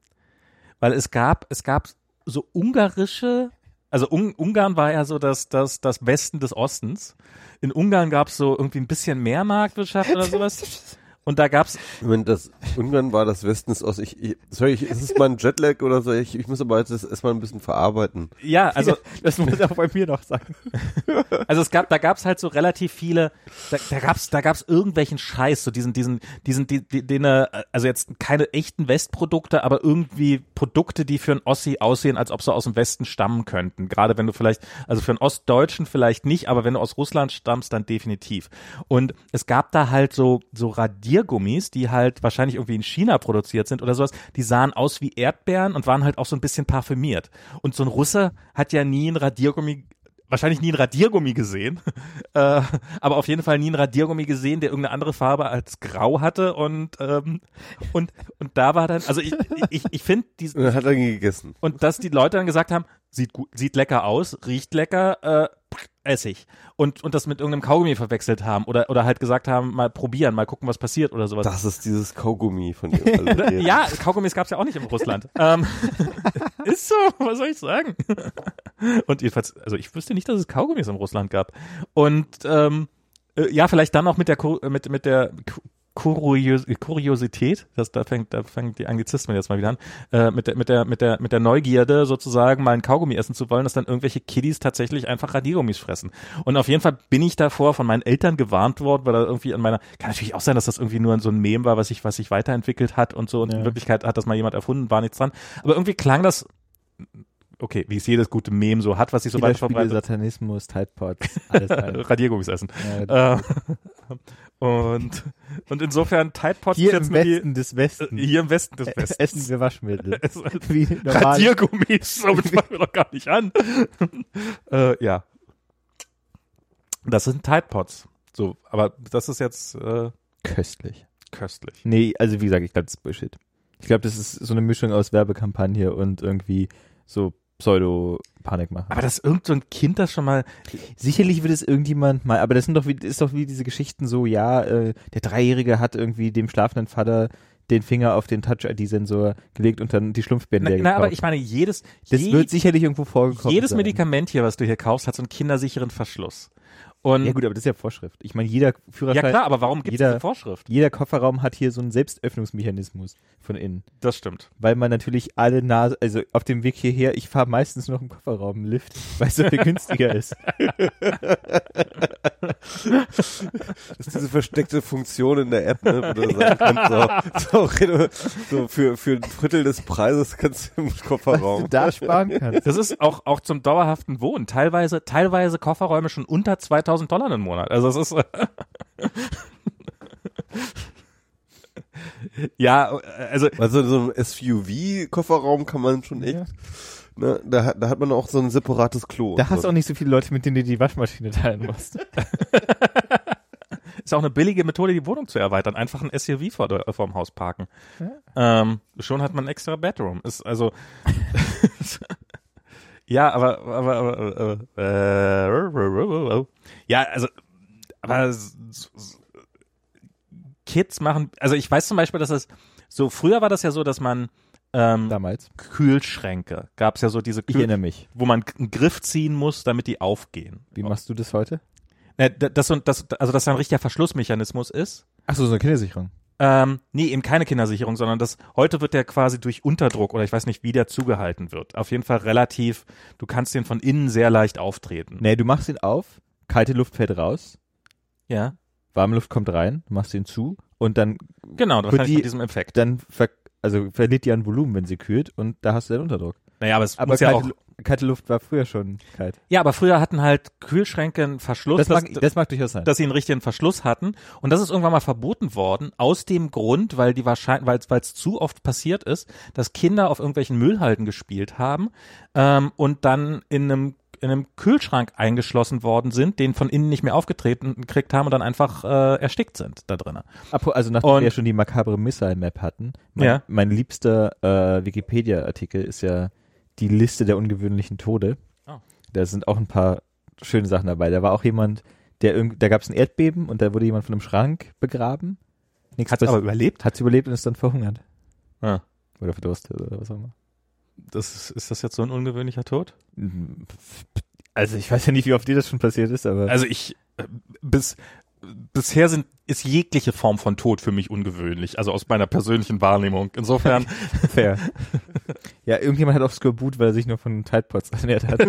Weil es gab, es gab so ungarische, also Un Ungarn war ja so das, das, das Westen des Ostens. In Ungarn gab es so irgendwie ein bisschen mehr Marktwirtschaft oder sowas. Und da gab's, Wenn das, irgendwann war das Westens aus, ich, ich sorry, ich, ist es mal ein Jetlag oder so, ich, ich muss aber jetzt das erstmal ein bisschen verarbeiten. ja, also Das muss ich auch bei mir noch sagen. Also es gab, da gab's halt so relativ viele, da, da gab's, da gab's irgendwelchen Scheiß, so diesen, diesen, diesen, die, die, den, äh, also jetzt keine echten Westprodukte, aber irgendwie Produkte, die für einen Ossi aussehen, als ob sie aus dem Westen stammen könnten. Gerade wenn du vielleicht, also für einen Ostdeutschen vielleicht nicht, aber wenn du aus Russland stammst, dann definitiv. Und es gab da halt so, so Radiergummis, die halt wahrscheinlich irgendwie in China produziert sind oder sowas, die sahen aus wie Erdbeeren und waren halt auch so ein bisschen parfümiert. Und so ein Russe hat ja nie ein Radiergummi wahrscheinlich nie ein Radiergummi gesehen, äh, aber auf jeden Fall nie ein Radiergummi gesehen, der irgendeine andere Farbe als grau hatte und ähm, und und da war dann, also ich ich, ich finde Und diesen dann hat er ihn gegessen. und dass die Leute dann gesagt haben, sieht gut, sieht lecker aus, riecht lecker, äh, Essig und und das mit irgendeinem Kaugummi verwechselt haben oder oder halt gesagt haben, mal probieren, mal gucken, was passiert oder sowas. Das ist dieses Kaugummi von dem alle reden. Ja, Kaugummis gab's ja auch nicht in Russland. ähm, ist so, was soll ich sagen? Und jedenfalls, also ich wüsste nicht, dass es Kaugummis in Russland gab. Und ähm, äh, ja, vielleicht dann auch mit der Ku- mit mit der Ku- Kurios Kuriosität, das da fängt da fängt die Anglizismen jetzt mal wieder an, äh, mit der mit der mit der mit der Neugierde sozusagen mal ein Kaugummi essen zu wollen, dass dann irgendwelche Kiddies tatsächlich einfach Radiergummis fressen. Und auf jeden Fall bin ich davor von meinen Eltern gewarnt worden, weil da irgendwie an meiner, kann natürlich auch sein, dass das irgendwie nur so ein Meme war, was sich was sich weiterentwickelt hat und so und Ja. in Wirklichkeit hat das mal jemand erfunden, war nichts dran. Aber irgendwie klang das okay, wie es jedes gute Meme so hat, was sich so weit Spiele, verbreitet. Satanismus, Tide Pods, alles rein. Radiergummis essen. Ja, Äh, und, und insofern Tide Pods hier jetzt im mir Westen des die, Westen hier im Westen des Ä- Westens. essen wir Waschmittel. Es- Wie normal. Radiergummis, damit fangen wir doch gar nicht an. äh, ja. Das sind Tide Pods. So, aber das ist jetzt äh, Köstlich. köstlich. Nee, also wie gesagt, ich glaube, das ist Bullshit. Ich glaube, das ist so eine Mischung aus Werbekampagne und irgendwie so Pseudo-Panikmache. Aber dass irgend so ein Kind das schon mal, Sicherlich wird es irgendjemand mal, aber das sind doch wie, ist doch wie diese Geschichten so, ja, äh, der Dreijährige hat irgendwie dem schlafenden Vater den Finger auf den Touch-I D-Sensor gelegt und dann die Schlumpfbären na, leer na, gekauft. aber ich meine, jedes, das je, wird sicherlich irgendwo vorgekommen jedes sein. Medikament hier, was du hier kaufst, hat so einen kindersicheren Verschluss. Und Ja gut, aber das ist ja Vorschrift. Ich meine, jeder ja Führerschein, klar, aber warum gibt es jeder- diese Vorschrift? jeder Kofferraum hat hier so einen Selbstöffnungsmechanismus von innen. Das stimmt. Weil man natürlich alle Nase, also auf dem Weg hierher, ich fahre meistens noch im Kofferraum einen Lift, weil es so viel günstiger ist. Das ist diese versteckte Funktion in der App, ne, wo du sagen kannst, so, so, so für, für ein Drittel des Preises kannst du im Was du Kofferraum. da sparen kannst. Das ist auch, auch zum dauerhaften Wohnen. Teilweise, teilweise Kofferräume schon unter zweitausend Dollar im Monat. Also es ist, ja, also, Also so ein S U V-Kofferraum kann man schon echt, Ja. ne, da, hat- da hat man auch so ein separates Klo. Da hast du so. auch nicht so viele Leute, mit denen du die Waschmaschine teilen musst. ist auch eine billige Methode, die Wohnung zu erweitern. Einfach ein S U V vor, der- vorm Haus parken. Ja. Ähm, schon hat man ein extra Bedroom. Ist also, ja, aber, aber, aber, aber äh, ja, also, aber s- s- Kids machen, also ich weiß zum Beispiel, dass es so, früher war das ja so, dass man ähm, Damals. Kühlschränke, gab es ja so diese Ich Kühl erinnere mich. wo man einen Griff ziehen muss, damit die aufgehen. Wie machst du das heute? Äh, d- das, und das, also dass da ein richtiger Verschlussmechanismus ist. Achso, so eine Kindersicherung. Ähm, nee, eben keine Kindersicherung, sondern das, heute wird der quasi durch Unterdruck oder ich weiß nicht, wie der zugehalten wird. Auf jeden Fall relativ, du kannst den von innen sehr leicht auftreten. Nee, du machst ihn auf, kalte Luft fällt raus, Ja, warme Luft kommt rein, du machst ihn zu und dann, genau, Wird wahrscheinlich die- mit diesem Effekt. dann ver also verliert die an Volumen, wenn sie kühlt und da hast du den Unterdruck. Naja, aber es Aber muss ja kalte, auch, Lu- kalte Luft war früher schon kalt. ja, aber früher hatten halt Kühlschränke einen Verschluss, Das mag, dass, das mag durchaus sein. dass sie einen richtigen Verschluss hatten. Und das ist irgendwann mal verboten worden, aus dem Grund, weil die wahrscheinlich, weil es zu oft passiert ist, dass Kinder auf irgendwelchen Müllhalden gespielt haben ähm, und dann in einem in einem Kühlschrank eingeschlossen worden sind, den von innen nicht mehr aufgetreten gekriegt haben und dann einfach äh, erstickt sind da drinnen. Apo- Also nachdem Und- wir ja schon die makabre Missile-Map hatten, mein, Ja. mein liebster äh, Wikipedia-Artikel ist ja die Liste der ungewöhnlichen Tode. Oh. Da sind auch ein paar schöne Sachen dabei. Da war auch jemand, der irgend, da gab es ein Erdbeben und da wurde jemand von einem Schrank begraben. Nichts Hat aber passiert. überlebt? Hat's überlebt und ist dann verhungert. Ah, Oder verdurstet oder was auch immer. das ist, ist das jetzt so ein ungewöhnlicher Tod? Also ich weiß ja nicht, wie oft dir das schon passiert ist, aber Also ich äh, bis bisher sind ist jegliche Form von Tod für mich ungewöhnlich, also aus meiner persönlichen Wahrnehmung. Insofern fair. Ja, irgendjemand hat auch Skorbut, weil er sich nur von Tide Pods ernährt hat.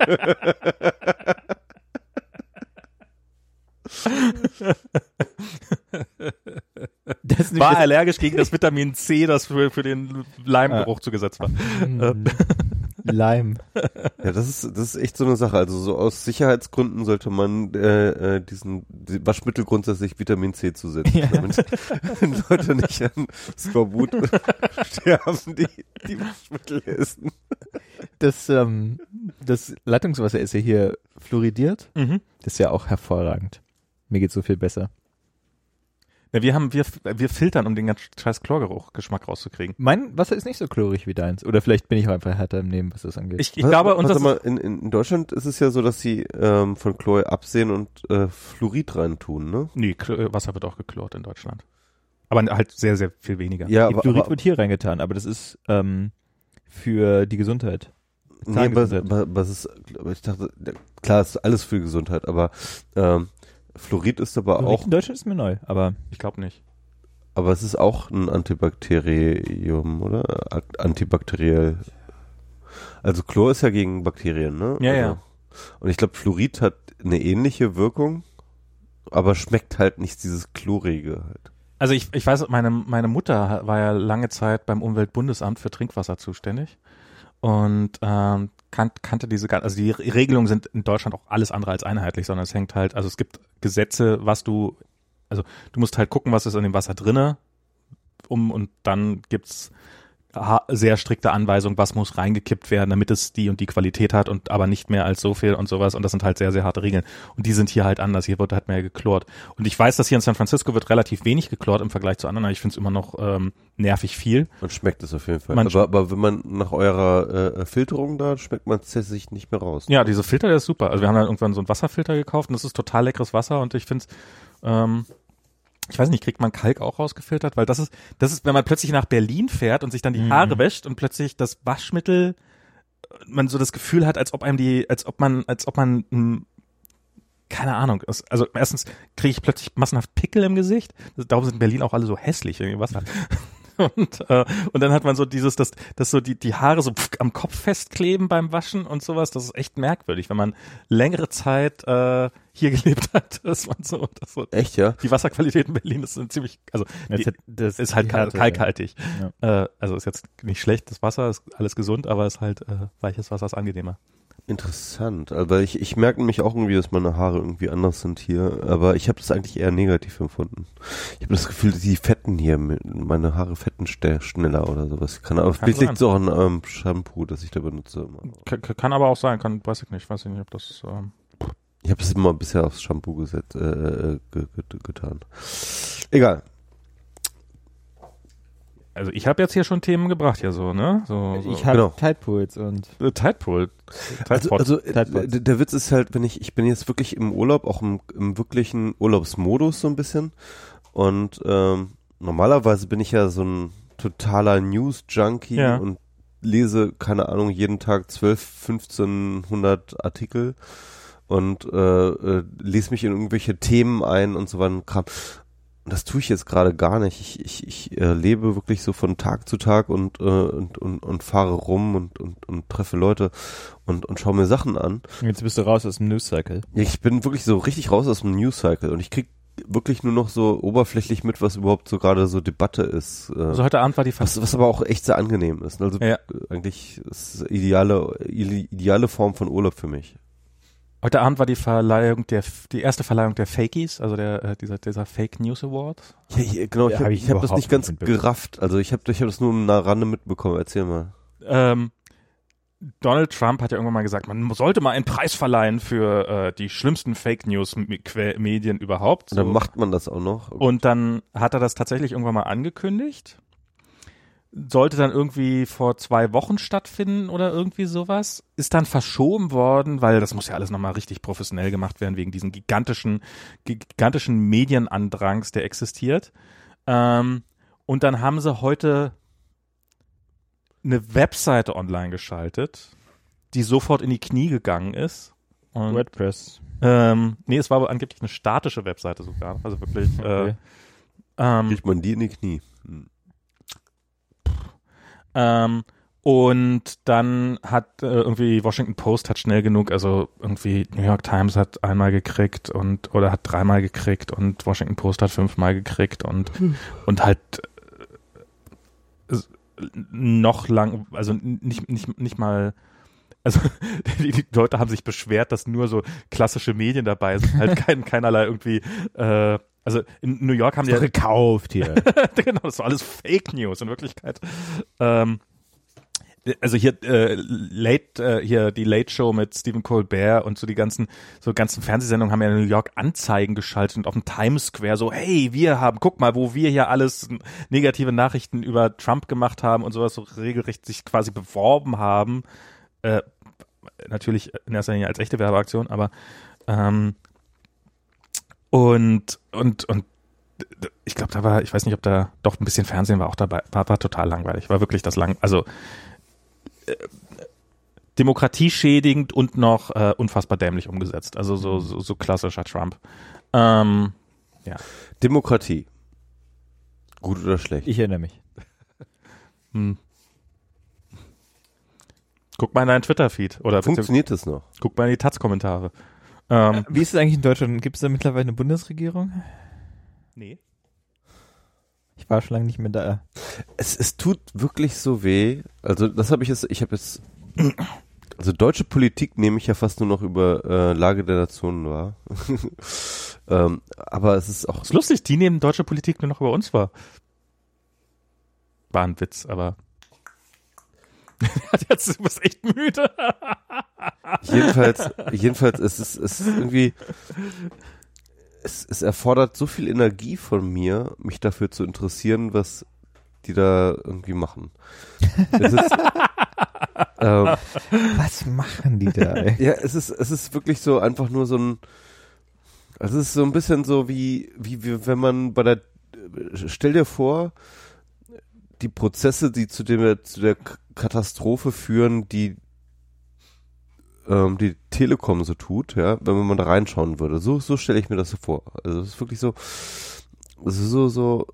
Das ist war nämlich allergisch gegen das Vitamin C, das für, für den Leimgeruch zugesetzt war. das, Leim. Ja, das ist, das ist echt so eine Sache. Also so aus Sicherheitsgründen sollte man äh, äh, diesen die Waschmittel grundsätzlich Vitamin C zusetzen, Ja. damit Leute nicht an Skorbut sterben, die die Waschmittel essen. Das, ähm, das Leitungswasser ist ja hier fluoridiert. Mhm. Das ist ja auch hervorragend. Mir geht's so viel besser. Ja, wir haben wir wir filtern, um den ganzen scheiß Chlorgeruch Geschmack rauszukriegen. Mein Wasser ist nicht so chlorig wie deins. Oder vielleicht bin ich auch einfach härter im Nehmen, was das angeht. Ich, ich Was- glaube, warte unser mal, in, in Deutschland ist es ja so, dass sie ähm, von Chlor absehen und äh, Fluorid reintun, ne? nee, Kl- Wasser wird auch geklort in Deutschland. Aber halt sehr, sehr viel weniger. Ja, Die aber, Fluorid aber wird hier reingetan, aber das ist ähm, für die Gesundheit. nee, aber, Zahngesundheit. aber, aber es ist, aber ich dachte, ja, klar, es ist alles für Gesundheit, aber ähm, Fluorid ist aber Fluorid auch, in Deutschland ist mir neu, aber Ich glaube nicht. aber es ist auch ein Antibakterium, oder? A- Antibakteriell. Also Chlor ist ja gegen Bakterien, ne? Ja, also, ja. Und ich glaube, Fluorid hat eine ähnliche Wirkung, aber schmeckt halt nicht dieses Chlorige halt. Also ich, ich weiß, meine, meine Mutter war ja lange Zeit beim Umweltbundesamt für Trinkwasser zuständig und ähm, kan- kannte diese, gan- also die Re- Regelungen sind in Deutschland auch alles andere als einheitlich, sondern es hängt halt, also es gibt Gesetze, was du, also du musst halt gucken, was ist in dem Wasser drinne, um, und dann gibt's ha- sehr strikte Anweisungen, was muss reingekippt werden, damit es die und die Qualität hat und aber nicht mehr als so viel und sowas, und das sind halt sehr, sehr harte Regeln. Und die sind hier halt anders, hier wird halt mehr geklort. Und ich weiß, dass hier in San Francisco wird relativ wenig geklort im Vergleich zu anderen, aber ich finde es immer noch ähm, nervig viel. Man schmeckt es auf jeden Fall. Man Aber, aber wenn man nach eurer äh, Filterung da, schmeckt man es tatsächlich nicht mehr raus. Ja, diese Filter, der ist super. Also wir haben dann irgendwann so einen Wasserfilter gekauft und das ist total leckeres Wasser und ich finde es, ähm, ich weiß nicht, kriegt man Kalk auch rausgefiltert? Weil das ist, das ist, wenn man plötzlich nach Berlin fährt und sich dann die Mhm. Haare wäscht und plötzlich das Waschmittel, man so das Gefühl hat, als ob einem die, als ob man, als ob man, mh, keine Ahnung, es- also erstens kriege ich plötzlich massenhaft Pickel im Gesicht. Darum sind in Berlin auch alle so hässlich, irgendwie Wasser. Und, äh, und dann hat man so dieses, dass, dass so die, die Haare so pff, am Kopf festkleben beim Waschen und sowas. Das ist echt merkwürdig, wenn man längere Zeit äh, hier gelebt hat, dass man so, dass so Echt, ja? die Wasserqualität in Berlin ist ziemlich, also Das die, hat- das ist halt die kal- Härte, kalkhaltig. Äh, also ist jetzt nicht schlecht, das Wasser ist alles gesund, aber ist halt äh, weiches Wasser ist angenehmer. Interessant. Aber ich, ich merke nämlich auch irgendwie, dass meine Haare irgendwie anders sind hier. Aber ich habe das eigentlich eher negativ empfunden. Ich habe das Gefühl, die fetten hier, meine Haare fetten ste- schneller oder sowas. Kann, aber Kann vielleicht sein. liegt es auch an ähm, Shampoo, das ich da benutze. K kann aber auch sein, kann, weiß ich nicht, weiß ich nicht, ob das, ähm, Ich habe es immer bisher aufs Shampoo gesetzt, äh, ge ge getan. Egal. also ich habe jetzt hier schon Themen gebracht, ja so, ne? So, so. Ich habe Genau. Tide Pools und Äh, Tidepool. Also, Tidepod. also äh, Tidepods. der, der Witz ist halt, wenn ich, ich bin jetzt wirklich im Urlaub, auch im, im wirklichen Urlaubsmodus so ein bisschen. Und ähm, normalerweise bin ich ja so ein totaler News-Junkie Ja. und lese, keine Ahnung, jeden Tag zwölf, fünfzehnhundert Artikel und äh, äh, lese mich in irgendwelche Themen ein und so weiter. Kram. Und das tue ich jetzt gerade gar nicht. Ich, ich, ich äh, lebe wirklich so von Tag zu Tag und, äh, und, und, und fahre rum und, und, und treffe Leute und, und schaue mir Sachen an. jetzt bist du raus aus dem News Cycle. Ja, ich bin wirklich so richtig raus aus dem News Cycle und ich krieg wirklich nur noch so oberflächlich mit, was überhaupt so gerade so Debatte ist. Äh, Also heute Abend war die was, was aber auch echt sehr angenehm ist. Also Ja. äh, eigentlich ist es ideale, ideale Form von Urlaub für mich. Heute Abend war die Verleihung der, die erste Verleihung der Fakies, also der, äh, dieser, dieser Fake News Award. Ja, ich, genau, ich Ja, habe hab ich ich hab das überhaupt nicht ganz nicht mitbekommen. gerafft. Also ich habe ich hab das nur im Rande mitbekommen. Erzähl mal. Ähm, Donald Trump hat ja irgendwann mal gesagt, man sollte mal einen Preis verleihen für äh, die schlimmsten Fake News Que- Medien überhaupt. Und dann So. macht man das auch noch. Und dann hat er das tatsächlich irgendwann mal angekündigt. Sollte dann irgendwie vor zwei Wochen stattfinden oder irgendwie sowas. Ist dann verschoben worden, weil das muss ja alles nochmal richtig professionell gemacht werden, wegen diesen gigantischen, gigantischen Medienandrangs, der existiert. Ähm, und dann haben sie heute eine Webseite online geschaltet, die sofort in die Knie gegangen ist. Und, WordPress. ähm, nee, es war aber angeblich eine statische Webseite sogar. Also wirklich. Okay. Äh, ähm, Kriegt man die in die Knie. Hm. Ähm, und dann hat äh, irgendwie Washington Post hat schnell genug, also irgendwie New York Times hat einmal gekriegt und oder hat dreimal gekriegt und Washington Post hat fünfmal gekriegt und und halt äh, noch lang, also nicht nicht nicht mal, also die, die Leute haben sich beschwert, dass nur so klassische Medien dabei sind, halt kein keinerlei irgendwie äh, also in New York haben die Doch gekauft hier. genau, das war alles Fake News in Wirklichkeit. Ähm, also hier äh, Late, äh, hier die Late Show mit Stephen Colbert und so die ganzen so ganzen Fernsehsendungen haben ja in New York Anzeigen geschaltet und auf dem Times Square so, hey, wir haben, guck mal, wo wir hier alles negative Nachrichten über Trump gemacht haben und sowas, so regelrecht sich quasi beworben haben. Äh, natürlich in erster Linie als echte Werbeaktion, aber ähm, Und, und, und ich glaube, da war, ich weiß nicht, ob da doch ein bisschen Fernsehen war auch dabei, war, war total langweilig, war wirklich das lang, also äh, demokratieschädigend und noch äh, unfassbar dämlich umgesetzt, also so, so, so klassischer Trump. Ähm, ja. Demokratie. Gut oder schlecht? Ich erinnere mich. Hm. Guck mal in deinen Twitter-Feed oder Funktioniert das noch? guck mal in die Taz-Kommentare. Ähm, Wie ist es eigentlich in Deutschland? Gibt es da mittlerweile eine Bundesregierung? nee. Ich war schon lange nicht mehr da. Es, es tut wirklich so weh. Also das habe ich jetzt, ich habe jetzt Also deutsche Politik nehme ich ja fast nur noch über äh, Lage der Nationen wahr. ähm, aber es ist auch... Das ist lustig, die nehmen deutsche Politik nur noch über uns wahr. War ein Witz, aber... Jetzt, du bist echt müde. jedenfalls, jedenfalls, es ist, es ist irgendwie... Es, es erfordert so viel Energie von mir, mich dafür zu interessieren, was die da irgendwie machen. Es ist, ähm, Was machen die da, ey? ja, es ist, es ist wirklich so einfach nur so ein, also es ist so ein bisschen so wie, wie, wie wenn man bei der, stell dir vor, die Prozesse, die zu dem, zu der K- Katastrophe führen, die, ähm, die Telekom so tut, ja, wenn man mal da reinschauen würde. So, so stelle ich mir das so vor. Also es ist wirklich so, es ist so, so,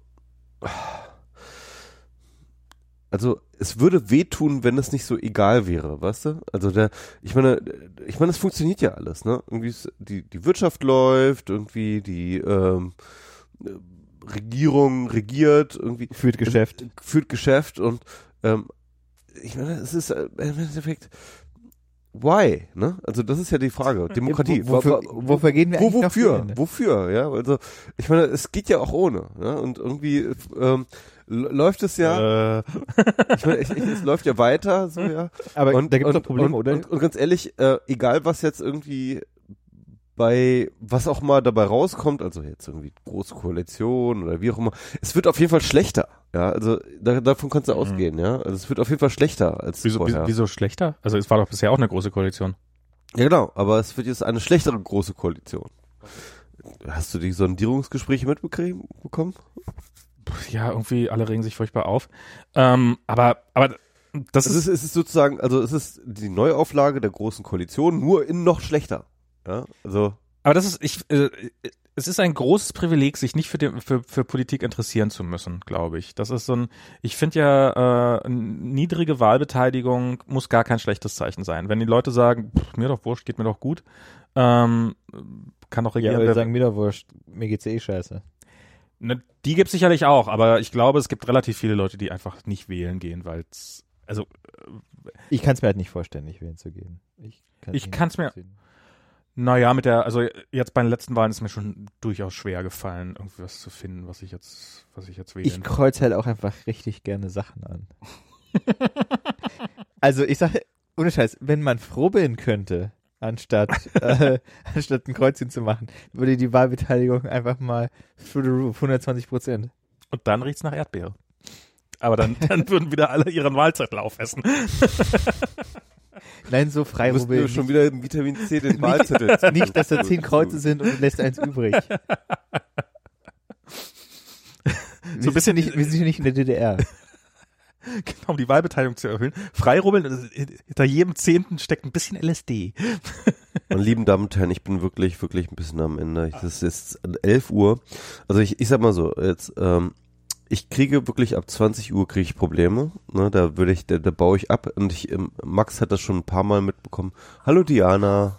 also es würde wehtun, wenn es nicht so egal wäre, weißt du? Also der, ich meine, ich meine, es funktioniert ja alles, ne? Irgendwie ist, die die Wirtschaft läuft, irgendwie die ähm, Regierung regiert, irgendwie Führt Geschäft. äh, führt Geschäft und ähm, ich meine, es ist äh, im Endeffekt why, ne? Also das ist ja die Frage. Demokratie. Wo, wofür, wofür gehen wir Wo, eigentlich wofür? noch für? Wofür? Ja, also ich meine, es geht ja auch ohne. Ja? Und irgendwie ähm, l- läuft es ja. Äh, Ich meine, ich, ich, es läuft ja weiter, so ja. Aber Und, da gibt es und, doch Probleme, und, oder? Und, und ganz ehrlich, äh, egal was jetzt irgendwie bei was auch mal dabei rauskommt, also jetzt irgendwie große Koalition oder wie auch immer, es wird auf jeden Fall schlechter. Ja, also da, davon kannst du Mhm. ausgehen, ja. Also es wird auf jeden Fall schlechter als wieso, vorher. wieso, wieso schlechter? Also es war doch bisher auch eine große Koalition. Ja, genau, aber es wird jetzt eine schlechtere große Koalition. Hast du die Sondierungsgespräche mitbekommen? Ja, irgendwie alle regen sich furchtbar auf. Ähm, aber, aber das Es ist, ist, es ist sozusagen, also es ist die Neuauflage der großen Koalition, nur in noch schlechter. Ja, also. aber das ist, ich, äh, es ist ein großes Privileg, sich nicht für, den, für, für Politik interessieren zu müssen, glaube ich. Das ist so ein, ich finde ja, äh, niedrige Wahlbeteiligung muss gar kein schlechtes Zeichen sein. Wenn die Leute sagen, pff, mir doch wurscht, geht mir doch gut, ähm, kann doch Ja, regieren. aber die wer- sagen mir doch wurscht, mir geht's eh scheiße. Ne, die gibt's sicherlich auch, aber ich glaube, es gibt relativ viele Leute, die einfach nicht wählen gehen, weil es, also Ich kann es mir halt nicht vorstellen, nicht wählen zu gehen. Ich, kann's Ich nicht kann's mir- nachvollziehen. naja, mit der, also jetzt bei den letzten Wahlen ist mir schon durchaus schwer gefallen, irgendwas zu finden, was ich jetzt, was ich jetzt wählen Ich kreuze halt auch einfach richtig gerne Sachen an. Also ich sage, ohne Scheiß, wenn man frohbillen könnte, anstatt äh, anstatt ein Kreuzchen zu machen, würde die Wahlbeteiligung einfach mal through the roof, hundertzwanzig Prozent. Und dann riecht's nach Erdbeere. Aber dann, dann würden wieder alle ihren Wahlzettel aufessen. Nein, so Du frei musst mir schon wieder im Vitamin C den Wahlzettel. Nicht, dass da zehn Kreuze sind und du lässt eins übrig. So ein bisschen nicht, wir sind hier nicht in der D D R. Genau, um die Wahlbeteiligung zu erhöhen. Freirubbeln, also hinter jedem Zehnten steckt ein bisschen L S D. Meine lieben Damen und Herren, ich bin wirklich, wirklich ein bisschen am Ende. Ich- Das ist elf Uhr. Also ich, ich sag mal so, jetzt, ähm, ich kriege wirklich ab zwanzig Uhr kriege ich Probleme. Ne, da würde ich, da, da baue ich ab und ich, ähm, Max hat das schon ein paar Mal mitbekommen. Hallo Diana.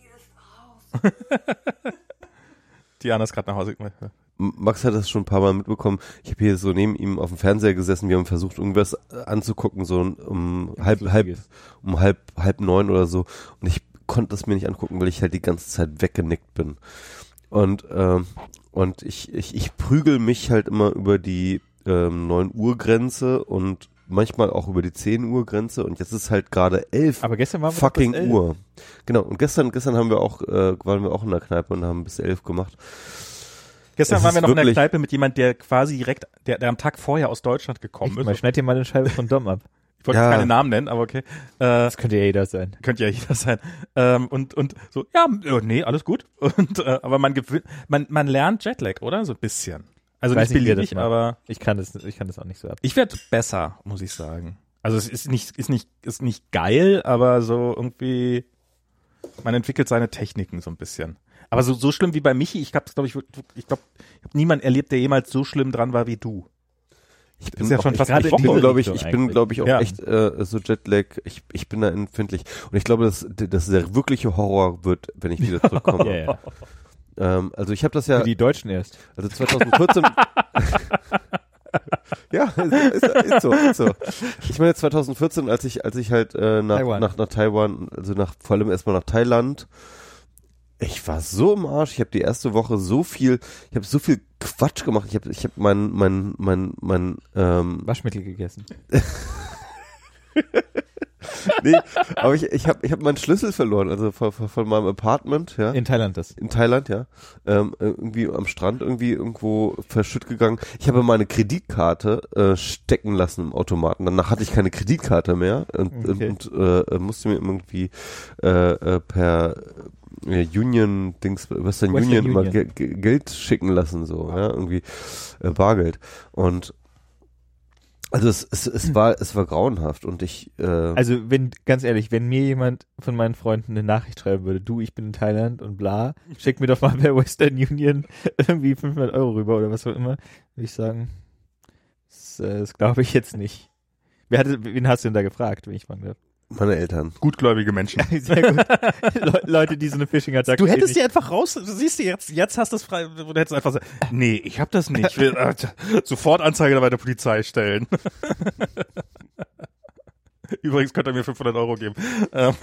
Diana ist gerade nach Hause. M- Max hat das schon ein paar Mal mitbekommen. Ich habe hier so neben ihm auf dem Fernseher gesessen. Wir haben versucht, irgendwas äh, anzugucken, so um halb, halb, um halb, halb neun oder so. Und ich konnte das mir nicht angucken, weil ich halt die ganze Zeit weggenickt bin. Und, ähm, und ich, ich, ich prügel mich halt immer über die ähm, neun Uhr Grenze und manchmal auch über die zehn Uhr Grenze. Und jetzt ist halt gerade elf Aber gestern waren wir fucking doch bis elf. Uhr. Genau. Und gestern, gestern haben wir auch, äh, waren wir auch in der Kneipe und haben bis elf gemacht. Gestern Es waren ist wir noch in der wirklich- Kneipe mit jemand, der quasi direkt, der, der am Tag vorher aus Deutschland gekommen Echt mal, ist. schneid dir mal eine Scheibe von Dom ab. Ich wollte Ja. keine Namen nennen, aber okay. Äh, Das könnte ja jeder sein. könnte ja jeder sein. Ähm, und, und so, ja, äh, nee, alles gut. Und, äh, aber man gewöhnt, man, man lernt Jetlag, oder? So ein bisschen. Also Ich weiß nicht nicht, wie ihr beliebig, das macht. aber Ich kann das, ich kann das auch nicht so ab. ich werde besser, muss ich sagen. Also es ist nicht, ist nicht, ist nicht geil, aber so irgendwie, man entwickelt seine Techniken so ein bisschen. Aber so, so schlimm wie bei Michi, ich hab's, glaube ich, ich glaube, ich habe niemanden erlebt, der jemals so schlimm dran war wie du. Ich Das ist ja schon auch, fast ich, eine ich Woche bin, glaube ich, Richtung ich bin, eigentlich. glaube ich, auch Ja. echt äh, so Jetlag. Ich, ich bin da empfindlich. Und ich glaube, dass, dass der wirkliche Horror wird, wenn ich wieder zurückkomme. Ja, ja. ähm, also ich habe das ja, Für die Deutschen erst. also zwanzig vierzehn, Ja, ist, ist, ist so, ist so. Ich meine zwanzig vierzehn, als ich, als ich halt äh, nach, Taiwan. nach nach Taiwan, also nach vor allem erstmal nach Thailand, ich war so im Arsch. Ich habe die erste Woche so viel, ich habe so viel Quatsch gemacht. Ich habe, ich habe mein, mein, mein, mein, ähm, Waschmittel gegessen. nee, aber ich, ich habe, ich habe meinen Schlüssel verloren, also von, von, von meinem Apartment, ja. In Thailand das. In Thailand, ja. Ähm, irgendwie am Strand irgendwie irgendwo verschütt gegangen. Ich habe meine Kreditkarte äh, stecken lassen im Automaten. Danach hatte ich keine Kreditkarte mehr und, Okay. und äh, musste mir irgendwie äh, äh, per äh, Union Dings, Western, Western Union, immer Union. Ge Ge Geld schicken lassen, so, ja, irgendwie äh, Bargeld. Und also es, es, es war es war grauenhaft und ich äh, Also wenn, ganz ehrlich, wenn mir jemand von meinen Freunden eine Nachricht schreiben würde, du, ich bin in Thailand und bla, schick mir doch mal per Western Union irgendwie fünfhundert Euro rüber oder was auch immer, würde ich sagen, das, äh, das glaube ich jetzt nicht. Wer hatte, wen hast du denn da gefragt, wenn ich fragen darf? meine Eltern. Gutgläubige Menschen. Sehr gut. Le Leute, die so eine Phishing-Attacke. Du hättest dir einfach raus, du siehst du jetzt, jetzt hast du es frei, du hättest einfach sagen, nee, ich hab das nicht. Ich will, äh, sofort Anzeige bei der Polizei stellen. Übrigens könnt ihr mir fünfhundert Euro geben. Ähm.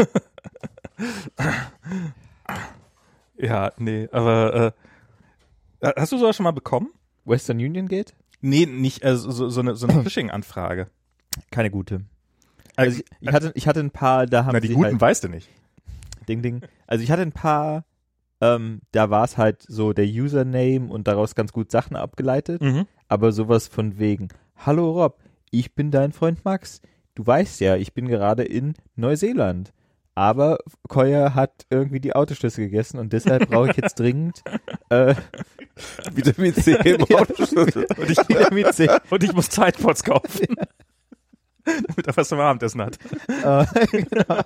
Ja, nee, aber äh, hast du sowas schon mal bekommen? Western Union geht? Nee, nicht, also so, so eine, so eine Phishing-Anfrage. Keine gute. Also ich, ich hatte, ich hatte ein paar, da haben Na, die sie guten halt, weißt du nicht. Ding, Ding. Also ich hatte ein paar, ähm, da war es halt so der Username und daraus ganz gut Sachen abgeleitet, Mhm. aber sowas von wegen, hallo Rob, ich bin dein Freund Max. Du weißt ja, ich bin gerade in Neuseeland. Aber Koya hat irgendwie die Autoschlüssel gegessen und deshalb brauche ich jetzt dringend äh, Vitamin C im Ja. Autoschlüssel. Und ich, Vitamin C. und ich muss Zeitpots kaufen. Damit er was zum Abendessen hat. Äh, genau.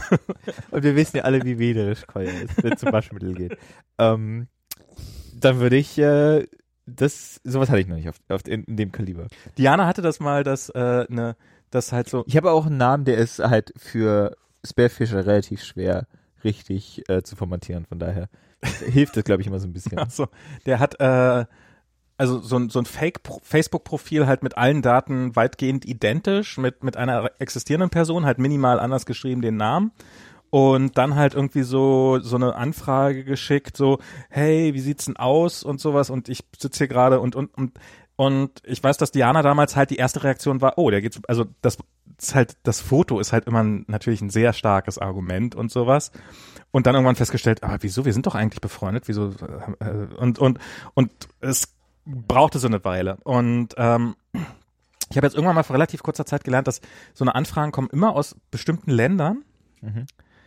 Und wir wissen ja alle, wie wählerisch Koya ist, wenn es zum Waschmittel geht. Ähm, dann würde ich, äh, das, sowas hatte ich noch nicht auf, auf in, in dem Kaliber. Diana hatte das mal, dass äh, ne, das halt so. Ich habe auch einen Namen, der ist halt für Spearfisher relativ schwer richtig äh, zu formatieren. Von daher hilft das, glaube ich, immer so ein bisschen. Ach so, der hat äh, also so ein so ein Fake-Facebook-Profil halt mit allen Daten weitgehend identisch mit mit einer existierenden Person, halt minimal anders geschrieben den Namen. Und dann halt irgendwie so so eine Anfrage geschickt, so, hey, wie sieht's denn aus und sowas. Und ich sitze hier gerade und und und und ich weiß, dass Diana damals halt die erste Reaktion war, oh, der geht's, also das ist halt, das Foto ist halt immer ein, natürlich ein sehr starkes Argument und sowas. Und dann irgendwann festgestellt, aber wieso, wir sind doch eigentlich befreundet, wieso, äh, und und und es brauchte so eine Weile. Und ähm, ich habe jetzt irgendwann mal vor relativ kurzer Zeit gelernt, dass so eine Anfragen kommen immer aus bestimmten Ländern. Mhm.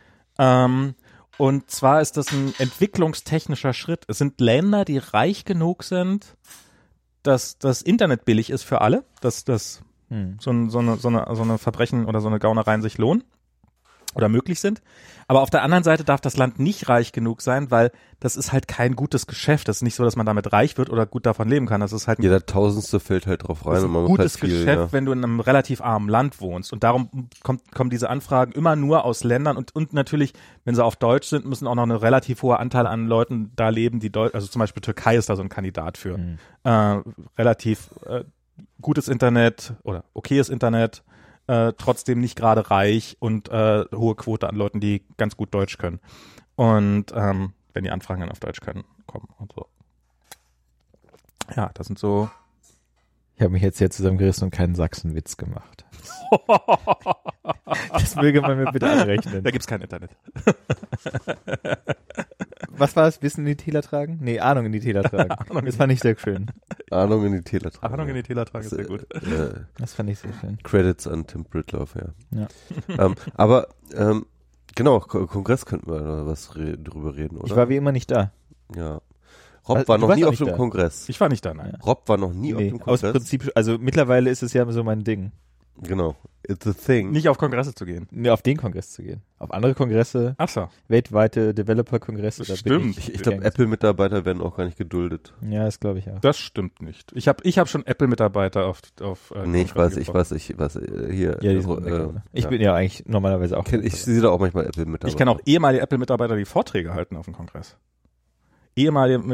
Ähm, und zwar ist das ein entwicklungstechnischer Schritt. Es sind Länder, die reich genug sind, dass das Internet billig ist für alle, dass das Hm. so, ein, so, eine, so, eine, so eine Verbrechen oder so eine Gaunereien sich lohnen oder möglich sind. Aber auf der anderen Seite darf das Land nicht reich genug sein, weil das ist halt kein gutes Geschäft. Das ist nicht so, dass man damit reich wird oder gut davon leben kann. Das ist halt ein, Jeder Tausendste fällt halt drauf das rein ist und ein man gutes muss halt viel, Geschäft, ja. wenn du in einem relativ armen Land wohnst. Und darum kommt, kommen diese Anfragen immer nur aus Ländern und, und natürlich, wenn sie auf Deutsch sind, müssen auch noch eine relativ hohe Anteil an Leuten da leben, die Deutsch, also zum Beispiel Türkei ist da so ein Kandidat für. Mhm. Äh, relativ äh, gutes Internet oder okayes Internet, äh, trotzdem nicht gerade reich und äh, hohe Quote an Leuten, die ganz gut Deutsch können. Und ähm, wenn die Anfragen dann auf Deutsch können, kommen und so. Ja, das sind so. Ich habe mich jetzt hier zusammengerissen und keinen Sachsenwitz gemacht. Das möge man mir bitte anrechnen. Da gibt's kein Internet. Was war es? Wissen in die Täler tragen? Nee, Ahnung in die Täler tragen. Ahnung. Das fand ich sehr schön. Ahnung in die Täler tragen. Ahnung in die Täler tragen ist sehr gut. Äh, Das fand ich sehr schön. Credits an Tim Britloff, ja. Ja. ähm, aber ähm, genau, Ko- Kongress könnten wir da was re drüber reden, oder? Ich war wie immer nicht da. ja. Rob Also, war du noch warst nie auch auf nicht dem da. Kongress. Ich war nicht da, nein. Rob war noch nie auf Nee, dem aus Kongress. Prinzip, also mittlerweile ist es ja so mein Ding, Genau. It's a thing. Nicht auf Kongresse zu gehen. nee, auf den Kongress zu gehen. Auf andere Kongresse, Ach so. weltweite Developer-Kongresse. da bin Stimmt. Ich, ich glaube, gegangen. Apple-Mitarbeiter werden auch gar nicht geduldet. Ja, das glaube ich auch. Das stimmt nicht. Ich habe ich hab schon Apple-Mitarbeiter auf, auf äh, nee, ich weiß, ich getroffen. weiß, ich weiß, äh, hier. Ja, die äh, sind weg, äh, oder? Ich ja. bin ja eigentlich normalerweise auch. Kenn, ich sehe da auch manchmal Apple-Mitarbeiter. Ich kenne auch ehemalige Apple-Mitarbeiter, die Vorträge halten auf dem Kongress. Ehemalige Mitarbeiter,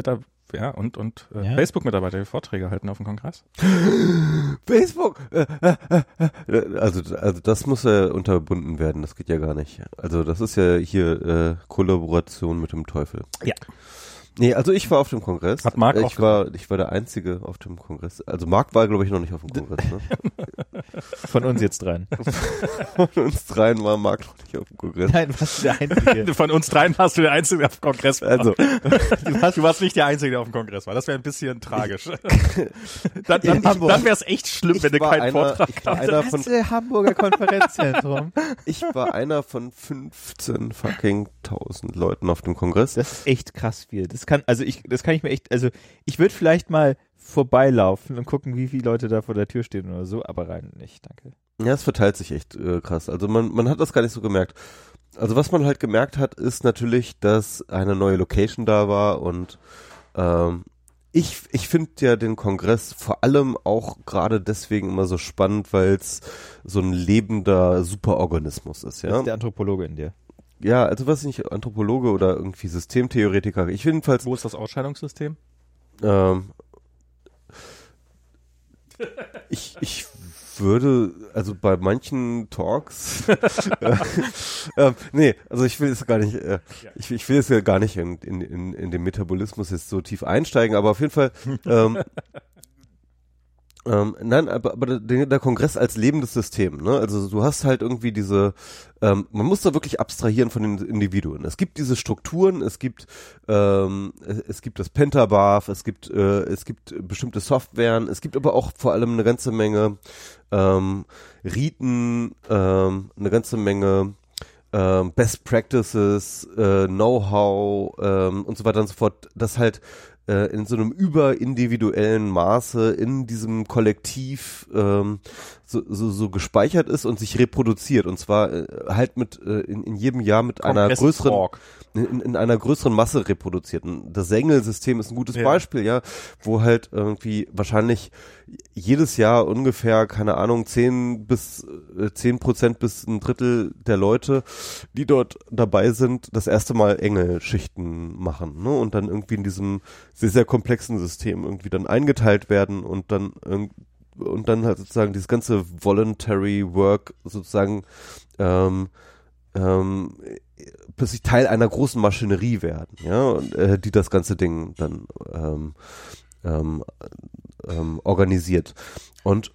ja, und, und äh, Ja. Facebook-Mitarbeiter, die Vorträge halten auf dem Kongress. Facebook! Äh, äh, äh, also, also das muss ja unterbunden werden, das geht ja gar nicht. Also das ist ja hier äh, Kollaboration mit dem Teufel. Ja. Nee, also ich war auf dem Kongress. Hat Marc ich auch war, ich war der Einzige auf dem Kongress. Also Marc war, glaube ich, noch nicht auf dem Kongress. Ne? Von uns jetzt dran. Von uns dreien war Marc noch nicht auf dem Kongress. Nein, was der Einzige. Von uns dreien warst du der Einzige, der auf dem Kongress war. Also, Du warst, du warst nicht der Einzige, der auf dem Kongress war. Das wäre ein bisschen tragisch. dann dann, In Hamburg. dann wäre es echt schlimm, ich wenn du war keinen einer, Vortrag ich war hast. einer von, Das Hamburger Konferenzzentrum. ich war einer von fünfzehn fucking tausend Leuten auf dem Kongress. Das ist echt krass viel. Das kann, also ich, das kann ich mir echt, also ich würde vielleicht mal vorbeilaufen und gucken, wie viele Leute da vor der Tür stehen oder so, aber rein nicht, danke. Ja, es verteilt sich echt äh, krass. Also man, man hat das gar nicht so gemerkt. Also was man halt gemerkt hat, ist natürlich, dass eine neue Location da war und ähm, ich, ich finde ja den Kongress vor allem auch gerade deswegen immer so spannend, weil es so ein lebender Superorganismus ist, Das ja. ist der Anthropologe in dir. Ja, also was nicht, Anthropologe oder irgendwie Systemtheoretiker. Ich jedenfalls, Wo ist das Ausscheidungssystem? ähm, ich, ich würde, also bei manchen Talks, äh, äh, nee, also ich will jetzt gar nicht, äh, ich, ich will jetzt ja gar nicht in, in, in, in den Metabolismus jetzt so tief einsteigen, aber auf jeden Fall, ähm, Ähm, nein, aber, aber der, der Kongress als lebendes System, ne? Also du hast halt irgendwie diese, ähm, man muss da wirklich abstrahieren von den Individuen. Es gibt diese Strukturen, es gibt, ähm, es, es gibt das Pentabarf, es gibt, äh, es gibt bestimmte Softwaren, es gibt aber auch vor allem eine ganze Menge ähm, Riten, ähm, eine ganze Menge ähm, Best Practices, äh, Know-how ähm, und so weiter und so fort, das halt in so einem überindividuellen Maße in diesem Kollektiv ähm, so, so, so gespeichert ist und sich reproduziert und zwar äh, halt mit äh, in, in jedem Jahr mit einer Kongress größeren Talk. in, in einer größeren Masse reproduziert. Und das Sengel-System ist ein gutes Ja. Beispiel, ja, wo halt irgendwie wahrscheinlich jedes Jahr ungefähr, keine Ahnung, zehn bis äh, zehn Prozent bis ein Drittel der Leute, die dort dabei sind, das erste Mal Engelschichten machen, ne, und dann irgendwie in diesem sehr, sehr komplexen System irgendwie dann eingeteilt werden und dann irgendwie und dann halt sozusagen dieses ganze Voluntary Work sozusagen ähm, ähm, plötzlich Teil einer großen Maschinerie werden, ja, und, äh, die das ganze Ding dann ähm, ähm, ähm, organisiert. Und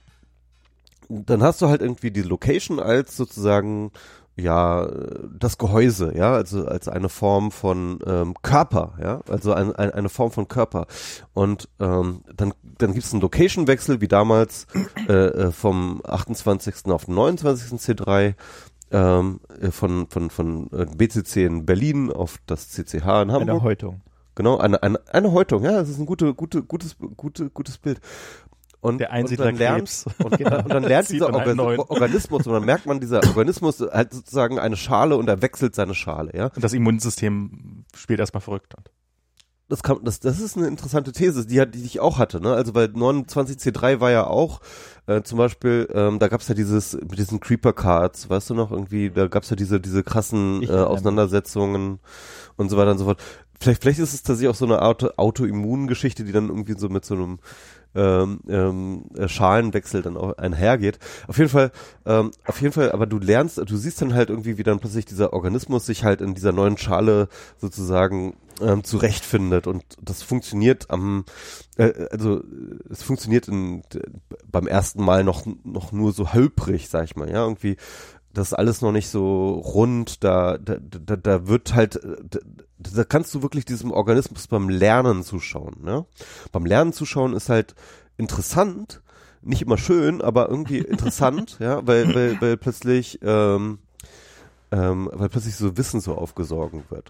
dann hast du halt irgendwie die Location als sozusagen ja das Gehäuse, ja, also als eine Form von ähm, Körper, ja, also ein, ein, eine Form von Körper. Und ähm, dann dann gibt es einen Location-Wechsel, wie damals äh, vom achtundzwanzigsten auf den neunundzwanzigsten C drei, ähm, von von von äh, B C C in Berlin auf das C C H in Hamburg. Eine Häutung. Genau, eine eine eine Häutung, ja, das ist ein gute gute gutes gute gutes Bild. Und, Der und Einsiedler dann lernt, Krebs. und, und dann lernt Sieht dieser man einen Organ neuen. Organismus und dann merkt man, dieser Organismus hat sozusagen eine Schale und er wechselt seine Schale, ja. Und das Immunsystem spielt erstmal verrückt. Das kann, das, das ist eine interessante These, die hat, die ich auch hatte, ne? Also bei neunundzwanzig C drei war ja auch, äh, zum Beispiel, ähm, da gab's ja dieses, mit diesen Creeper Cards, weißt du noch, irgendwie, da gab's ja diese, diese krassen Ich äh, erinnere mich. Auseinandersetzungen und so weiter und so fort. Vielleicht, vielleicht ist es tatsächlich auch so eine Auto, Autoimmungeschichte, die dann irgendwie so mit so einem ähm, ähm, äh, Schalenwechsel dann auch einhergeht. Auf jeden Fall, ähm, auf jeden Fall, aber du lernst, du siehst dann halt irgendwie, wie dann plötzlich dieser Organismus sich halt in dieser neuen Schale sozusagen ähm, zurechtfindet und das funktioniert am, äh, also es funktioniert in, beim ersten Mal noch noch nur so holprig, sag ich mal, ja, irgendwie. Das ist alles noch nicht so rund, da, da, da, da wird halt, da, da kannst du wirklich diesem Organismus beim Lernen zuschauen, ne? Beim Lernen zuschauen ist halt interessant, nicht immer schön, aber irgendwie interessant, ja, weil, weil, weil plötzlich, ähm, ähm, weil plötzlich so Wissen so aufgesogen wird.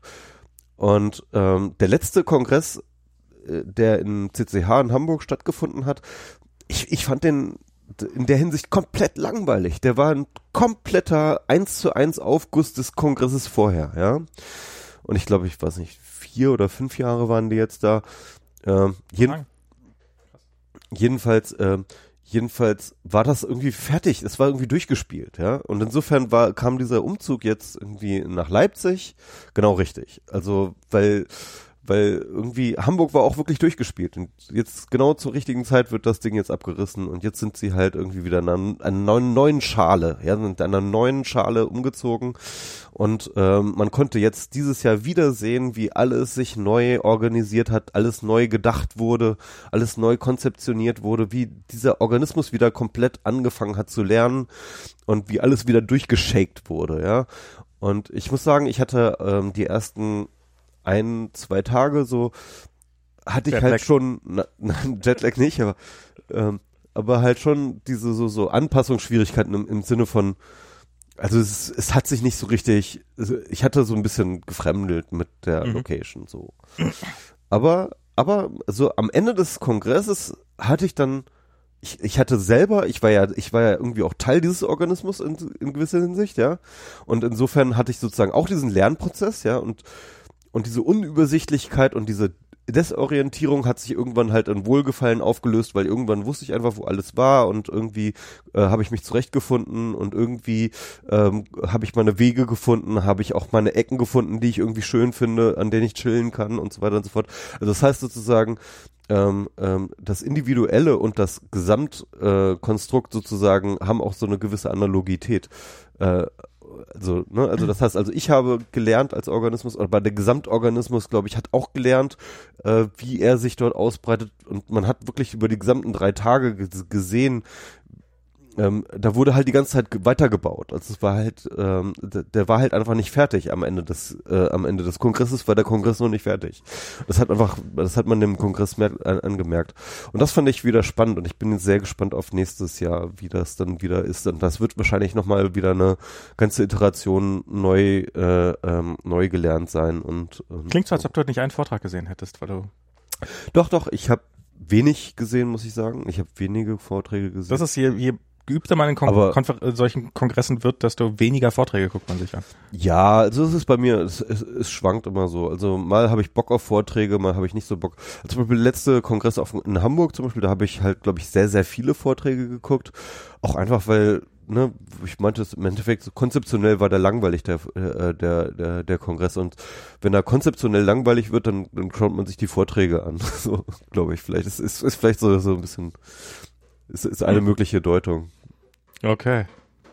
Und ähm, der letzte Kongress, äh, der in C C H in Hamburg stattgefunden hat, ich, ich fand den in der Hinsicht komplett langweilig. Der war ein kompletter eins zu eins Aufguss des Kongresses vorher, ja. Und ich glaube, ich weiß nicht, vier oder fünf Jahre waren die jetzt da. Ähm, jeden, jedenfalls, äh, jedenfalls war das irgendwie fertig. Es war irgendwie durchgespielt, ja. Und insofern war, kam dieser Umzug jetzt irgendwie nach Leipzig genau richtig. Also, weil weil irgendwie Hamburg war auch wirklich durchgespielt und jetzt genau zur richtigen Zeit wird das Ding jetzt abgerissen und jetzt sind sie halt irgendwie wieder in einer, einer neuen Schale, ja, sind in einer neuen Schale umgezogen und ähm, man konnte jetzt dieses Jahr wieder sehen, wie alles sich neu organisiert hat, alles neu gedacht wurde, alles neu konzeptioniert wurde, wie dieser Organismus wieder komplett angefangen hat zu lernen und wie alles wieder durchgeschakt wurde, ja. Und ich muss sagen, ich hatte ähm, die ersten ein, zwei Tage so, hatte ich Jetlag. halt schon, na, nein, Jetlag nicht, aber ähm, aber halt schon diese so so Anpassungsschwierigkeiten im, im Sinne von, also es, es hat sich nicht so richtig, also ich hatte so ein bisschen gefremdelt mit der Mhm. Location so. Aber aber so am Ende des Kongresses hatte ich dann Ich, ich hatte selber, ich war ja, ich war ja irgendwie auch Teil dieses Organismus in, in gewisser Hinsicht, ja. Und insofern hatte ich sozusagen auch diesen Lernprozess, ja, und, und diese Unübersichtlichkeit und diese Desorientierung hat sich irgendwann halt in Wohlgefallen aufgelöst, weil irgendwann wusste ich einfach, wo alles war und irgendwie äh, habe ich mich zurechtgefunden und irgendwie ähm, habe ich meine Wege gefunden, habe ich auch meine Ecken gefunden, die ich irgendwie schön finde, an denen ich chillen kann und so weiter und so fort. Also das heißt sozusagen, ähm, ähm, das Individuelle und das Gesamtkonstrukt äh, sozusagen haben auch so eine gewisse Analogität. Äh, also, ne, also das heißt, also ich habe gelernt als Organismus, oder der Gesamtorganismus, glaube ich, hat auch gelernt, äh, wie er sich dort ausbreitet und man hat wirklich über die gesamten drei Tage g- gesehen, ähm, da wurde halt die ganze Zeit ge- weitergebaut. Also es war halt, ähm, der, der war halt einfach nicht fertig am Ende des, äh, am Ende des Kongresses, war der Kongress noch nicht fertig. Das hat einfach, das hat man dem Kongress mer- an, angemerkt. Und das fand ich wieder spannend und ich bin jetzt sehr gespannt auf nächstes Jahr, wie das dann wieder ist. Und das wird wahrscheinlich nochmal wieder eine ganze Iteration neu, äh, ähm, neu gelernt sein. Und, und Klingt so, als ob du nicht einen Vortrag gesehen hättest, weil du. Doch, doch, ich habe wenig gesehen, muss ich sagen. Ich habe wenige Vorträge gesehen. Das ist je, je geübter man in Kon Aber- Konfer äh, solchen Kongressen wird, desto weniger Vorträge guckt man sich an. Ja, also es ist bei mir, es, es, es schwankt immer so. Also mal habe ich Bock auf Vorträge, mal habe ich nicht so Bock. Also zum Beispiel der letzte Kongress auf, in Hamburg zum Beispiel, da habe ich halt, glaube ich, sehr, sehr viele Vorträge geguckt. Auch einfach, weil, ne, ich meinte es im Endeffekt, so konzeptionell war der langweilig, der, äh, der, der, der Kongress. Und wenn er konzeptionell langweilig wird, dann, dann schaut man sich die Vorträge an. So, glaube ich, vielleicht. Es ist, ist vielleicht so, so ein bisschen, es ist eine mögliche Deutung. Okay.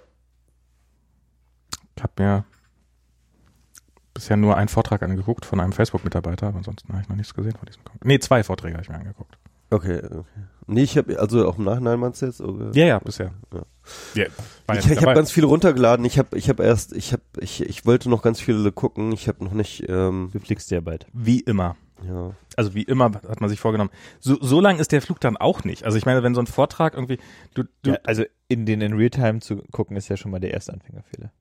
Ich habe mir bisher nur einen Vortrag angeguckt von einem Facebook-Mitarbeiter, aber ansonsten habe ich noch nichts gesehen von diesem Kongress. Nee, zwei Vorträge habe ich mir angeguckt. Okay, okay. Nee, ich habe, also auch im Nachhinein meinst du jetzt? Oder? Ja, ja, bisher. Ja. Ja, war Ich, ja ich habe dabei. ganz viele runtergeladen. Ich habe, ich habe erst, ich habe, ich, ich wollte noch ganz viele gucken. Ich habe noch nicht, ähm, Du fliegst ja bald. Wie immer. ja. Also wie immer hat man sich vorgenommen. So, so lang ist der Flug dann auch nicht. Also ich meine, wenn so ein Vortrag irgendwie, du, du Ja, also in den in Realtime zu gucken, ist ja schon mal der erste Anfängerfehler.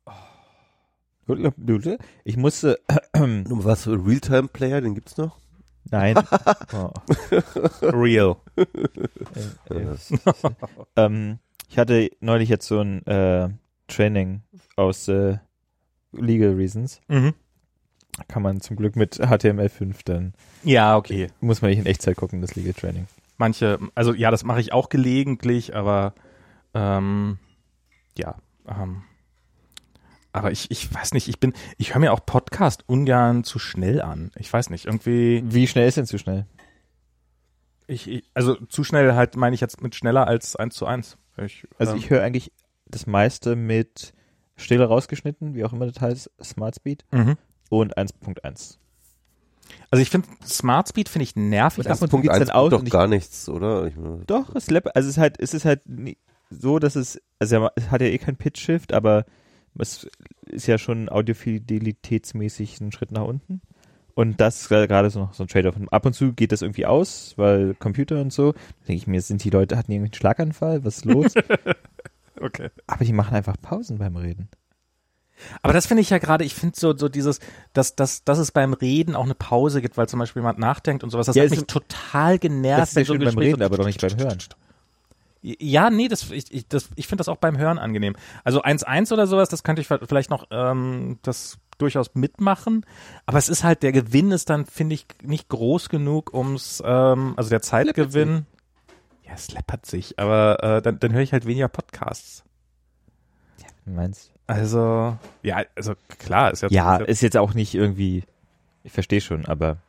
Ich musste, Nur was für Realtime-Player, den gibt's noch? nein. Oh. real. Äh, äh, ähm, ich hatte neulich jetzt so ein äh, Training aus äh, Legal Reasons. Mhm. Kann man zum Glück mit H T M L fünf dann, Ja, okay. muss man nicht in Echtzeit gucken, das Legal Training. Manche, also ja, das mache ich auch gelegentlich, aber ähm, ja, ähm, aber ich, ich weiß nicht, ich bin, ich höre mir auch Podcast ungern zu schnell an. Ich weiß nicht, irgendwie, Wie schnell ist denn zu schnell? ich, ich also zu schnell halt meine ich jetzt mit schneller als eins zu eins. Ich, Also ähm, ich höre eigentlich das meiste mit Stille rausgeschnitten, wie auch immer das heißt, Smart Speed mhm. und eins Punkt eins. Also ich finde, Smart Speed finde ich nervig. Und ab und zu Punkt geht's eins dann aus doch und ich- gar nichts, oder? Ich meine, Doch, es läpp, also es ist halt, es ist halt nie- so, dass es, also ja, es hat ja eh kein Pitch-Shift, aber es ist ja schon audiofidelitätsmäßig ein Schritt nach unten. Und das ist gerade so noch so ein Trade-off. Und ab und zu geht das irgendwie aus, weil Computer und so. Da denke ich mir, sind die Leute, hatten die irgendwie einen Schlaganfall? Was ist los? Okay. Aber die machen einfach Pausen beim Reden. Aber das finde ich ja gerade, ich finde so, so dieses, dass, dass, dass es beim Reden auch eine Pause gibt, weil zum Beispiel jemand nachdenkt und sowas, das Ja, hat es mich ist- total genervt. Das ist ja wenn so ein schön beim Gespräch Reden, so- aber doch nicht beim Hören. Ja, nee, das, ich, ich, das, ich finde das auch beim Hören angenehm. Also eins eins oder sowas, das könnte ich vielleicht noch ähm, das durchaus mitmachen, aber es ist halt, der Gewinn ist dann, finde ich, nicht groß genug, ums, ähm, also der Zeitgewinn, ja, es läppert sich, aber äh, dann, dann höre ich halt weniger Podcasts. Du meinst? Also, ja, also klar, ist ja Ja, ist ist jetzt auch nicht irgendwie, ich verstehe schon, aber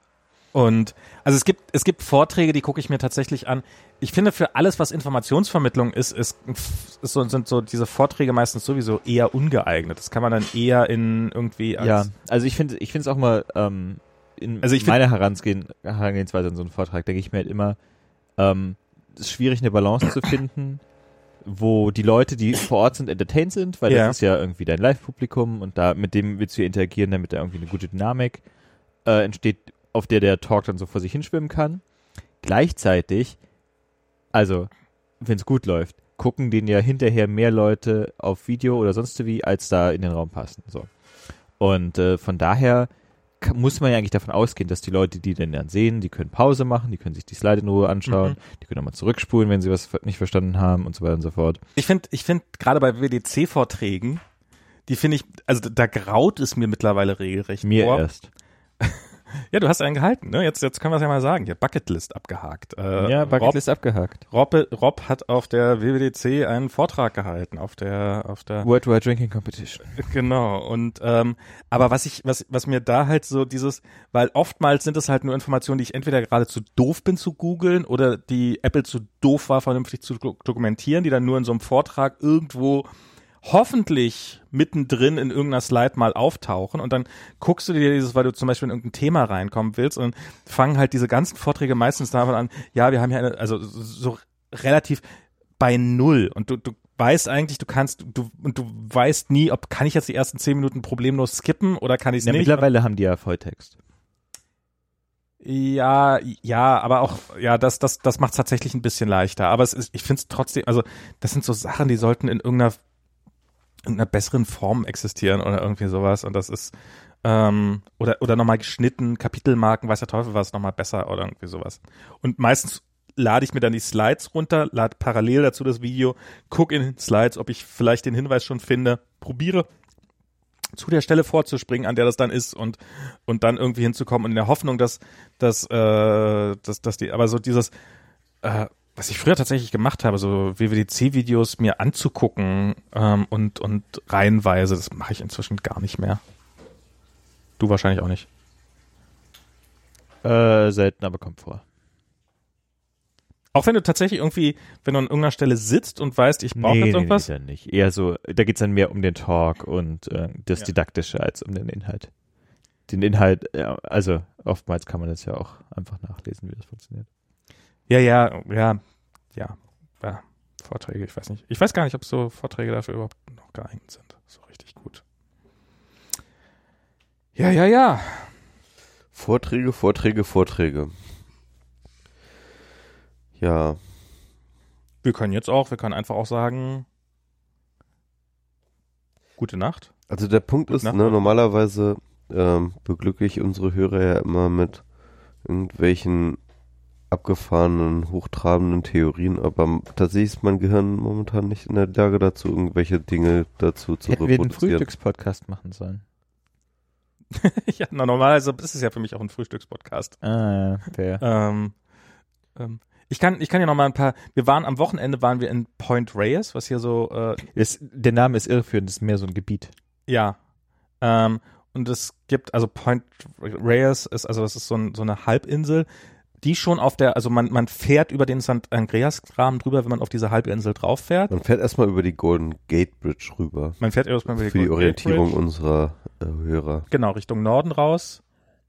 Und also es gibt es gibt Vorträge, die gucke ich mir tatsächlich an. Ich finde, für alles, was Informationsvermittlung ist, ist, ist so, sind so diese Vorträge meistens sowieso eher ungeeignet. Das kann man dann eher in irgendwie als Ja, also ich finde ich finde es auch mal ähm, in Also ich meiner Herangehen, Herangehensweise an so einen Vortrag, denke ich mir halt immer, ähm, es ist schwierig, eine Balance zu finden, wo die Leute, die vor Ort sind, entertained sind, weil Ja. das ist ja irgendwie dein Live-Publikum und da mit dem willst du ja interagieren, damit da irgendwie eine gute Dynamik äh, entsteht, auf der der Talk dann so vor sich hinschwimmen kann. Gleichzeitig, also wenn es gut läuft, gucken den ja hinterher mehr Leute auf Video oder sonst wie, als da in den Raum passen. So. Und äh, von daher k- muss man ja eigentlich davon ausgehen, dass die Leute, die den dann sehen, die können Pause machen, die können sich die Slide in Ruhe anschauen, Mhm. die können nochmal zurückspulen, wenn sie was ver- nicht verstanden haben und so weiter und so fort. Ich finde, ich finde gerade bei W D C-Vorträgen, die finde ich, also da graut es mir mittlerweile regelrecht Mir vor. erst. Ja, du hast einen gehalten, ne? Jetzt, jetzt können wir es ja mal sagen. Hier, Bucketlist abgehakt. Äh, ja, Rob, Bucketlist abgehakt. Rob, Rob hat auf der W W D C einen Vortrag gehalten, auf der, auf der, Worldwide Drinking Competition. genau. Und, ähm, aber was ich, was, was mir da halt so dieses, weil oftmals sind es halt nur Informationen, die ich entweder gerade zu doof bin zu googeln oder die Apple zu doof war, vernünftig zu dokumentieren, die dann nur in so einem Vortrag irgendwo hoffentlich mittendrin in irgendeiner Slide mal auftauchen und dann guckst du dir dieses, weil du zum Beispiel in irgendein Thema reinkommen willst und dann fangen halt diese ganzen Vorträge meistens davon an, ja, wir haben ja eine, also so relativ bei Null und du, du weißt eigentlich, du kannst, du, und du weißt nie, ob, kann ich jetzt die ersten zehn Minuten problemlos skippen oder kann ich es Ja, nicht? mittlerweile haben die ja Volltext. Ja, ja, aber auch, ja, das, das, das macht es tatsächlich ein bisschen leichter. Aber es ist, ich finde es trotzdem, also das sind so Sachen, die sollten in irgendeiner, irgendeiner besseren Form existieren oder irgendwie sowas. Und das ist, ähm, oder, oder nochmal geschnitten, Kapitelmarken, weiß der Teufel was, nochmal besser oder irgendwie sowas. Und meistens lade ich mir dann die Slides runter, lade parallel dazu das Video, gucke in den Slides, ob ich vielleicht den Hinweis schon finde, probiere zu der Stelle vorzuspringen, an der das dann ist und und dann irgendwie hinzukommen und in der Hoffnung, dass dass äh, dass, dass die, aber so dieses, äh, was ich früher tatsächlich gemacht habe, so W W D C-Videos mir anzugucken ähm, und und reihenweise, das mache ich inzwischen gar nicht mehr. Du wahrscheinlich auch nicht. Äh, selten, aber kommt vor. Auch wenn du tatsächlich irgendwie, wenn du an irgendeiner Stelle sitzt und weißt, ich brauche nee, jetzt irgendwas. Nee, nee, nicht. Eher so, da geht's dann mehr um den Talk und äh, das Ja. Didaktische als um den Inhalt. Den Inhalt, ja, also oftmals kann man das ja auch einfach nachlesen, wie das funktioniert. Ja, ja, ja, ja, ja, Vorträge, ich weiß nicht. Ich weiß gar nicht, ob so Vorträge dafür überhaupt noch geeignet sind. So richtig gut. Ja, ja, ja. Vorträge, Vorträge, Vorträge. Ja. Wir können jetzt auch, wir können einfach auch sagen, gute Nacht. Also der Punkt Gute ist, Nacht. ne, normalerweise ähm, beglücke ich unsere Hörer ja immer mit irgendwelchen abgefahrenen, hochtrabenden Theorien, aber tatsächlich ist mein Gehirn momentan nicht in der Lage dazu, irgendwelche Dinge dazu zu Hätten wir einen reproduzieren. Frühstückspodcast machen sollen. Ja, na, normalerweise ist es ja für mich auch ein Frühstückspodcast. Ah, ja, fair. Ähm, ähm, ich kann, ich kann ja noch mal ein paar, wir waren am Wochenende, waren wir in Point Reyes, was hier so, äh, Es, der Name ist irreführend, das ist mehr so ein Gebiet. ja, ähm, und es gibt, also Point Reyes ist, also das ist so, ein, so eine Halbinsel, die schon auf der, also man, man fährt über den Sankt Andreas-Graben drüber, wenn man auf diese Halbinsel drauf fährt. Man fährt erstmal über die Golden Gate Bridge rüber. Man fährt erstmal über die Für die Golden Gate Orientierung Bridge. unserer äh, Hörer. Genau, Richtung Norden raus.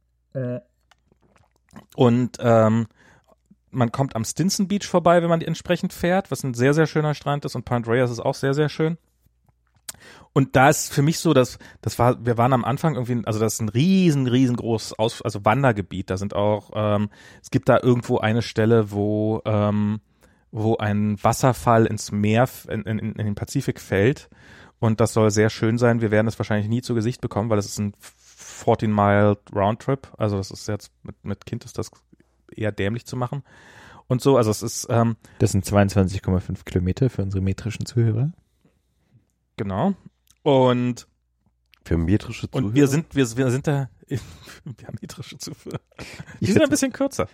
Und ähm, man kommt am Stinson Beach vorbei, wenn man die entsprechend fährt, was ein sehr, sehr schöner Strand ist. Und Point Reyes ist auch sehr, sehr schön. Und da ist für mich so, dass das war, wir waren am Anfang irgendwie, also das ist ein riesen, riesengroßes Aus, also Wandergebiet. Da sind auch, ähm, es gibt da irgendwo eine Stelle, wo ähm, wo ein Wasserfall ins Meer, in, in, in den Pazifik fällt. Und das soll sehr schön sein. Wir werden es wahrscheinlich nie zu Gesicht bekommen, weil es ist ein vierzehn Mile Roundtrip. Also das ist jetzt mit, mit Kind ist das eher dämlich zu machen. Und so, also es ist, ähm, Das sind zweiundzwanzig Komma fünf Kilometer für unsere metrischen Zuhörer. genau. Und Für metrische Zuhörer. Und wir sind, wir, wir sind da, wir haben metrische Zufuhr. Die Ich sind ein würd- bisschen kürzer.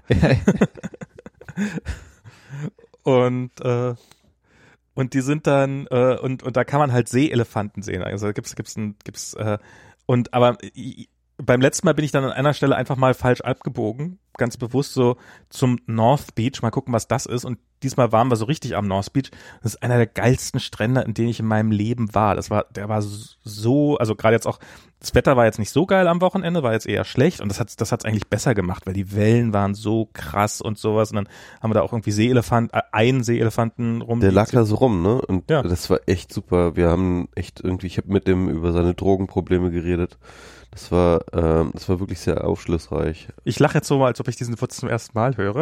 Und, äh, und die sind dann, äh, und, und da kann man halt Seeelefanten sehen. Also gibt's, gibt's ein, gibt's, äh, und, aber i- beim letzten Mal bin ich dann an einer Stelle einfach mal falsch abgebogen ganz bewusst so zum North Beach, mal gucken, was das ist. Und diesmal waren wir so richtig am North Beach. Das ist einer der geilsten Strände, in denen ich in meinem Leben war. Das war, der war so, also gerade jetzt auch, das Wetter war jetzt nicht so geil am Wochenende, war jetzt eher schlecht. Und das hat das hat's eigentlich besser gemacht, weil die Wellen waren so krass und sowas. Und dann haben wir da auch irgendwie Seeelefant, äh, einen Seeelefanten rum. Der lag da so rum, ne? Und ja. das war echt super. Wir haben echt irgendwie, ich habe mit dem über seine Drogenprobleme geredet. Das war, ähm, das war wirklich sehr aufschlussreich. Ich lache jetzt so mal, als ob ich diesen Witz zum ersten Mal höre.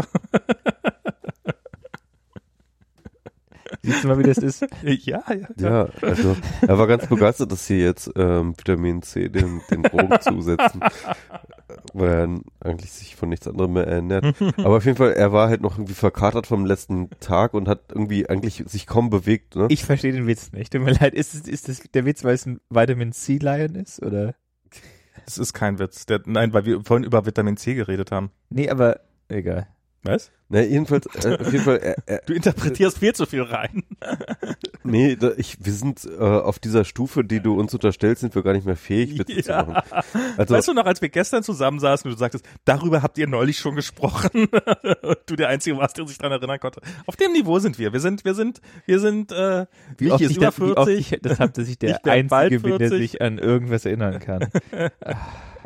Siehst du mal, wie das ist? ja, ja. Ja, also er war ganz begeistert, dass sie jetzt ähm, Vitamin C den, den Drogen zusetzen, weil er eigentlich sich von nichts anderem mehr ernährt. Aber auf jeden Fall, er war halt noch irgendwie verkatert vom letzten Tag und hat irgendwie eigentlich sich kaum bewegt. Ne? Ich verstehe den Witz nicht. Tut mir leid, ist, es, ist das der Witz, weil es ein Vitamin C Lion ist, oder? Das ist kein Witz. Der, nein, weil wir vorhin über Vitamin C geredet haben. Nee, aber egal. Was? Na, jedenfalls, äh, auf jeden Fall. Er, er, Du interpretierst viel zu viel rein. Nee, da, ich, wir sind äh, auf dieser Stufe, die du uns unterstellst, sind wir gar nicht mehr fähig, Witze Ja. zu machen. Also, Weißt du noch, als wir gestern zusammensaßen und du sagtest, darüber habt ihr neulich schon gesprochen und du der Einzige warst, der sich daran erinnern konnte. Auf dem Niveau sind wir. Wir sind, wir sind, wir sind, äh, Wie oft ist ich über das, wie oft vierzig. ich das habe, dass ich der Ich werd bald Einzige bin, der vierzig. sich an irgendwas erinnern kann. Ah,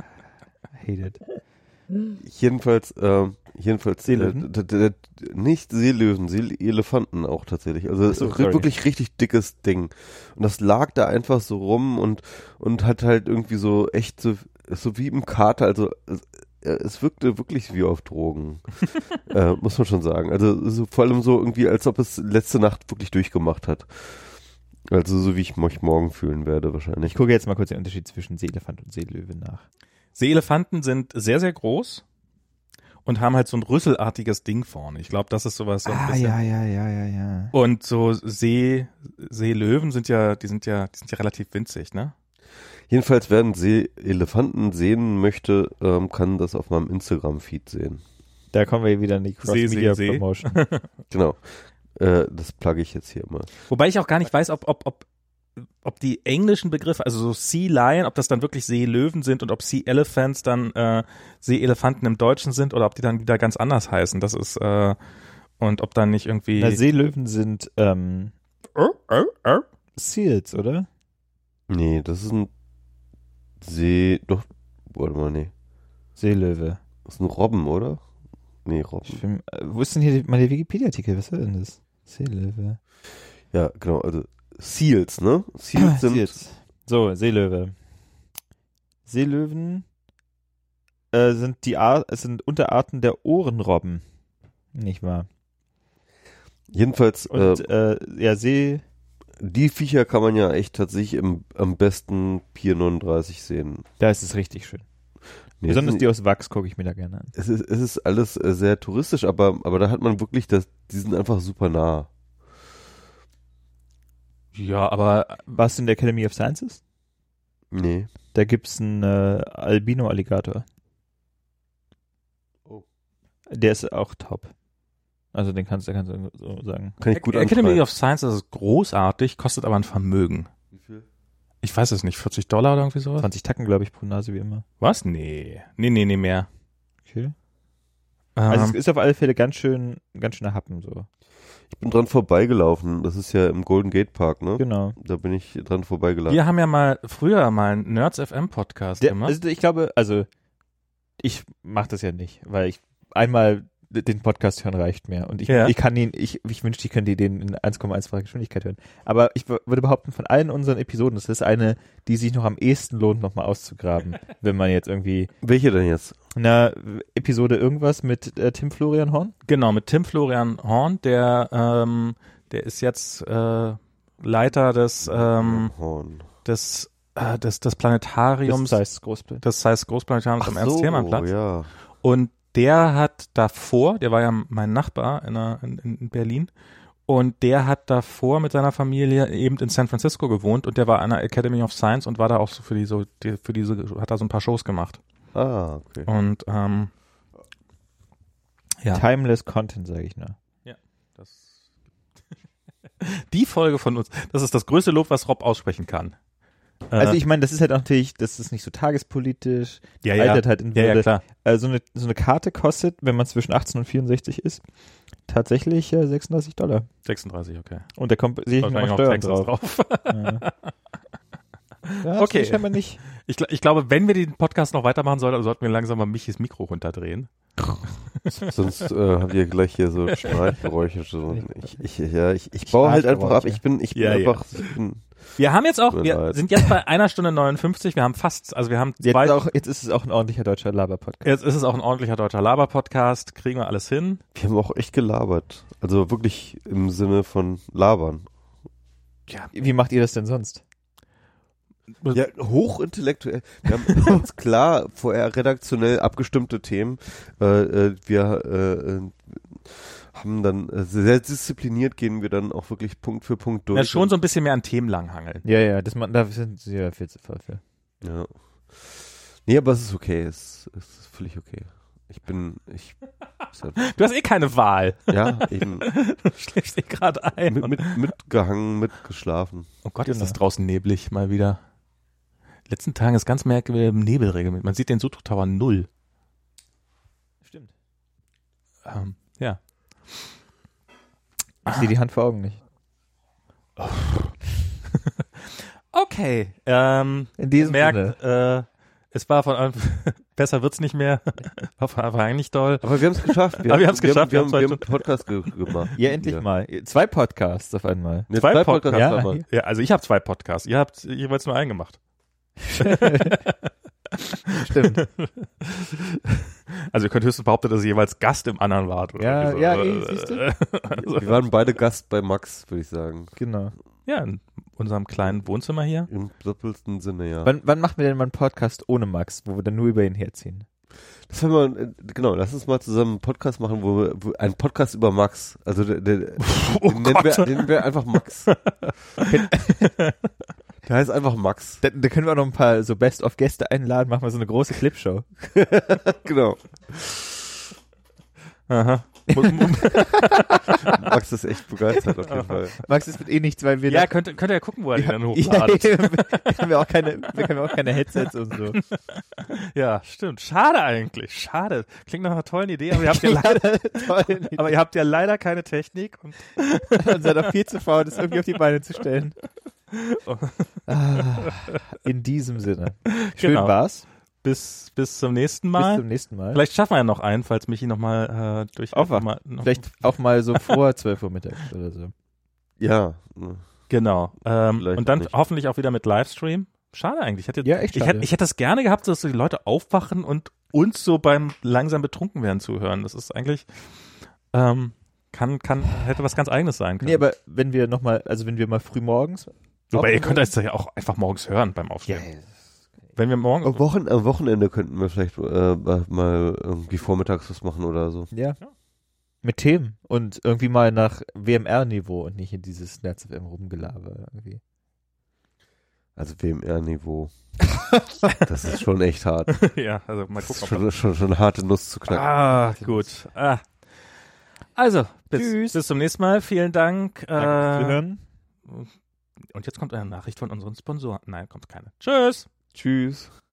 hate it. jedenfalls, ähm, jedenfalls, Seelöwen? Äh, d- d- d- nicht Seelöwen, Seelefanten auch tatsächlich. Also Ach so, ri- sorry. wirklich richtig dickes Ding. Und das lag da einfach so rum und und hat halt irgendwie so echt so so wie im Kater. Also es, es wirkte wirklich wie auf Drogen, äh, muss man schon sagen. Also so, vor allem so irgendwie, als ob es letzte Nacht wirklich durchgemacht hat. Also so wie ich mich morgen fühlen werde wahrscheinlich. Ich gucke jetzt mal kurz den Unterschied zwischen Seelefant und Seelöwe nach. Seeelefanten sind sehr, sehr groß und haben halt so ein rüsselartiges Ding vorne. Ich glaube, das ist sowas so ein Ah, bisschen. ja, ja, ja, ja, ja. Und so See, Seelöwen sind ja, die sind ja, die sind ja relativ winzig, ne? Jedenfalls, wer einen Seeelefanten sehen möchte, ähm, kann das auf meinem Instagram-Feed sehen. Da kommen wir wieder in die See, See, See. Cross-Media-Promotion. Genau. Äh, das plugge ich jetzt hier mal. Wobei ich auch gar nicht weiß, ob, ob, ob, ob die englischen Begriffe, also so Sea Lion, ob das dann wirklich Seelöwen sind und ob Sea Elephants dann äh, Seeelefanten im Deutschen sind oder ob die dann wieder ganz anders heißen. Das ist, äh, und ob dann nicht irgendwie. Na, Seelöwen sind ähm, Oh, oh, oh. Seals, oder? Nee, das ist ein See, doch, warte mal, nee. Seelöwe. Das ist ein Robben, oder? Nee, Ich Robben. find, äh, wo ist denn hier die- meine Wikipedia-Artikel? Was war denn das? Seelöwe. Ja, genau, also Seals, ne? Seals sind, Seals. So, Seelöwe. Seelöwen äh, sind die Ar es sind Unterarten der Ohrenrobben. Nicht wahr? jedenfalls, äh, Und äh, ja, See. die Viecher kann man ja echt tatsächlich im, am besten Pier neununddreißig sehen. Da ist es richtig schön. Nee, Besonders es die ist, aus Wachs gucke ich mir da gerne an. es ist, es ist alles äh, sehr touristisch, aber, aber da hat man wirklich, das, die sind einfach super nah. Ja, aber Warst du in der Academy of Sciences? Nee. Da gibt's einen äh, Albino-Alligator. Oh. Der ist auch top. Also den kannst, du kannst du so sagen. Kann ich gut Academy anschreien. of Science, das ist großartig, kostet aber ein Vermögen. Wie viel? Ich weiß es nicht, vierzig Dollar oder irgendwie sowas? zwanzig Tacken, glaube ich, pro Nase wie immer. Was? Nee. Nee, nee, nee, mehr. Okay. Ähm, Also es ist auf alle Fälle ganz schön, ganz schöner Happen so. Ich bin dran vorbeigelaufen. Das ist ja im Golden Gate Park, ne? Genau. Da bin ich dran vorbeigelaufen. wir haben ja mal früher mal einen Nerds F M Podcast Der, gemacht. also ich glaube, also ich mache das ja nicht, weil ich einmal den Podcast hören reicht mir und ich, Ja. ich kann ihn, ich, ich wünschte, ich könnte den in eins Komma eins-facher Geschwindigkeit hören. Aber ich w- würde behaupten, von allen unseren Episoden ist das eine, die sich noch am ehesten lohnt, nochmal auszugraben, wenn man jetzt irgendwie Welche denn jetzt? eine Episode irgendwas mit äh, Tim Florian Horn? Genau, mit Tim Florian Horn, der, ähm, der ist jetzt äh, Leiter des, ähm, Horn. des, äh, des, des Das Planetariums, heißt Großbild. das heißt Großplanetariums am Ernst-Thälmann-Platz. ja. Und der hat davor, der war ja mein Nachbar in, der, in, in Berlin, und der hat davor mit seiner Familie eben in San Francisco gewohnt und der war an der Academy of Science und war da auch so für die so die, für diese hat da so ein paar Shows gemacht. Ah, okay. Und ähm, ja, Timeless Content, sage ich nur. das die Folge von uns, das ist das größte Lob, was Rob aussprechen kann. Äh, Also ich meine, das ist halt natürlich, das ist nicht so tagespolitisch, ja, ja. altert halt in Ja, ja, Würde. klar. Äh, so, eine, so eine Karte kostet, wenn man zwischen achtzehn und vierundsechzig ist, tatsächlich äh, sechsunddreißig Dollar. sechsunddreißig, okay. Und da kommt, sehe ich nochmal Wahrscheinlich Steuern noch Texas drauf. drauf. Ja. Ja, Okay. okay. Scheinbar nicht. Ich, gl- ich glaube, wenn wir den Podcast noch weitermachen sollten, sollten wir langsam mal Michis Mikro runterdrehen. Sonst äh, habt ihr gleich hier so Schnarchgeräusche. So. Ich, ich, ja, ich, ich baue halt einfach ab. Ich bin, ich bin Ja, ja. einfach. Ich bin, Wir haben jetzt auch, Tut mir wir leid. sind jetzt bei einer Stunde neunundfünfzig, wir haben fast, also wir haben Jetzt, zwei, ist auch, jetzt ist es auch ein ordentlicher deutscher Laber-Podcast. jetzt ist es auch ein ordentlicher deutscher Laber-Podcast, kriegen wir alles hin. wir haben auch echt gelabert. Also wirklich im Sinne von labern. Ja, Wie macht ihr das denn sonst? Ja, hochintellektuell. Wir haben ganz klar vorher redaktionell abgestimmte Themen. Äh, äh, wir äh, äh, haben dann äh, sehr diszipliniert gehen wir dann auch wirklich Punkt für Punkt durch. ja, schon so ein bisschen mehr an Themen langhangeln. Ja, ja, das man, da sind sie ja viel zu voll für. Ja. Nee, aber es ist okay. Es, es ist völlig okay. Ich bin, ich, ist halt, Du hast eh keine Wahl. ja, eben Du schläfst eh gerade ein. mit, mit, mitgehangen, mitgeschlafen. Oh Gott, ist Genau. das draußen neblig mal wieder. In den letzten Tagen ist ganz merkwürdig im Nebelregel. Man sieht den Sutro Tower null. Stimmt. Ähm, ja. Ich sehe die Hand vor Augen nicht. Okay. Ähm, In diesem merkt, Sinne. äh, es war von Anfang, besser wird's nicht mehr. War von Anfang an nicht doll. Aber wir haben es geschafft. Aber wir haben's geschafft, Wir wir haben, haben wir zwei haben einen Podcast ge gemacht. Ja, endlich Ja. mal. Zwei Podcasts auf einmal. Ne, Zwei zwei Podcasts, Podcasts ja. haben wir. Ja, also ich habe zwei Podcasts. Ihr habt jeweils nur einen gemacht. Stimmt. Also ihr könnt höchstens behaupten, dass ihr jeweils Gast im anderen wart. Oder Ja, so. ja, eh, siehst du? Also, Wir waren beide Gast bei Max, würde ich sagen. Genau. ja, in unserem kleinen Wohnzimmer hier. Im doppelsten Sinne, ja. Wann, wann machen wir denn mal einen Podcast ohne Max, wo wir dann nur über ihn herziehen? Das haben wir, äh, genau, lass uns mal zusammen einen Podcast machen, wo wir, wo, einen Podcast über Max. Also der, der, Oh den, nennen wir, den nennen wir einfach Max. Der heißt einfach Max. Da, da können wir auch noch ein paar so Best-of-Gäste einladen, machen wir so eine große Clipshow. Genau. Aha. Muss- muss- Max ist echt begeistert auf jeden Fall. Max, es wird eh nichts, weil wir ja, da- könnt, könnt ihr ja gucken, wo er die ja, dann ja, hochladet. wir haben ja auch keine, wir haben ja auch keine Headsets und so. Ja, stimmt. Schade eigentlich. Schade. Klingt nach einer tollen Idee, aber ihr habt ja leider, Toll. aber ihr habt ja leider keine Technik. Und Und seid auch viel zu faul, das irgendwie auf die Beine zu stellen. Ah, in diesem Sinne. Schön Genau. war's. bis, bis zum nächsten Bis Mal. zum nächsten Mal. Vielleicht schaffen wir ja noch einen, falls Michi nochmal äh, durch Aufwacht. noch mal- noch- Vielleicht auch mal so vor zwölf Uhr mittags oder so. Ja. Genau. Ähm, Vielleicht und dann nicht. hoffentlich auch wieder mit Livestream. Schade eigentlich. Ich hätte, Ja, echt ich, schade. hätte, ich hätte das gerne gehabt, dass so die Leute aufwachen und uns so beim langsam betrunken werden zuhören. Das ist eigentlich, ähm, kann, kann, hätte was ganz Eigenes sein können. Nee, aber wenn wir nochmal, also wenn wir mal früh morgens. Wobei, ihr aufnehmen- könnt das ja auch einfach morgens hören beim Aufnehmen. Ja, Wenn wir morgen, Am, Wochen, am Wochenende könnten wir vielleicht äh, mal irgendwie vormittags was machen oder so. ja. Mit Themen und irgendwie mal nach W M R-Niveau und nicht in dieses Nerz F M rumgelaber irgendwie. Also W M R-Niveau. Das ist schon echt hart. ja, also mal Das gucken, ist ob schon, schon, schon eine harte Nuss zu wir, knacken. ah, gut. Ah. Also, bis, Tschüss. bis zum nächsten Mal. Vielen Dank. Danke fürs Äh, Zuhören. und jetzt kommt eine Nachricht von unseren Sponsoren. Nein, kommt keine. Tschüss. Tschüss.